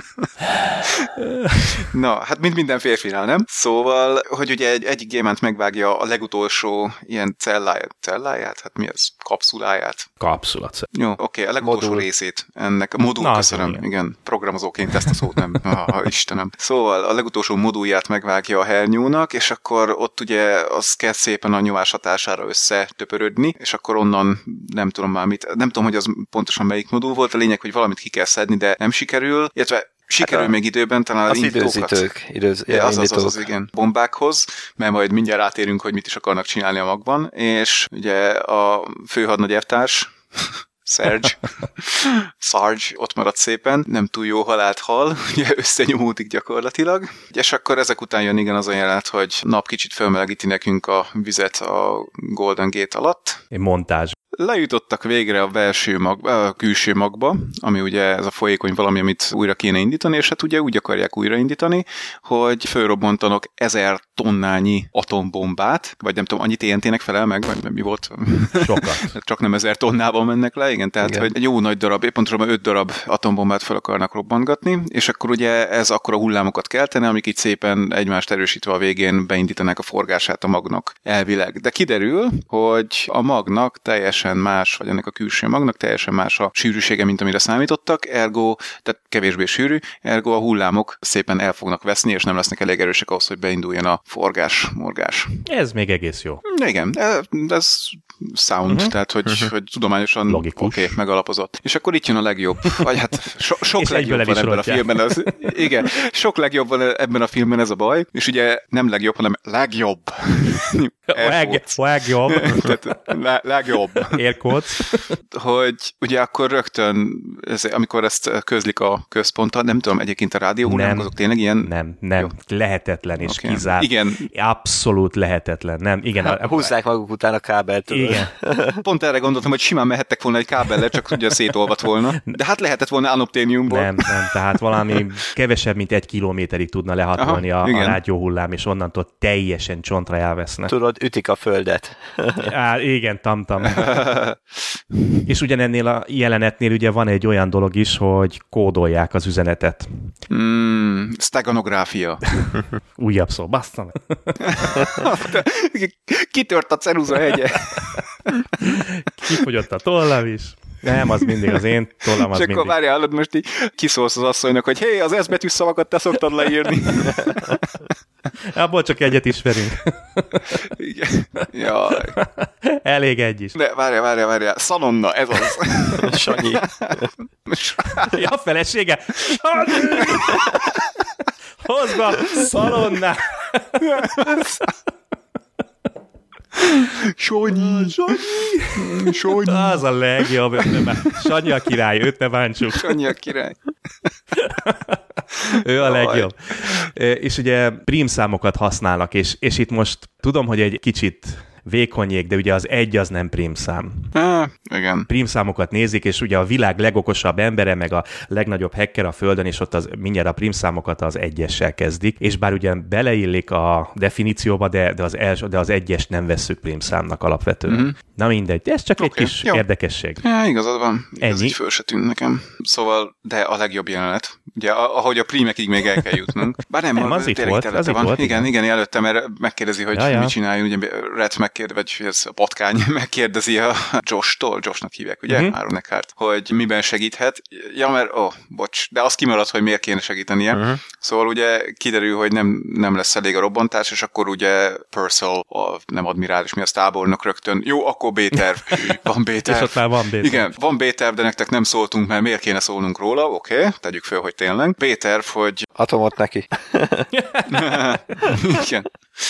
Na, hát mint minden férfinál, nem? Szóval, hogy ugye egy, egyik gyémánt megvágja a legutolsó ilyen celláját, celláját? Hát mi ez? Kapszuláját? Kapszulat. Jó, oké, okay, a legutolsó modul. részét ennek. A modul, Na, köszönöm, igen. igen. Programozóként ezt a szót nem. Ah, Istenem. Szóval a legutolsó modulját megvágja a hernyónak, és akkor ott ugye az kell szépen a nyomás hatására összetöpörödni, és akkor onnan nem tudom már mit, nem tudom, hogy az pontosan melyik modul volt, a lényeg, hogy valamit ki kell szedni, de nem sikerül, illetve sikerül hát a, még időben, talán az időzítők. Időz, ja, az, az, az, az, igen, bombákhoz, mert majd mindjárt átérünk, hogy mit is akarnak csinálni a magban, és ugye a főhadnagy elvtárs, Sarge, Sarge ott maradt szépen, nem túl jó halált hal, ugye összenyomódik gyakorlatilag, és akkor ezek után jön igen az a jelenet, hogy nap kicsit felmelegíti nekünk a vizet a Golden Gate alatt. Egy montázs. Lejutottak végre a belső mag, a külső magba, ami ugye ez a folyékony valami, amit újra kéne indítani, és hát ugye úgy akarják újraindítani, hogy fölrobbantanak ezer tonnányi atombombát, vagy nem tudom, annyit té en té-nek felel meg, vagy mi volt? Sokat. Csak nem ezer tonnával mennek le, igen, tehát igen. Hogy egy jó nagy darab, épp pontosabban öt darab atombombát fel akarnak robbantgatni, és akkor ugye ez akkora hullámokat keltene, amik itt szépen egymást erősítve a végén beindítanák a forgását a magnak elvileg. De kiderül, hogy a magnak teljesen más, vagy ennek a külső magnak teljesen más a sűrűsége, mint amire számítottak, ergo, tehát kevésbé sűrű, ergo a hullámok szépen el fognak veszni, és nem lesznek elég erősek ahhoz, hogy beinduljon a forgás, morgás. Ez még egész jó. Igen, ez sound, uh-huh. tehát hogy, uh-huh. hogy tudományosan oké, okay, megalapozott. És akkor itt jön a legjobb, vagy hát so, sok legjobb van ebben a filmben. Az, igen, sok legjobb van ebben a filmben, ez a baj, és ugye nem legjobb, hanem legjobb. Leg, legjobb. Tehát, le, legjobb. Air quotes. Hogy ugye akkor rögtön, ez, amikor ezt közlik a központtal, nem tudom, egyébként a rádióhullámok azok tényleg ilyen? Nem, nem. Jó. Lehetetlen és okay. kizárt. Igen. Abszolút lehetetlen, nem? Igen. A, húzzák maguk után a kábelt. Igen. Pont erre gondoltam, hogy simán mehettek volna egy kábellel, csak ugye szétolvat volna. De hát lehetett volna unobtainiumból. Nem, nem, tehát valami kevesebb, mint egy kilométerig tudna lehatolni Aha, a, a rádióhullám, és onnantól teljesen csontra elvesznek. Tudod, ütik a földet. Á, igen, tam-tam. És ugyanennél a jelenetnél ugye van egy olyan dolog is, hogy kódolják az üzenetet. Mm, steganográfia. Újabb szó, basszam. Kitört a ceruza hegye. Kifogyott a tollam is. Nem, az mindig az én tollam, az és akkor várjál, hallod, most így kiszólsz az asszonynak, hogy hé, az S betűs szavakat te szoktad leírni. Abból csak egyet ismerünk. Igen. Jaj. Elég egy is. De várjál, várjál, várjál. Szalonna, ez az. Sanyi. Ja, a felesége. Sanyi! Hozd be szalonna! Sanyi! Sanyi! Sanyi! Az a legjobb. Sanyi a király, őt ne bántsuk. Sanyi a király. Ő a legjobb. És ugye prímszámokat használnak, és, és itt most tudom, hogy egy kicsit vékonyék, de ugye az egy az nem prímszám. Ah, igen. Prímszámokat nézik, és ugye a világ legokosabb embere, meg a legnagyobb hacker a Földön, és ott az, mindjárt a prímszámokat az egyessel kezdik, és bár ugye beleillik a definícióba, de, de, az, els, de az egyest nem vesszük prímszámnak alapvetően. Mm-hmm. Na mindegy, de ez csak okay, egy kis jó. érdekesség. Ja, igazad van. Ez Ennyi. így föl se tűnt nekem. Szóval, de a legjobb jelenet. Ugye, ahogy a prímekig még el kell jutnunk. Bár nem, nem az itt volt. Az van. Itt volt. Igen, igen, előtte, mert megkérdezi, hogy ja, ja. mit csináljunk. Ugye Red megkérdezi, vagy ez a patkány megkérdezi a Josh-tól, Joshnak hívják, ugye? Uh-huh. Aaron Eckhart, hogy miben segíthet. Ja, mert, ó, oh, bocs, de az kimaradt, hogy miért kéne segítenie. Uh-huh. Szóval ugye kiderül, hogy nem, nem lesz elég a robbantás, és akkor ugye Purcell, a nem admirális, mi az tábornok rögtön. Jó, akkor B-terv. Van B-terv. És ott már van B-terv. Igen, van B-terv, de nektek nem szóltunk, mert miért kéne szólnunk róla? Oké, okay, tegyük fel, hogy tényleg. B-terv, hogy... Atomot neki. Igen.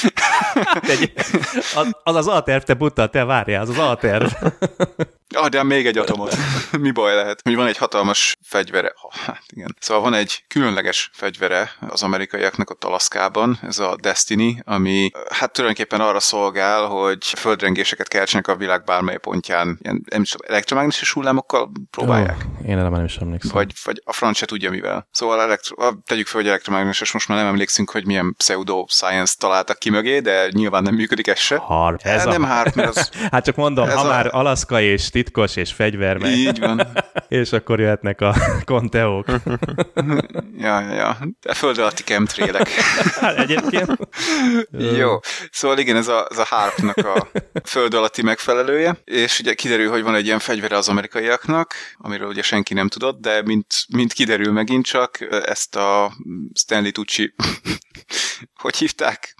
az, az az A-terv, te buta, te várjál, az az A-terv. Ah, de még egy atomot. Mi baj lehet? Hogy van egy hatalmas fegyvere. Hát igen. Szóval van egy különleges fegyvere az amerikaiaknak ott Alaszkában, ez a Destiny, ami hát tulajdonképpen arra szolgál, hogy földrengéseket keltsenek a világ bármely pontján. Ilyen elektromágneses hullámokkal próbálják. Oh, én erre nem is emlékszem. Vagy, vagy a franc se tudja mivel. Szóval elektro... tegyük fel, hogy elektromágneses, most már nem emlékszünk, hogy milyen pseudo-science találtak ki mögé, de nyilván nem működik ez se. Harp. Ez nem a... harp, mert az... Hát csak mondom, ha a... már Alaszka és titkos és fegyver meg. Így van. És akkor jöhetnek a konteók. ja, ja, ja. A föld alatti chemtrailek. Hát egyébként. Jó. Szóval igen, ez a, ez a harpnak a föld alatti megfelelője, és ugye kiderül, hogy van egy ilyen fegyvere az amerikaiaknak, amiről ugye senki nem tudott, de mint, mint kiderül megint csak, ezt a Stanley Tucci hogy hívták?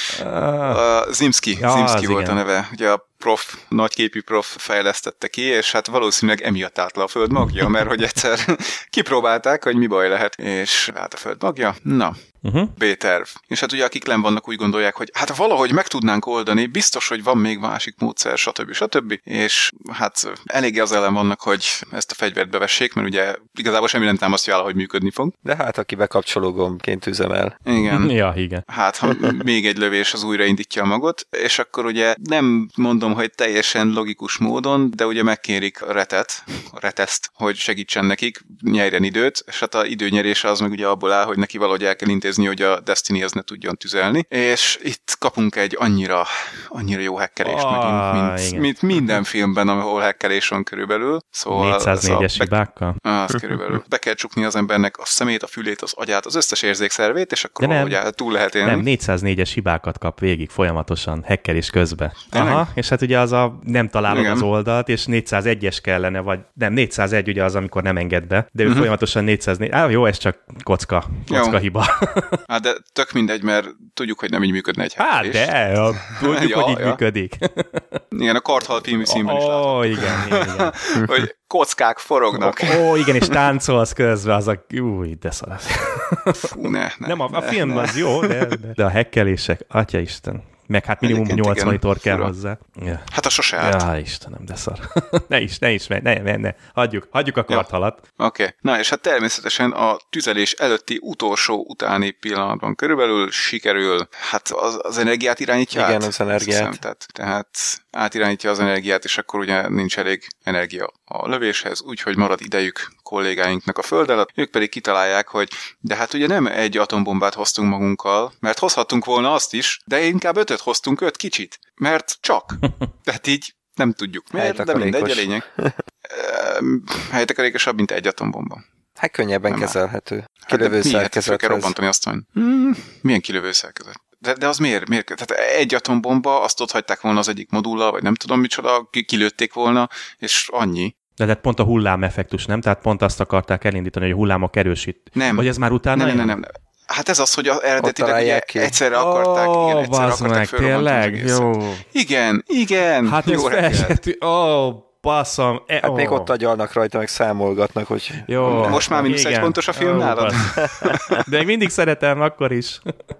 A Zimski. Ja, Zimski volt igen. a neve. Ugye a prof, nagyképű prof fejlesztette ki, és hát valószínűleg emiatt állt le a föld magja, mert hogy egyszer kipróbálták, hogy mi baj lehet, és hát a föld magja. Na, uh-huh. B-terv. És hát ugye akik len vannak úgy gondolják, hogy hát valahogy meg tudnánk oldani, biztos, hogy van még másik módszer, stb. stb. És hát eléggé az ellen vannak, hogy ezt a fegyvert bevessék, mert ugye igazából semmi nem támasztja el, hogy működni fog. De hát aki bekapcsoló gombként üzemel. Igen. Ja, igen. Hát ha még egy lövés az újraindítja a magot, és akkor ugye nem mondom, hogy teljesen logikus módon, de ugye megkérik a retet, a reteszt, hogy segítsen nekik, nyerjen időt, és hát az időnyerése az meg ugye abból áll, hogy neki valahogy el kell intézni, hogy a Destiny az ne tudjon tüzelni, és itt kapunk egy annyira, annyira jó hackelést oh, megint, mint, mint minden filmben, ahol hackelés van körülbelül. Szóval négyszáznégyes be... hibákkal? Az körülbelül. Be kell csukni az embernek a szemét, a fülét, az agyát, az összes érzékszervét, és akkor valahogy túl lehet élni. Nem, négyszáznégyes hibákat kap végig folyamatosan hackelés közben. Aha, és hát ugye az a nem találod igen. az oldalt, és négyszázegyes kellene, vagy nem, négyszázegy ugye az, amikor nem enged be, de ő uh-huh. folyamatosan négyszáznégy. Á, jó, ez csak kocka, kocka jó. hiba. Hát de tök mindegy, mert tudjuk, hogy nem így működne egy hackelés. Hát de, ja, tudjuk, ja, hogy így ja. működik. Igen, a Karthal filmű színben oh, is látom. Ó, igen, igen, igen. Hogy kockák forognak. Ó, oh, igen, és táncolsz közben, az a... Új, de szar. Fú, ne, ne, nem, a, a ne, film ne. az jó, de, de, de a hackelések, atyaisten. Meg hát minimum Egyébként nyolc igen. monitor kell Fura. hozzá. Ja. Hát a sose állt. Ja, Istenem, de szar. ne is, ne is, ne, ne, ne. Hagyjuk, hagyjuk a karthalat. Oké. Okay. Na, és hát természetesen a tüzelés előtti utolsó utáni pillanatban körülbelül sikerül, hát az, az energiát irányítja Igen, át. az energiát. Hiszem, tehát, tehát átirányítja az energiát, és akkor ugye nincs elég energia a lövéshez, úgyhogy marad idejük kollégáinknak a föld alatt. Ők pedig kitalálják, hogy de hát ugye nem egy atombombát hoztunk magunkkal, mert hozhattunk volna azt is, de inkább ötöt hoztunk, öt kicsit, mert csak. Tehát így nem tudjuk miért, de mindegy, a lényeg. Helytakarékosabb, mint egy atombomba. Hát könnyebben Nem kezelhető. Hát Kilövő de miért? Fel kell szerkezethez. robbantani azt, hogy hmm, milyen kilövő szerkezet? De, de az miért? miért? Tehát egy atombomba, azt ott hagyták volna az egyik modullal, vagy nem tudom micsoda, kilőtték volna, és annyi. De tehát pont a hullámeffektus, nem? Tehát pont azt akarták elindítani, hogy a hullámok erősít. Nem. Vagy ez már utána? Nem, nem, nem, nem. Hát ez az, hogy az eredetileg ugye találják ki. egyszerre akarták, Ó, igen, egyszerre bazd akarták meg, fölrobbantani az tényleg? egészet. Jó. Igen, igen. Hát ez jó reggelt. felsetű. Ó, basszom. E, Hát ó. még ott agyalnak rajta, meg számolgatnak, hogy... Jó. Most már mínusz egy Igen. pontos a film Ó, nálad? bassz. De még mindig szeretem, akkor is.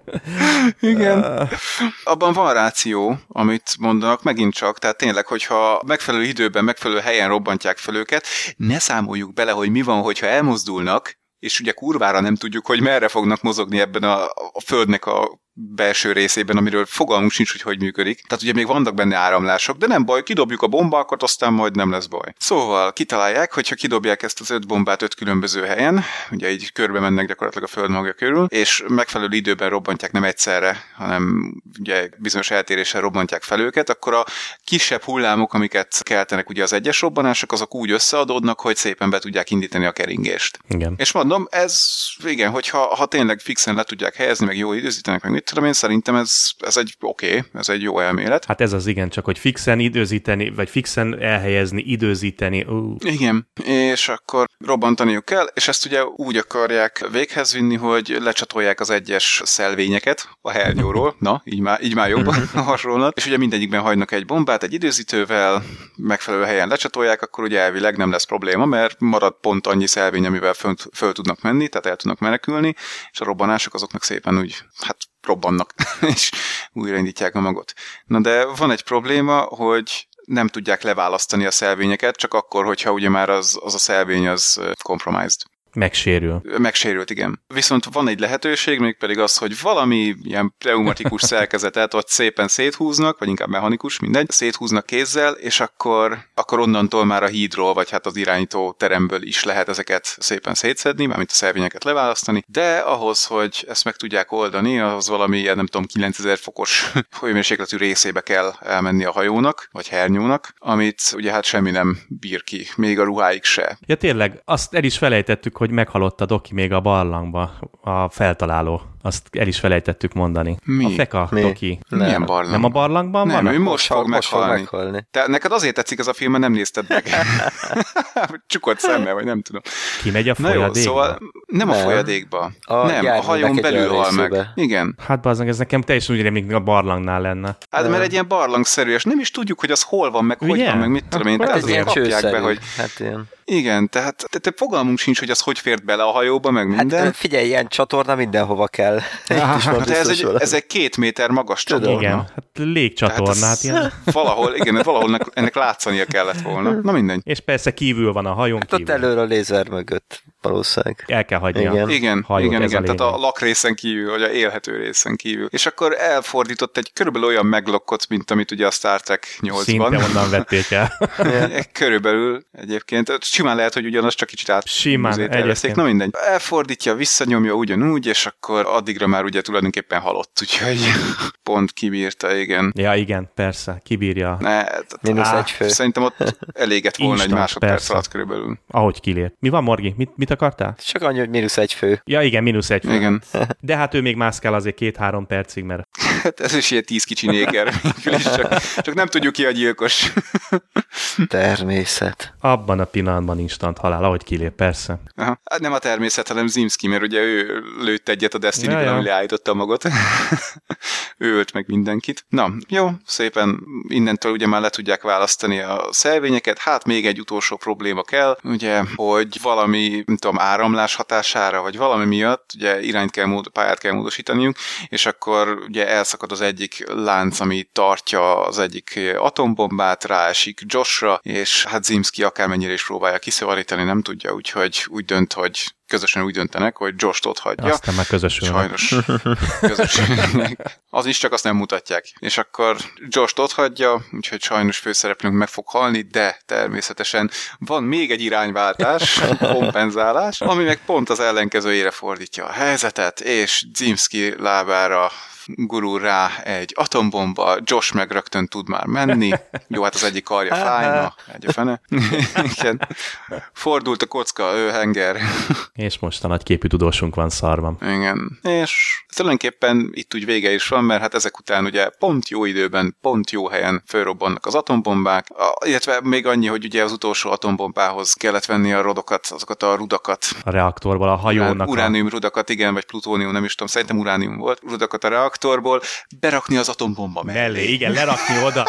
Igen. Abban van ráció, amit mondanak, megint csak, tehát tényleg, hogyha megfelelő időben, megfelelő helyen robbantják fel őket, ne számoljuk bele, hogy mi van, hogyha elmozdulnak, és ugye kurvára nem tudjuk, hogy merre fognak mozogni ebben a, a földnek a belső részében, amiről fogalmunk sincs, hogy hogy működik. Tehát ugye még vannak benne áramlások, de nem baj, kidobjuk a bombákat, aztán majd nem lesz baj. Szóval kitalálják, hogyha kidobják ezt az öt bombát öt különböző helyen, ugye így körbe mennek gyakorlatilag a föld magja körül, és megfelelő időben robbantják nem egyszerre, hanem ugye bizonyos eltéréssel robbantják fel őket, akkor a kisebb hullámok, amiket keltenek ugye az egyes robbanások, azok úgy összeadódnak, hogy szépen be tudják indítani a keringést. Igen. És mondom, ez igen, hogyha ha tényleg fixen le tudják helyezni, meg jól időzítenek, meg mit tudom én, szerintem ez, ez egy oké, okay, ez egy jó elmélet. Hát ez az igen, csak hogy fixen időzíteni, vagy fixen elhelyezni, időzíteni. Uh. Igen, és akkor robbantaniuk kell, és ezt ugye úgy akarják véghez vinni, hogy lecsatolják az egyes szelvényeket a hernyóról, na, így már, így már jobb a hasonlat, és ugye mindegyikben hagynak egy bombát egy időzítővel, megfelelő helyen lecsatolják, akkor ugye elvileg nem lesz probléma, mert marad pont annyi szelvény, amivel föl, föl tudnak menni, tehát el tudnak menekülni, és a robbanások azoknak szépen úgy, hát robbannak, és újraindítják a magot. Na de van egy probléma, hogy nem tudják leválasztani a szelvényeket, csak akkor, hogyha ugye már az, az a szelvény az compromised. Megsérül. Megsérült, igen. Viszont van egy lehetőség, még pedig az, hogy valami ilyen pneumatikus szerkezetet ott szépen széthúznak, vagy inkább mechanikus, mindegy, széthúznak kézzel, és akkor, akkor onnantól már a hídról, vagy hát az irányító teremből is lehet ezeket szépen szétszedni, mármint a szelvényeket leválasztani, de ahhoz, hogy ezt meg tudják oldani, ahhoz valami ilyen, nem tudom, kilencezer fokos hőmérsékletű részébe kell elmenni a hajónak, vagy hernyónak, amit ugye hát semmi nem bír ki, még a ruháig se. Ja tényleg, azt el is felejtettük, hogy meghalott a Doki még a barlangba, a feltaláló. Azt el is felejtettük mondani. Mi? A Feka Mi? Doki. Nem. Milyen barlang? Nem a barlangban Nem, van? ő most fog most fog meghalni. meghalni. Te, neked azért tetszik ez a film, mert nem nézted meg. Csukott szemmel, vagy nem tudom. Kimegy a Na jó, folyadékba? szóval nem, nem a Nem. folyadékba. A nem, a járművek hajón egy belül olyan hal meg. részébe. Igen. Hát bazdmeg, ez nekem teljesen úgy rémlik, mint a barlangnál lenne. Hát mert egy ilyen barlangszerű, és nem is tudjuk, hogy az hol van, meg hogy Ugye? van, meg mit tudom én. Akkor Tehát Ez ilyen azért kapják be, csőszerű. hogy Hát ilyen. igen, tehát te, te fogalmunk sincs, hogy az hogy fért bele a hajóba, meg minden. Hát figyelj, ilyen csatorna mindenhova kell. Itt is van Hát ez, biztos egy, valami. ez egy két méter magas Tudom. csatorna. Igen, hát légcsatornát. Tehát Hát ez valahol, igen, valahol ennek, ennek látszania kellett volna. Na mindegy. és persze kívül van a hajón Hát ott kívül. előre a lézer mögött valószínűleg. El kell hagyni Igen. a Igen, hajót, igen, ez igen, a tehát a lényeg. lakrészen kívül, vagy a élhető részen kívül. És akkor elfordított egy körülbelül olyan meglokkot, mint amit ugye a Star Trek nyolcban. Szinte onnan vették el. Körülbelül egyébként. Simán lehet, hogy ugyanaz csak kicsit át Simán, tervezték. egyébként. Na mindegy. Elfordítja, visszanyomja ugyanúgy, és akkor addigra már ugye tulajdonképpen halott, úgyhogy pont kibírta, igen. Ja, igen, persze, kibírja. Ne, tehát, Mínusz Á, egy fő. szerintem ott elégett volna Instant, egy másodperc persze. alatt körülbelül. Ahogy kilép. Mi van, Morgi? Mit, mit akartál? Csak annyi, hogy mínusz egy fő. Ja, igen, mínusz egy. fő. Igen. De hát ő még mászkál azért két-három percig, mert Hát ez is ilyen tíz kicsi néger. Végül is csak, csak nem tudjuk ki a gyilkos. Természet. abban a pillanatban instant halál, ahogy kilép, persze. Aha. Hát nem a természet, hanem Zimski, mert ugye ő lőtt egyet a Destiny-ben, Ja, ja. ami leállította a magot. ő ölt meg mindenkit. Na, jó, szépen innentől ugye már le tudják választani a szelvényeket, hát még egy utolsó probléma kell, ugye, hogy valami, nem tudom, áramlás hatására, vagy valami miatt, ugye irányt kell, mód, pályát kell módosítaniuk, és akkor ugye elszakad az egyik lánc, ami tartja az egyik atombombát, ráesik Joshra, és hát Zimski akármennyire is próbálja kiszavárítani, nem tudja, úgyhogy úgy dönt, hogy közösen úgy döntenek, hogy Josh-t ott hagyja. Aztán már közösülnek. Sajnos közösülnek. Az is, csak azt nem mutatják. És akkor Josh-t ott hagyja, úgyhogy sajnos főszereplőnk meg fog halni, de természetesen van még egy irányváltás, kompenzálás, ami meg pont az ellenkezőjére fordítja a helyzetet, és Zimski lábára gurul rá egy atombomba, Josh meg rögtön tud már menni. Jó, hát az egyik karja fájna, egy a fene. Igen. Fordult a kocka, ő henger. És most a nagy képű tudósunk van szarvam. Igen. És tulajdonképpen itt úgy vége is van, mert hát ezek után ugye pont jó időben, pont jó helyen fölrobbannak az atombombák, a, illetve még annyi, hogy ugye az utolsó atombombához kellett venni a rodokat, azokat a rudakat. A reaktorból, a hajónak. Uránium rudakat, igen, vagy plutónium, nem is tudom, szerintem uránium volt. Rudakat a reaktorból berakni az atombomba mellé. mellé. Igen, lerakni oda.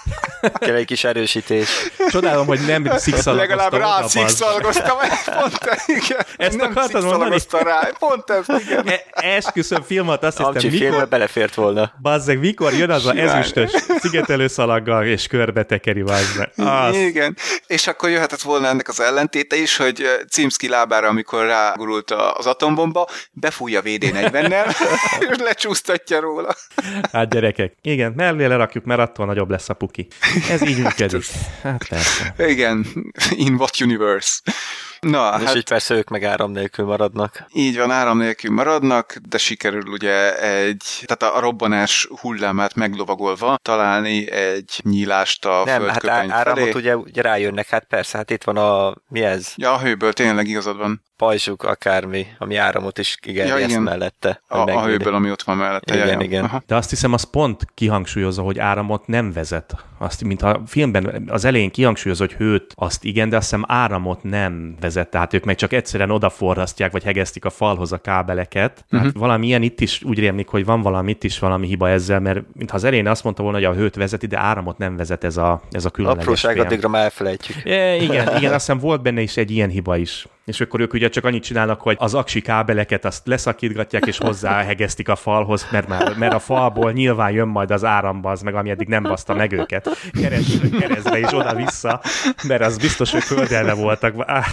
Kell egy kis erősítés. Csodálom, hogy nem szikszalagoztam. Legalább rá szikszalagoztam. Pont, igen. Ezt nem akartad mondani? Rá. Pont ez, igen. E- esküszöm filmet, azt Amcsi hiszem, mikor... filmbe belefért volna. Bazzeg, mikor jön az a ezüstös szigetelőszalaggal, és körbe tekeri, bazzeg. Az... Igen. És akkor jöhetett volna ennek az ellentéte is, hogy Zimski lábára, amikor rágurult az atombomba, befújja vé dé negyvennel, és lecsúsztatja róla. Hát gyerekek, igen, mellé lerakjuk, mert attól nagyobb lesz a puki. Ez így működik. Hát persze. Igen, in what universe? Na, és hát így persze ők meg áram nélkül maradnak. Így van, áram nélkül maradnak, de sikerül ugye egy, tehát a robbanás hullámát meglovagolva találni egy nyílást a Nem, földköpeny hát áramot felé. ugye, ugye rájönnek, hát persze, hát itt van a, mi ez? Ja, a hőből tényleg igazad van. Pajzsuk, akármi, ami áramot is igen, Ja, igen. mellette. A, a hőből, ami ott van mellette. Igen, ja, ja. igen. Aha. De azt hiszem, az pont kihangsúlyozza, hogy áramot nem vezet. Azt, mint a filmben az elején kihangsúlyozza, hogy hőt, azt igen, de azt hiszem áramot nem vezet. Tehát ők meg csak egyszerűen odaforrasztják, vagy hegesztik a falhoz a kábeleket. Uh-huh. Hát valami ilyen itt is úgy rémlik, hogy van valami, itt is valami hiba ezzel, mert mintha az elején azt mondta volna, hogy a hőt vezeti, de áramot nem vezet ez a, ez a különleges Apróság, film. addigra már elfelejtjük. É, igen, igen, azt hiszem volt benne is egy ilyen hiba is. És akkor ők ugye csak annyit csinálnak, hogy az aksi kábeleket azt leszakítgatják, és hozzáhegesztik a falhoz, mert, már, mert a falból nyilván jön majd az áramba, az meg ami eddig nem baszta meg őket. Keresztbe, keresztbe és oda-vissza, mert az biztos, hogy földelve voltak. Ah.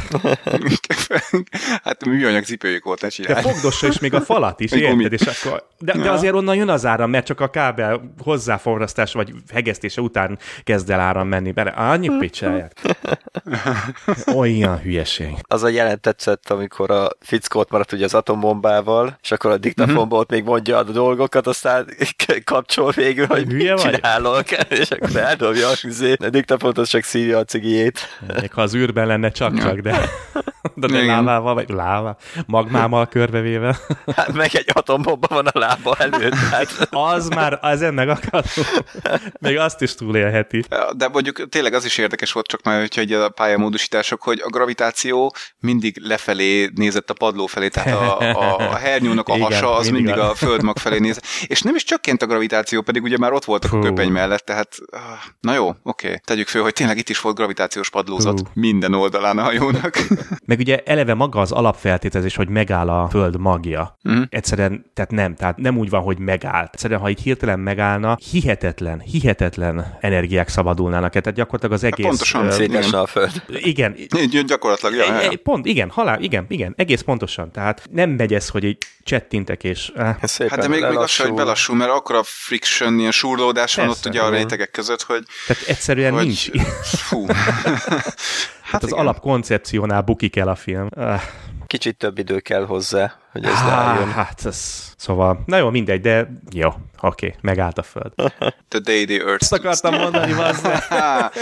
Hát műanyag cipőjük volt, ne csinálj. De fogdossa is még a falat is, érted? És akkor, de, de azért onnan jön az áram, mert csak a kábel hozzáforrasztás vagy hegesztése után kezd el áram menni. Mert annyi picsáját. Olyan hülyeség. Az a jelent tetszett, amikor a fickót maradt ugye az atombombával, és akkor a diktafonban ott még mondja a dolgokat, aztán kapcsol végül, hogy Hülye mit csinálok, és akkor eldobja a a diktafont, az csak szívja a cigijét. Még ha az űrben lenne csak-csak, de, de, de lávával, vagy lávával, magmámmal körbevéve. Hát meg egy atombomba van a lába előtt. Hát. Az már, ezen meg akarom. Még azt is túlélheti. De mondjuk tényleg az is érdekes volt, csak már, hogyha egy a pályamódosítások, hogy a gravitáció mindig lefelé nézett a padló felé, tehát a, a, a hernyónak a hasa, igen, az mindig, mindig a földmag felé nézett. És nem is csökkent a gravitáció, pedig ugye már ott voltak Hú. a köpeny mellett, tehát na jó, oké. Tegyük föl, hogy tényleg itt is volt gravitációs padlózat Hú. minden oldalán a hajónak. Meg ugye eleve maga az alapfeltételezés, hogy megáll a föld magja. Uh-huh. Egyszerűen, tehát nem, tehát nem úgy van, hogy megállt. Egyszerűen, ha így hirtelen megállna, hihetetlen, hihetetlen energiák szabadulnának. Tehát gyakorlatilag az egész... Pontosan, uh, szétesne a föld. Igen. Gyakorlatilag, ja, ja. Pont, igen, halál, igen, igen, egész pontosan. Tehát nem megy ez, hogy így csettintek, és... Eh. Hát de még, még az sem, hogy belassul, mert akkor a friction, ilyen súrlódás van ott ugye a rétegek között, hogy... Tehát egyszerűen hogy, nincs. Fú. Hát az alapkoncepciónál bukik el a film. Eh. Kicsit több idő kell hozzá, hogy ez rájön. Hát ez... Szóval, na jó, mindegy, de jó, oké, okay, megállt a föld. The day the earth... Ezt akartam mondani, vazzá.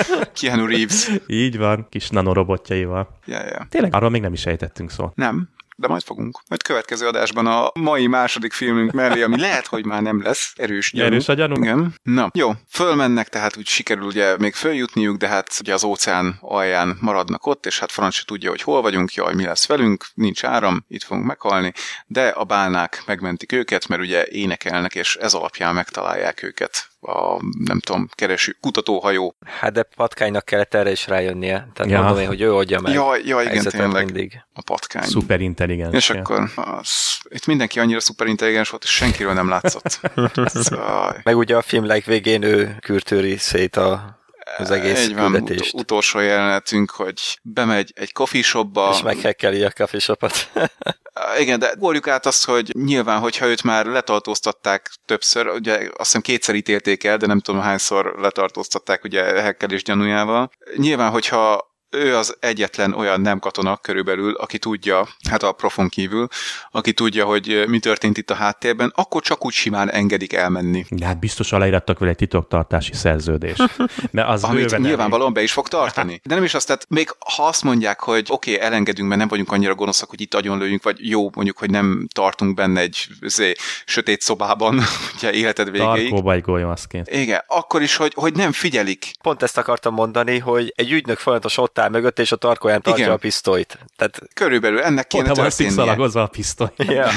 Keanu Reeves. Így van, kis nanorobotjaival. Ja, ja. Tényleg, arról még nem is ejtettünk szó. Nem. de majd fogunk. Majd következő adásban a mai második filmünk mellé, ami lehet, hogy már nem lesz. Erős gyanú. Erős a gyanú? Igen. Na, jó. Fölmennek, tehát úgy sikerül ugye még följutniuk, de hát ugye az óceán alján maradnak ott, és hát Franc se tudja, hogy hol vagyunk, jaj, mi lesz velünk, nincs áram, itt fogunk meghalni, de a bálnák megmentik őket, mert ugye énekelnek, és ez alapján megtalálják őket a, nem tudom, kereső kutatóhajó. Hát de patkánynak kellett erre is rájönnie. Tehát ja. mondom én, hogy ő oldja meg. Jaj, jaj igen, tényleg. Mindig. A patkány. Szuperintelligens. És akkor az, itt mindenki annyira szuperintelligens volt, és senkiről nem látszott. Meg ugye a film legvégén ő kürtőri szét a az egész egy van, küldetést. Ut- utolsó jelenetünk, hogy bemegy egy coffee shopba. És meghekkeli a coffee shopot. Igen, de gorjuk át azt, hogy nyilván, hogyha őt már letartóztatták többször, ugye azt hiszem kétszer ítélték el, de nem tudom hányszor letartóztatták ugye hekkelés gyanújával. Nyilván, hogyha ő az egyetlen olyan nem katona körülbelül, aki tudja, hát a profon kívül, aki tudja, hogy mi történt itt a háttérben, akkor csak úgy simán engedik elmenni. De hát biztos aláírattak vele egy titoktartási szerződést. Mert az amit nyilvánvalóan be is fog tartani. De nem is azt, tehát még ha azt mondják, hogy oké, okay, elengedünk, mert nem vagyunk annyira gonoszak, hogy itt agyonlőjünk, vagy jó, mondjuk, hogy nem tartunk benne egy zé, sötét szobában, ugye életed végéig. Tarkóba egy golyóaszként. Igen, akkor is, hogy, hogy nem figyelik. Pont ezt akartam mondani, hogy egy ügynök folyamatos ott áll mögött, és a tarkóján tartja igen. a pisztolyt. Tehát... Körülbelül ennek kéne történnie. Ott van szikszalagozva a pisztoly. Yeah.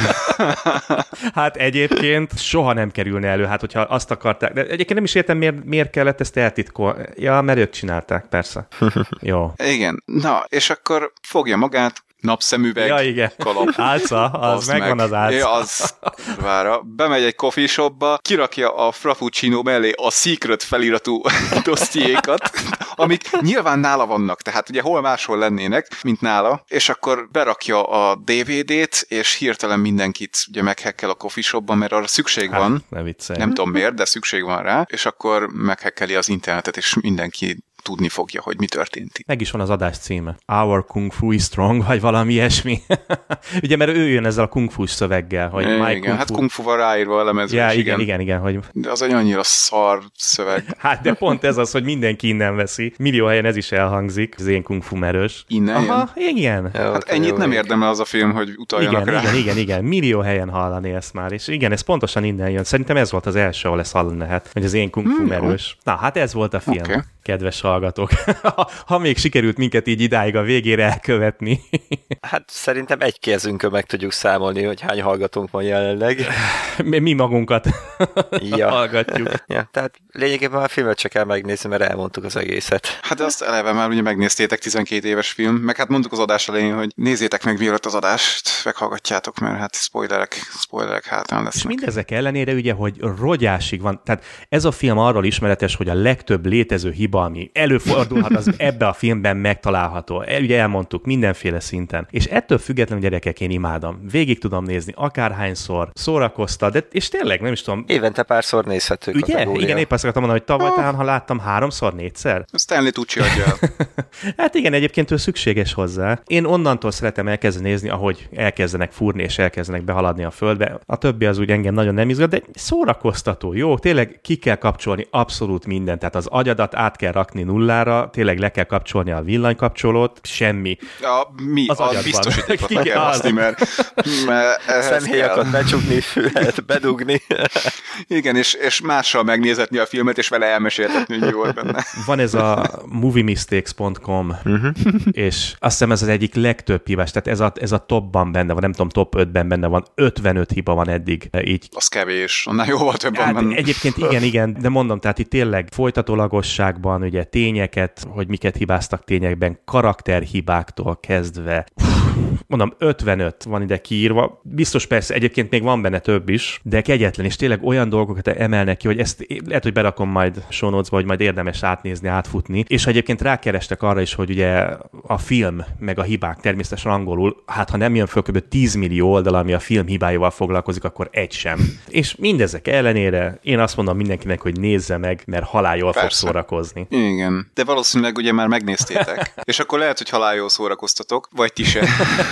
Hát egyébként soha nem kerülne elő, hát hogyha azt akarták, de egyébként nem is értem, miért, miért kellett ezt eltitkolni. Ja, mert ők csinálták, persze. Jó. Igen. Na, és akkor fogja magát, napszemüveg, ja, igen. kalap. Álca, az, az megvan meg. Az álca. Ja, az vára. Bemegy egy coffee shopba, kirakja a frappuccino mellé a secret feliratú dossziékat, amik nyilván nála vannak, tehát ugye hol máshol lennének, mint nála, és akkor berakja a dé vé dét, és hirtelen mindenkit ugye meghekkel a coffee shopban, mert arra szükség hát, van. Ne viccelj. Nem tudom miért, de szükség van rá, és akkor meghekkeli az internetet, és mindenki tudni fogja, hogy mi történt itt. Meg is van az adás címe. Our Kung Fu is strong, vagy valami ilyesmi. Ugye, mert ő jön ezzel a kung fu szöveggel, hogy igen, my kung fu... hát kung fu-val ráírva a lemezre. Ja, is, igen, igen, igen, hogy... De az egy annyira szar szöveg. Hát, de pont ez az, hogy mindenki innen veszi. Millió helyen ez is elhangzik, az én kung fu merős. Innen Aha, jön? Igen. Ja, hát ennyit nem érdemel az a film, hogy utaljanak igen, rá. Igen, igen, igen. Millió helyen hallani ezt már, és igen, ez pontosan innen jön. Szerintem ez volt az első, ahol ezt hallani lehet, hogy az én kung fu hmm, merős. Na, hát ez volt a film. Okay. Kedves hallgatók. ha, ha még sikerült minket így idáig a végére elkövetni. Hát szerintem egy kezünkön meg tudjuk számolni, hogy hány hallgatónk van jelenleg. Mi, mi magunkat ja. hallgatjuk. Ja, tehát lényegében a filmet csak kell megnézni, mert elmondtuk az egészet. Hát de azt eleve már ugye megnéztétek, tizenkét éves film, meg hát mondtuk az adás elején, hogy nézzétek meg mielőtt az adást, meghallgatjátok, mert hát spoilerek, spoilerek hátán lesznek. És mindezek ellenére ugye, hogy rogyásig van, tehát ez a film arról ismeretes, hogy a legtöbb létező hiba, ami előfordulhat, az ebbe a filmben megtalálható. Ugye elmondtuk, mindenféle szinten. És ettől függetlenül, gyerekek, én imádom. Végig tudom nézni, akárhányszor, szórakozta, de és tényleg nem is tudom. Évente párszor nézhető ugye? kategória. Igen, épp azt akartam mondani, hogy tavaly talán, ha láttam háromszor, négyszer. Stanley Tucci adja el. Hát igen, egyébként ő szükséges hozzá. Én onnantól szeretem elkezdeni nézni, ahogy elkezdenek fúrni, és elkezdenek behaladni a földbe. A többi az úgy engem nagyon nem izgat, de szórakoztató, jó? Tényleg ki kell kapcsolni abszolút mindent. Tehát az agyadat át kell rakni nullára, tényleg le kell kapcsolni a villanykapcsolót, semmi. A, mi? Az a biztosítékot le kell haszni, mert, mert szemhéjakat becsukni, fület bedugni. Igen, és, és mással megnézetni a filmet, és vele elmeséltetni, hogy mi volt benne. Van ez a movie mistakes pont com, uh-huh. és azt hiszem ez az egyik legtöbb hibás, tehát ez a, ez a topban benne van, nem tudom, top ötben benne van, ötvenöt hiba van eddig. Így. Az kevés, annál jóval több hát van benne. Egyébként igen, igen, de mondom, tehát itt tényleg folytatólagosságban, ugye tényeket, hogy miket hibáztak tényekben, karakterhibáktól kezdve, mondom, ötvenöt van ide kiírva. Biztos persze, egyébként még van benne több is, de kegyetlen, és tényleg olyan dolgokat emelnek ki, hogy ezt lehet, hogy berakom majd show notes-ba, hogy majd érdemes átnézni, átfutni. És ha egyébként rákerestek arra is, hogy ugye a film, meg a hibák természetesen angolul, hát ha nem jön föl kb. tíz millió oldal, ami a film hibáival foglalkozik, akkor egy sem. És mindezek ellenére én azt mondom mindenkinek, hogy nézze meg, mert halál jól fog szórakozni. Igen, de valószínűleg ugye már megnéztétek. És akkor lehet, hogy halál jól szórakoztatok, vagy ti sem.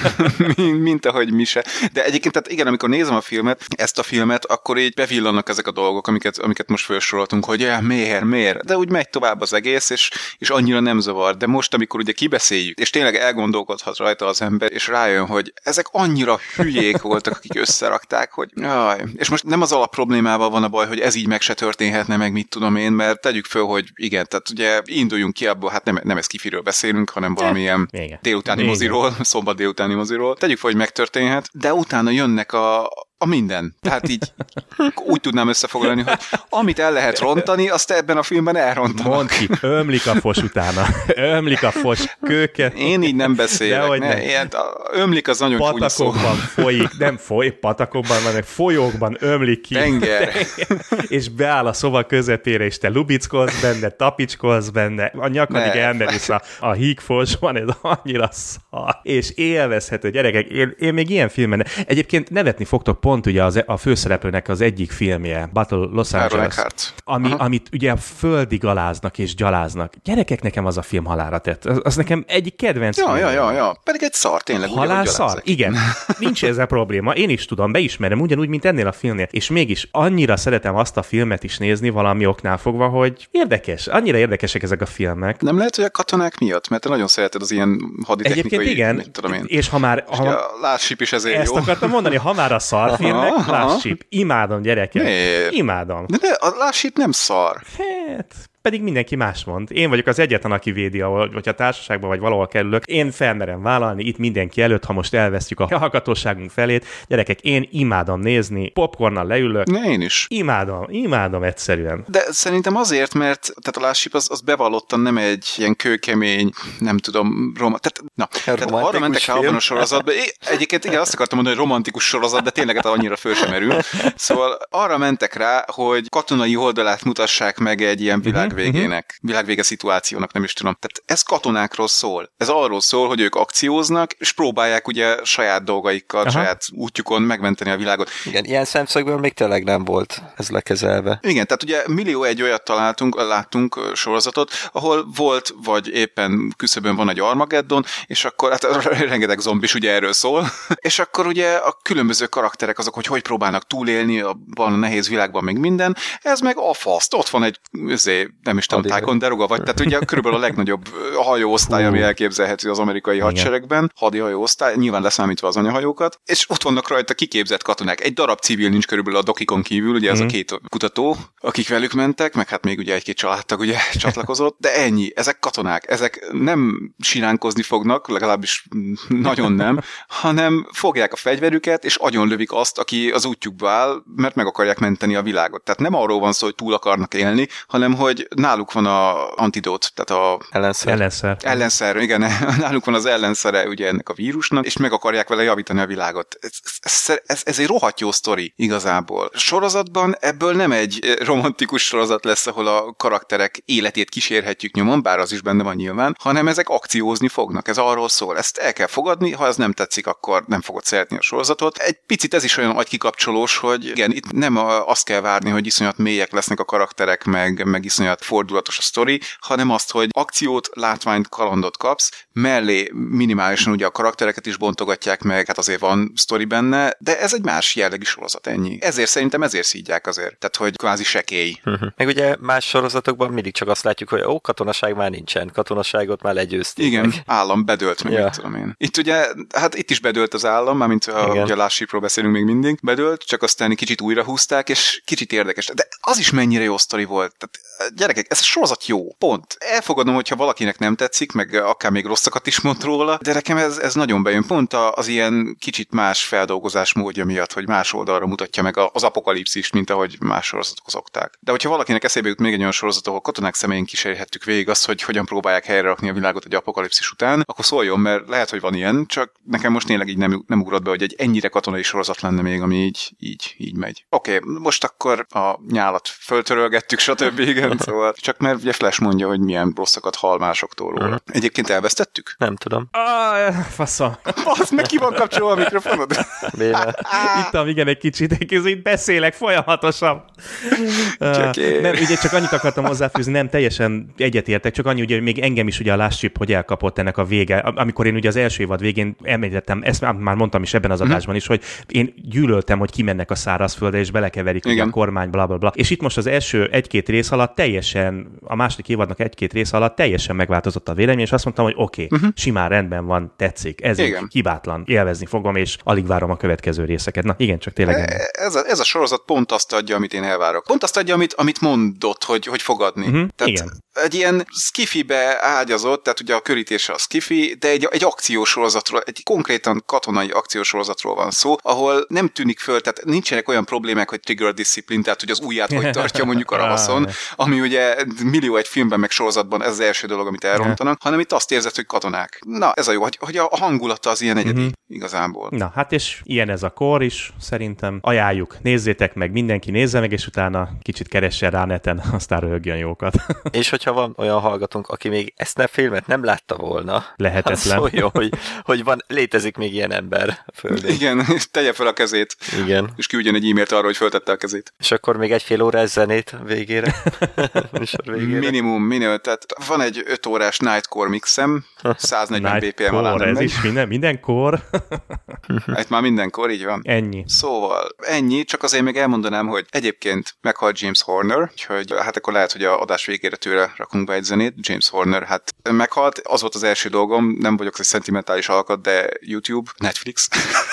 mint, mint ahogy mi se. De egyébként, tehát igen, amikor nézem a filmet, ezt a filmet, akkor így bevillannak ezek a dolgok, amiket, amiket most felsoroltunk, hogy ja, miért, miért, de úgy megy tovább az egész, és, és annyira nem zavar. De most, amikor ugye kibeszéljük, és tényleg elgondolkodhat rajta az ember, és rájön, hogy ezek annyira hülyék voltak, akik összerakták, hogy jaj. És most nem az alap problémával van a baj, hogy ez így meg se történhetne, meg mit tudom én, mert tegyük föl, hogy igen, tehát ugye induljunk ki abból, hát nem, nem ez kifiről beszélünk, hanem valamilyen igen. délutáni Igen. moziról, szombat délutáni moziról. Tegyük fel, hogy megtörténhet, de utána jönnek a a minden. Tehát így úgy tudnám összefoglalni, hogy amit el lehet rontani, azt ebben a filmben elrontanak. Mondd ki, ömlik a fos utána. Ömlik a fos kőke. Én így nem beszélek. Ne, ilyen, ömlik az nagyon csúnya szó. Patakokban folyik, nem foly, patakokban, hanem folyókban ömlik ki. Tenger. És beáll a szoba közepére, és te lubickolsz benne, tapicskolsz benne, a nyakadig elmerülsz a, a hígfosban, ez annyira szar. És élvezhető, gyerekek, én, én még ilyen filmen, egyébként nevetni fogtok, pont ugye az, a főszereplőnek az egyik filmje, Battle Los Angeles, ami, amit ugye földig aláznak és gyaláznak. Gyerekek, nekem az a film halálra tett. Az, az nekem egyik kedvenc ja, film. Ja, ja, ja. Pedig egy szar, tényleg. Halál szar? Igen. Nincs ezzel probléma. Én is tudom, beismerem, ugyanúgy, mint ennél a filmnél. És mégis annyira szeretem azt a filmet is nézni valami oknál fogva, hogy érdekes. Annyira érdekesek ezek a filmek. Nem lehet, hogy a katonák miatt? Mert te nagyon szereted az ilyen haditechnikai... Egyébként igen. Mit tudom én. És ha már... És ha, a Last Ship is ezért ezt jó. Ezt akartam mondani, ha már a szar filmek, Last Ship. Imádom, gyerekek. Miért? Imádom. De ne, a Last Ship nem szar. Hát... Pedig mindenki más mond. Én vagyok az egyetlen, aki védi, ahol, vagy a társaságban, vagy valahol kerülök. Én felmerem vállalni itt mindenki előtt, ha most elvesztjük a hallgatóságunk felét. Gyerekek, én imádom nézni, popcornnal leülök. Ne, én is. Imádom, imádom egyszerűen. De szerintem azért, mert tehát a Last Ship az, az bevallottan nem egy ilyen kőkemény, nem tudom, roma... Tehát, na, tehát arra mentek rá abban a sorozatban. É, egyébként igen, azt akartam mondani, hogy romantikus sorozat, de tényleg annyira föl sem merül. Szóval arra mentek rá, hogy katonai oldalát mutassák meg egy ilyen világ végének, világvége szituációnak, nem is tudom. Tehát ez katonákról szól. Ez arról szól, hogy ők akcióznak, és próbálják ugye saját dolgaikkal, Aha. saját útjukon megmenteni a világot. Igen, ilyen szemszögből még tényleg nem volt ez lekezelve. Igen, tehát ugye millió egy olyat találtunk, láttunk sorozatot, ahol volt, vagy éppen küszöbön van egy Armageddon, és akkor hát rengeteg zombis ugye erről szól, és akkor ugye a különböző karakterek azok, hogy hogy próbálnak túlélni abban a nehéz világban még minden, ez meg a faszt, ott van egy azért nem is tudom, Ticonderoga vagy, tehát ugye körülbelül a legnagyobb hajóosztály, ami elképzelhető az amerikai hadseregben, hadi hajóosztály, nyilván leszámítva az anyahajókat, és ott vannak rajta kiképzett katonák. Egy darab civil nincs körülbelül a dokikon kívül, ugye ez mm. a két kutató, akik velük mentek, meg hát még ugye egy-két családtag ugye csatlakozott, de ennyi, ezek katonák, ezek nem siránkozni fognak, legalábbis nagyon nem, hanem fogják a fegyverüket, és agyonlövik azt, aki az útjukba áll, mert meg akarják menteni a világot. Tehát nem arról van szó, hogy túl akarnak élni, hanem hogy náluk van a antidót, tehát a ellenszer. Ellenszer. Ellenszer, igen, náluk van az ellenszere ugye ennek a vírusnak, és meg akarják vele javítani a világot. Ez, ez, ez, ez egy rohadt jó sztori igazából. Sorozatban ebből nem egy romantikus sorozat lesz, ahol a karakterek életét kísérhetjük nyomon, bár az is benne van nyilván, hanem ezek akciózni fognak. Ez arról szól. Ezt el kell fogadni, ha ez nem tetszik, akkor nem fogod szeretni a sorozatot. Egy picit ez is olyan agykikapcsolós, hogy igen, itt nem azt kell várni, hogy iszonyat mélyek lesznek a karakterek, meg, meg iszonyat fordulatos a sztori, hanem azt, hogy akciót, látványt, kalandot kapsz, mellé minimálisan ugye a karaktereket is bontogatják meg, hát azért van sztori benne, de ez egy más jellegű sorozat, ennyi. Ezért szerintem ezért szídják azért. Tehát, hogy kvázi sekély. Meg ugye más sorozatokban mindig csak azt látjuk, hogy ó, katonaság már nincsen, katonaságot már legyőzték. Igen, meg. állam bedőlt, meg ja. mit tudom én. Itt ugye, hát itt is bedőlt az állam, mármint a, ugye a Last Shipról beszélünk még mindig, bedőlt, csak aztán kicsit újra húzták, és kicsit érdekes. De az is mennyire jó sztori volt. Tehát, gyerekek, ez a sorozat jó, pont. Elfogadom, hogyha valakinek nem tetszik, meg akár még rosszakat is mond róla, de nekem ez, ez nagyon bejön. Pont az ilyen kicsit más feldolgozás módja miatt, hogy más oldalra mutatja meg az apokalipszist, mint ahogy más sorozatok szokták. De hogyha valakinek eszébe jut még egy olyan sorozat, ahol katonák személyén kísérhettük végig azt, hogy hogyan próbálják helyrerakni a világot egy apokalipszis után, akkor szóljon, mert lehet, hogy van ilyen, csak nekem most tényleg így nem, nem ugrott be, hogy egy ennyire katonai sorozat lenne még, ami így, így, így megy. Oké, okay, most akkor a nyálat föltörölgettük, stb. végen, szóval csak mert ugye Flash mondja, hogy milyen rosszakat hall másoktól róla. Uh-huh. Egyébként elvesztettük? Nem tudom. Ah, faszom. Basz, meg ki van kapcsolva a mikrofonod? Ittam, igen, egy kicsit, egy itt beszélek folyamatosan. Uh, nem, ugye csak annyit akartam hozzáfűzni, nem teljesen egyetértek, csak annyi, hogy még engem is ugye a Last Ship, hogy elkapott ennek a vége, amikor én ugye az első évad végén említettem, ezt már mondtam is ebben az adásban is, hogy én gyűlöltem, hogy kimennek a szárazföldre, és belekeverik ugye a kormány, bla, bla, bla. És itt most az első egy-két rész alatt teljesen, a második évadnak egy-két rész alatt teljesen megváltozott a vélemény, és azt mondtam, hogy oké, okay, uh-huh. simán rendben van, tetszik, ez így hibátlan, élvezni fogom, és alig várom a következő részeket. Na igen, csak tényleg. Ez a, ez a sorozat pont azt adja, amit én elvárok. Pont azt adja, amit, amit mondott, hogy, hogy fogadni. Uh-huh. Tehát igen. Egy ilyen skifibe ágyazott, tehát ugye a körítése a skifi, de egy, egy akciósorozatról, egy konkrétan katonai akciósorozatról van szó, ahol nem tűnik föl, tehát nincsenek olyan problémák, hogy trigger discipline, tehát hogy az ujját hogy tartja mondjuk a ravaszon, ami ugye millió egy filmben meg sorozatban ez az első dolog, amit elrontanak, hanem itt azt érzed, hogy katonák. Na, ez a jó, hogy, hogy a hangulata az ilyen egyedi uh-huh. igazából. Na, hát és ilyen ez a kor is, szerintem ajánljuk, nézzétek meg, mindenki nézze meg, és utána kicsit keressen rá neten, aztán röhögjön jókat. És hogyha van olyan hallgatónk, aki még ezt a filmet nem látta volna, lehetetlen. Szóljon, hogy, hogy van, létezik még ilyen ember a földön. Igen, tegye fel a kezét. Igen. És küldjön egy e-mailt arra, hogy föltette a kezét. És akkor még egy fél órás zenét végére. végére. Minimum, minimum. Tehát van egy öt órás Nightcore mixem, száznegyven bé pé em alá nem ez megy. is minden, mindenkor. Itt már mindenkor, így van. Ennyi. Szóval ennyi, csak azért még elmondanám, hogy egyébként meghalt James Horner, úgyhogy hát akkor lehet, hogy a adás végére tőle rakunk be egy zenét. James Horner, hát meghalt, az volt az első dolgom, nem vagyok egy szentimentális alkat, de YouTube, Netflix.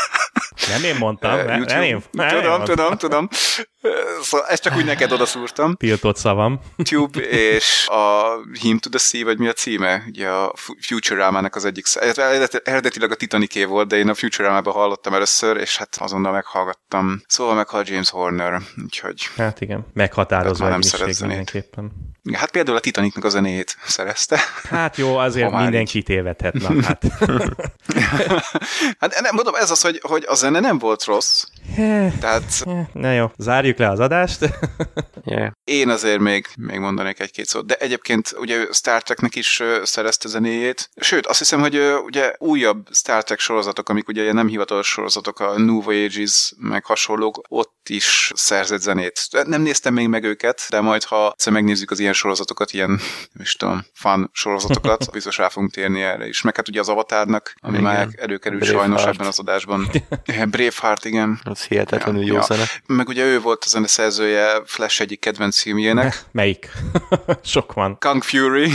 Nem én mondtam, uh, nem, nem én. Nem tudom, én mondtam. tudom, tudom. Szóval ezt csak úgy neked odaszúrtam. Tiltott szavam. YouTube és a Hymn to the Sea, vagy mi a címe? Ugye a Futurama-nak az egyik, eredetileg a Titanic volt, de én a Futurama-ban hallottam először, és hát azonnal meghallgattam. Szóval meghalt James Horner, úgyhogy... Hát igen, meghatározó egészség mindenképpen. Hát például a Titanicnak a zenéjét szerezte. Hát jó, azért mindenki tévedhet, na hát. Hát nem, mondom, ez az, hogy, hogy a zene nem volt rossz. Tehát... Na jó, zárjuk le az adást. Yeah. Én azért még, még mondanék egy-két szót, de egyébként ugye Star Treknek is uh, szerezte zenéjét. Sőt, azt hiszem, hogy uh, ugye újabb Star Trek sorozatok, amik ugye nem hivatalos sorozatok, a New Voyages, meg hasonlók, ott is szerzett zenét. Nem néztem még meg őket, de majd ha egyszer megnézzük az ilyen sorozatokat, ilyen, nem is tudom, fun sorozatokat, biztos rá fogunk térni erre is. Meg hát ugye az Avatarnak, ami igen. már előkerült sajnos ebben az adásban. Braveheart, igen. Az hihetetlenül ja, jó ja. zene. Meg ugye ő volt a zeneszerzője Flash egyik kedvenc filmjének. Melyik? Sok van. Kung Fury.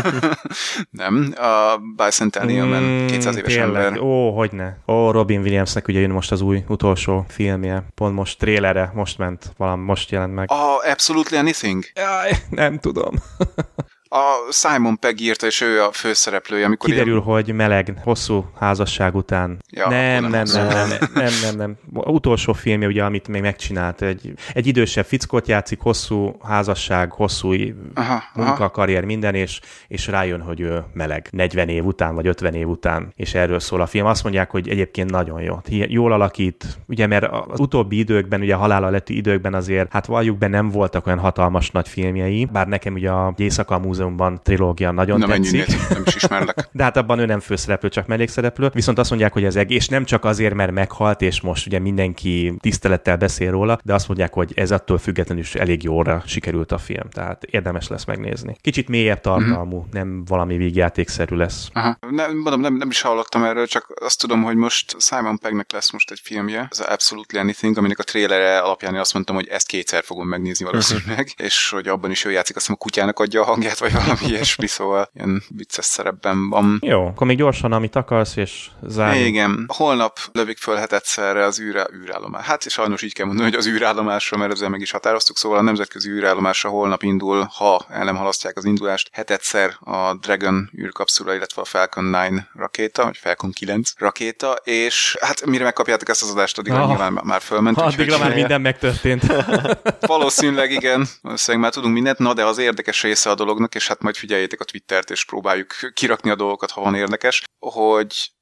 Nem, a Bicentennial-ben, mm, kétszáz éves tényleg. ember. Ó, hogyne. Ó, Robin Williamsnek ugye jön most az új utolsó filmje. Pont most trélere, most ment, valami most jelent meg. A Absolutely Anything? Jaj, nem tudom. A Simon Pegg írta, és ő a főszereplője. Amikor kiderül, én... hogy meleg, hosszú házasság után. Ja, nem, nem, nem, nem, nem, nem, nem, nem. Utolsó filmje, ugye, amit még megcsinált. Egy, egy idősebb fickót játszik, hosszú házasság, hosszú aha, munka, aha. karrier, minden, és, és rájön, hogy ő meleg. negyven év után, vagy ötven év után, és erről szól a film. Azt mondják, hogy egyébként nagyon jó. Jól alakít, ugye, mert az utóbbi időkben, ugye a halála előtti időkben azért, hát valljuk be, nem voltak olyan hatalmas nagy filmjei, bár nekem ugye a Éjszaka Múzeumban trilógia nagyon nem tetszik. Ennyit, nem is ismerlek. De hát abban ő nem főszereplő, csak mellékszereplő. Viszont azt mondják, hogy ez egész nem csak azért, mert meghalt, és most ugye mindenki tisztelettel beszél róla, de azt mondják, hogy ez attól függetlenül is elég jóra sikerült a film. Tehát érdemes lesz megnézni. Kicsit mélyebb tartalmú, mm-hmm. nem valami vígjátékszerű lesz. Aha. Nem, mondom, nem, nem is hallottam erről, csak azt tudom, hogy most Simon Peggnek lesz most egy filmje, az Absolutely Anything, aminek a trélere alapján én azt mondtam, hogy ezt kétszer fogom megnézni valószínűleg, és hogy abban is ő játszik, azt hiszem a kutyának adja a hangját, vagy valami ilyesmi, szóval ilyen vicces szerepben van. Jó, akkor még gyorsan, amit akarsz, és zárni. Igen, holnap lövik föl egyszerre az űrá, űrállomás. Hát és sajnos így kell mondani, hogy az űrállomásra, mert ezzel meg is határoztuk, szóval a nemzetközi űrállomásra holnap indul, ha el nem halasztják az indulást, hetedszer a Dragon űrkapszula, illetve a Falcon kilenc rakéta, vagy Falcon kilenc rakéta, és hát mire megkapjátok ezt az adást, addigra ah, nyilván már fölment. Addigra már minden megtörtént. Valószínűleg igen, valószínűleg már tudunk mindent, na de az érdekes része a dolognak, és hát majd figyeljétek a Twittert, és próbáljuk kirakni a dolgokat, ha van érdekes, hogy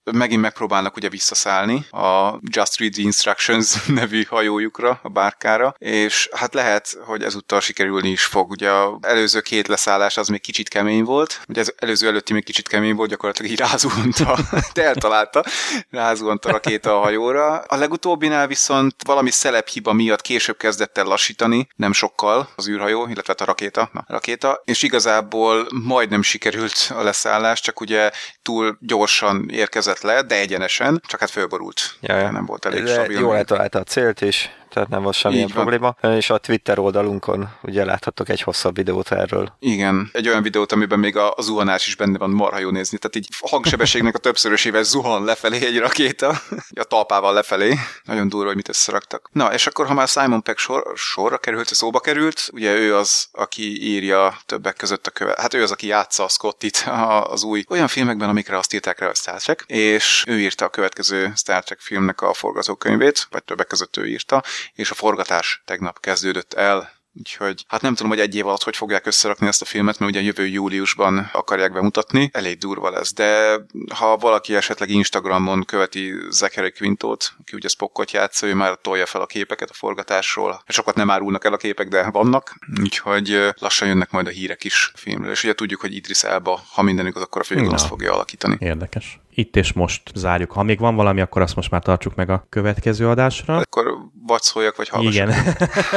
megint megpróbálnak ugye visszaszállni a Just Read the Instructions nevű hajójukra, a bárkára, és hát lehet, hogy ezúttal sikerülni is fog. Ugye az előző két leszállás az még kicsit kemény volt, ugye az előző előtti még kicsit kemény volt, gyakorlatilag így rázuhant, de eltalálta, rázuhant a rakéta a hajóra. A legutóbbinál viszont valami szelep hiba miatt később kezdett el lassítani, nem sokkal az űrhajó, illetve a rakéta, na, a rakéta, és igazából majdnem sikerült a leszállás, csak ugye túl gyorsan érkezett le, de egyenesen, csak hát fölborult. Ja, nem volt elég de stabil. jól eltalálta a célt is, tehát nem volt semmilyen probléma. És a Twitter oldalunkon ugye láthattok egy hosszabb videót erről. Igen, egy olyan videót, amiben még a, a zuhanás is benne van, marha jó nézni. Tehát így hangsebességnek a többszörösével zuhan lefelé egy rakéta, a talpával lefelé. Nagyon durva, hogy mit összeraktak. Na, és akkor, ha már Simon Pegg sor, sorra került, szóba került, ugye ő az, aki írja többek között a követ. Hát ő az, aki játsza a Scottit az új olyan filmekben, amikre azt írták rá a Star Trek, és ő írta a következő Star Trek filmnek a forgatókönyvét, vagy többek között ő írta, és a forgatás tegnap kezdődött el. Úgyhogy hát nem tudom, hogy egy év alatt hogy fogják összerakni ezt a filmet, mert ugye jövő júliusban akarják bemutatni. Elég durva lesz, de ha valaki esetleg Instagramon követi Zachary Quintót, aki ugye Spockot játsza, ő már tolja fel a képeket a forgatásról. Sokat nem árulnak el a képek, de vannak. Úgyhogy lassan jönnek majd a hírek is a filmről. És ugye tudjuk, hogy Idris Elba, ha minden igaz, akkor a főgonoszt fogja alakítani. Érdekes. Itt és most zárjuk. Ha még van valami, akkor azt most már tartsuk meg a következő adásra. Akkor vagy szóljak, vagy hallgassak. Igen.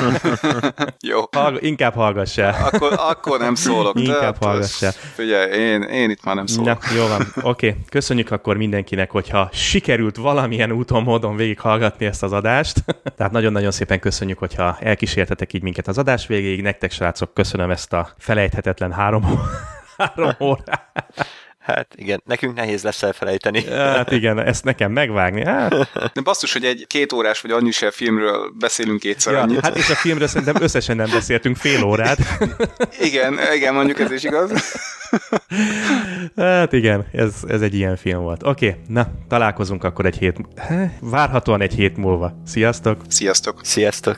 Jó. Hallg- inkább hallgass el. Akkor, akkor nem szólok. Inkább hallgass el. Figyelj, én, én itt már nem szólok. Na, jó van. Oké. Okay. Köszönjük akkor mindenkinek, hogyha sikerült valamilyen úton, módon végighallgatni ezt az adást. Tehát nagyon-nagyon szépen köszönjük, hogyha elkísértetek így minket az adás végéig. Nektek, srácok, köszönöm ezt a felejthetetlen három, három órát. Hát igen, nekünk nehéz lesz elfelejteni. Hát igen, ezt nekem megvágni. Hát. De basszus, hogy egy két órás vagy annyi se filmről beszélünk kétszer ja, annyit. Hát és a filmről szerintem összesen nem beszéltünk fél órát. Igen, igen, mondjuk ez is igaz. Hát igen, ez, ez egy ilyen film volt. Oké, okay, na, találkozunk akkor egy hét, várhatóan egy hét múlva. Sziasztok! Sziasztok! Sziasztok!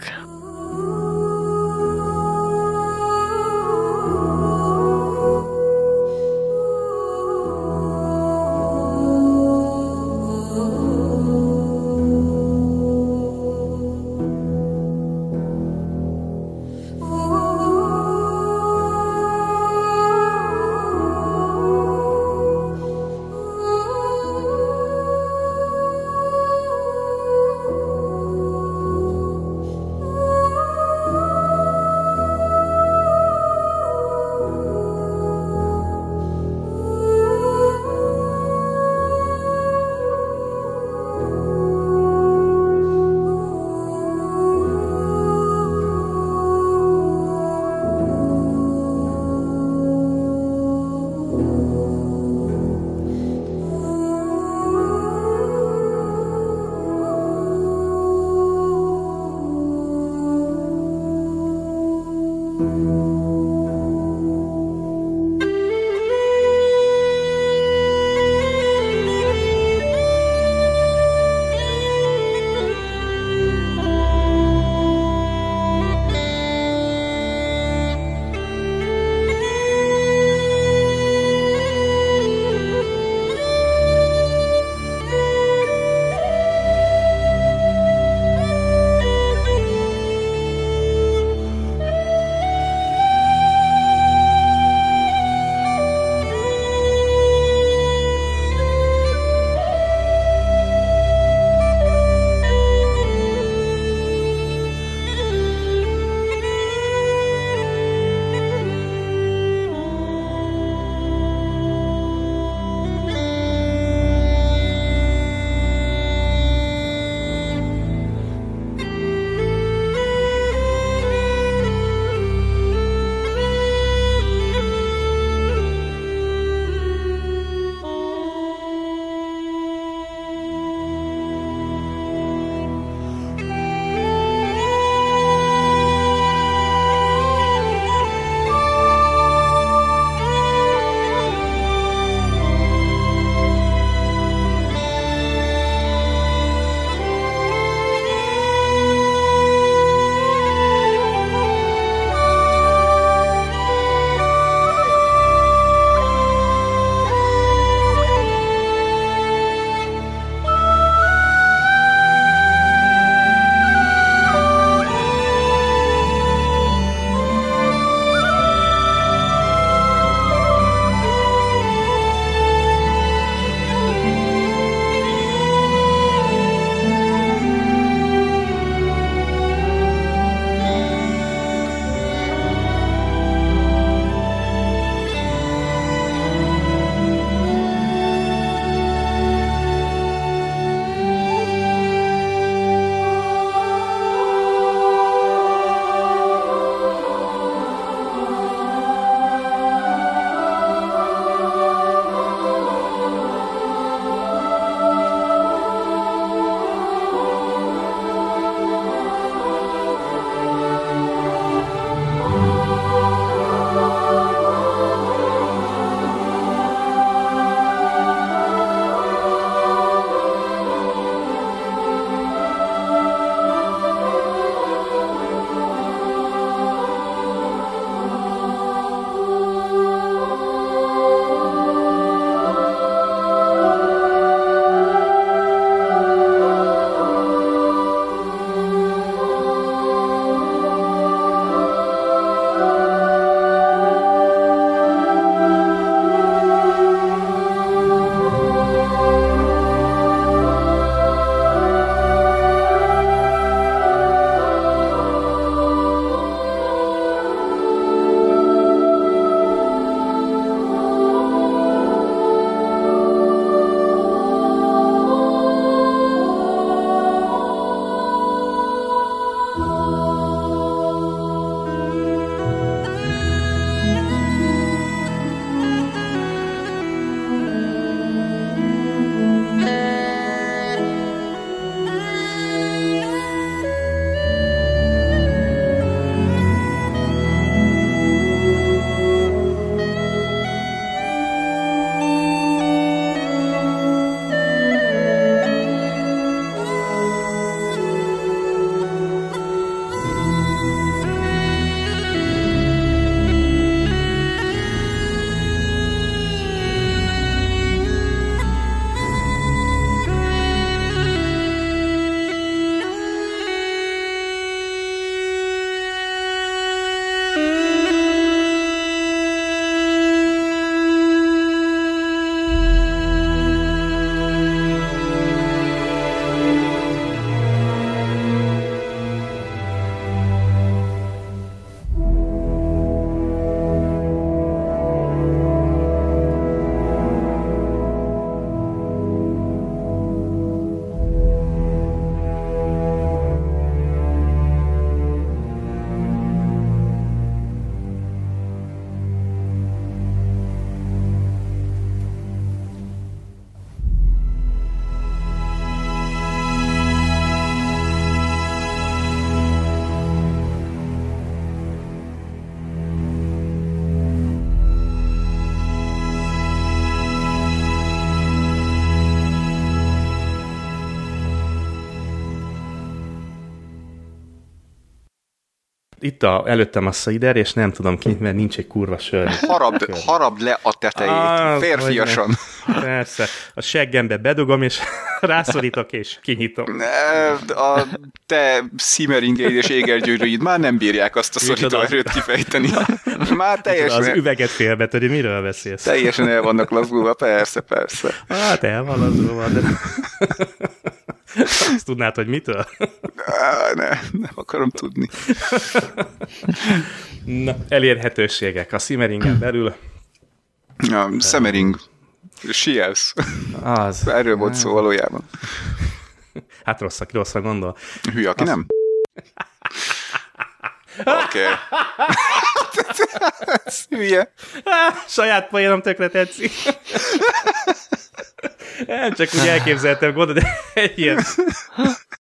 Itt a, előttem a cider, és nem tudom ki, mert nincs egy kurva sör. Harabd, harabd le a tetejét, ah, férfiasan. Persze. A seggembe bedugom, és rászorítok, és kinyitom. A te szimeringeid és égergyűrűid már nem bírják azt a szorítóerőt kifejteni. Már teljesen... Az üveget félbetörni, miről beszélsz? Teljesen el vannak lazulva, persze, persze. Hát el van lazulva, de... Azt tudnád, hogy mitől? Ne, nem akarom tudni. Na, elérhetőségek. A Simmeringen belül... A Semmering. Sielsz. Az. Erről volt szó valójában. Hát rossz, aki rosszra gondol. Hülye, aki az... nem? Oké. Okay. Hülye. Saját poénom tökre tetszik. Nem csak úgy elképzeltem, gondolod, de egy ilyen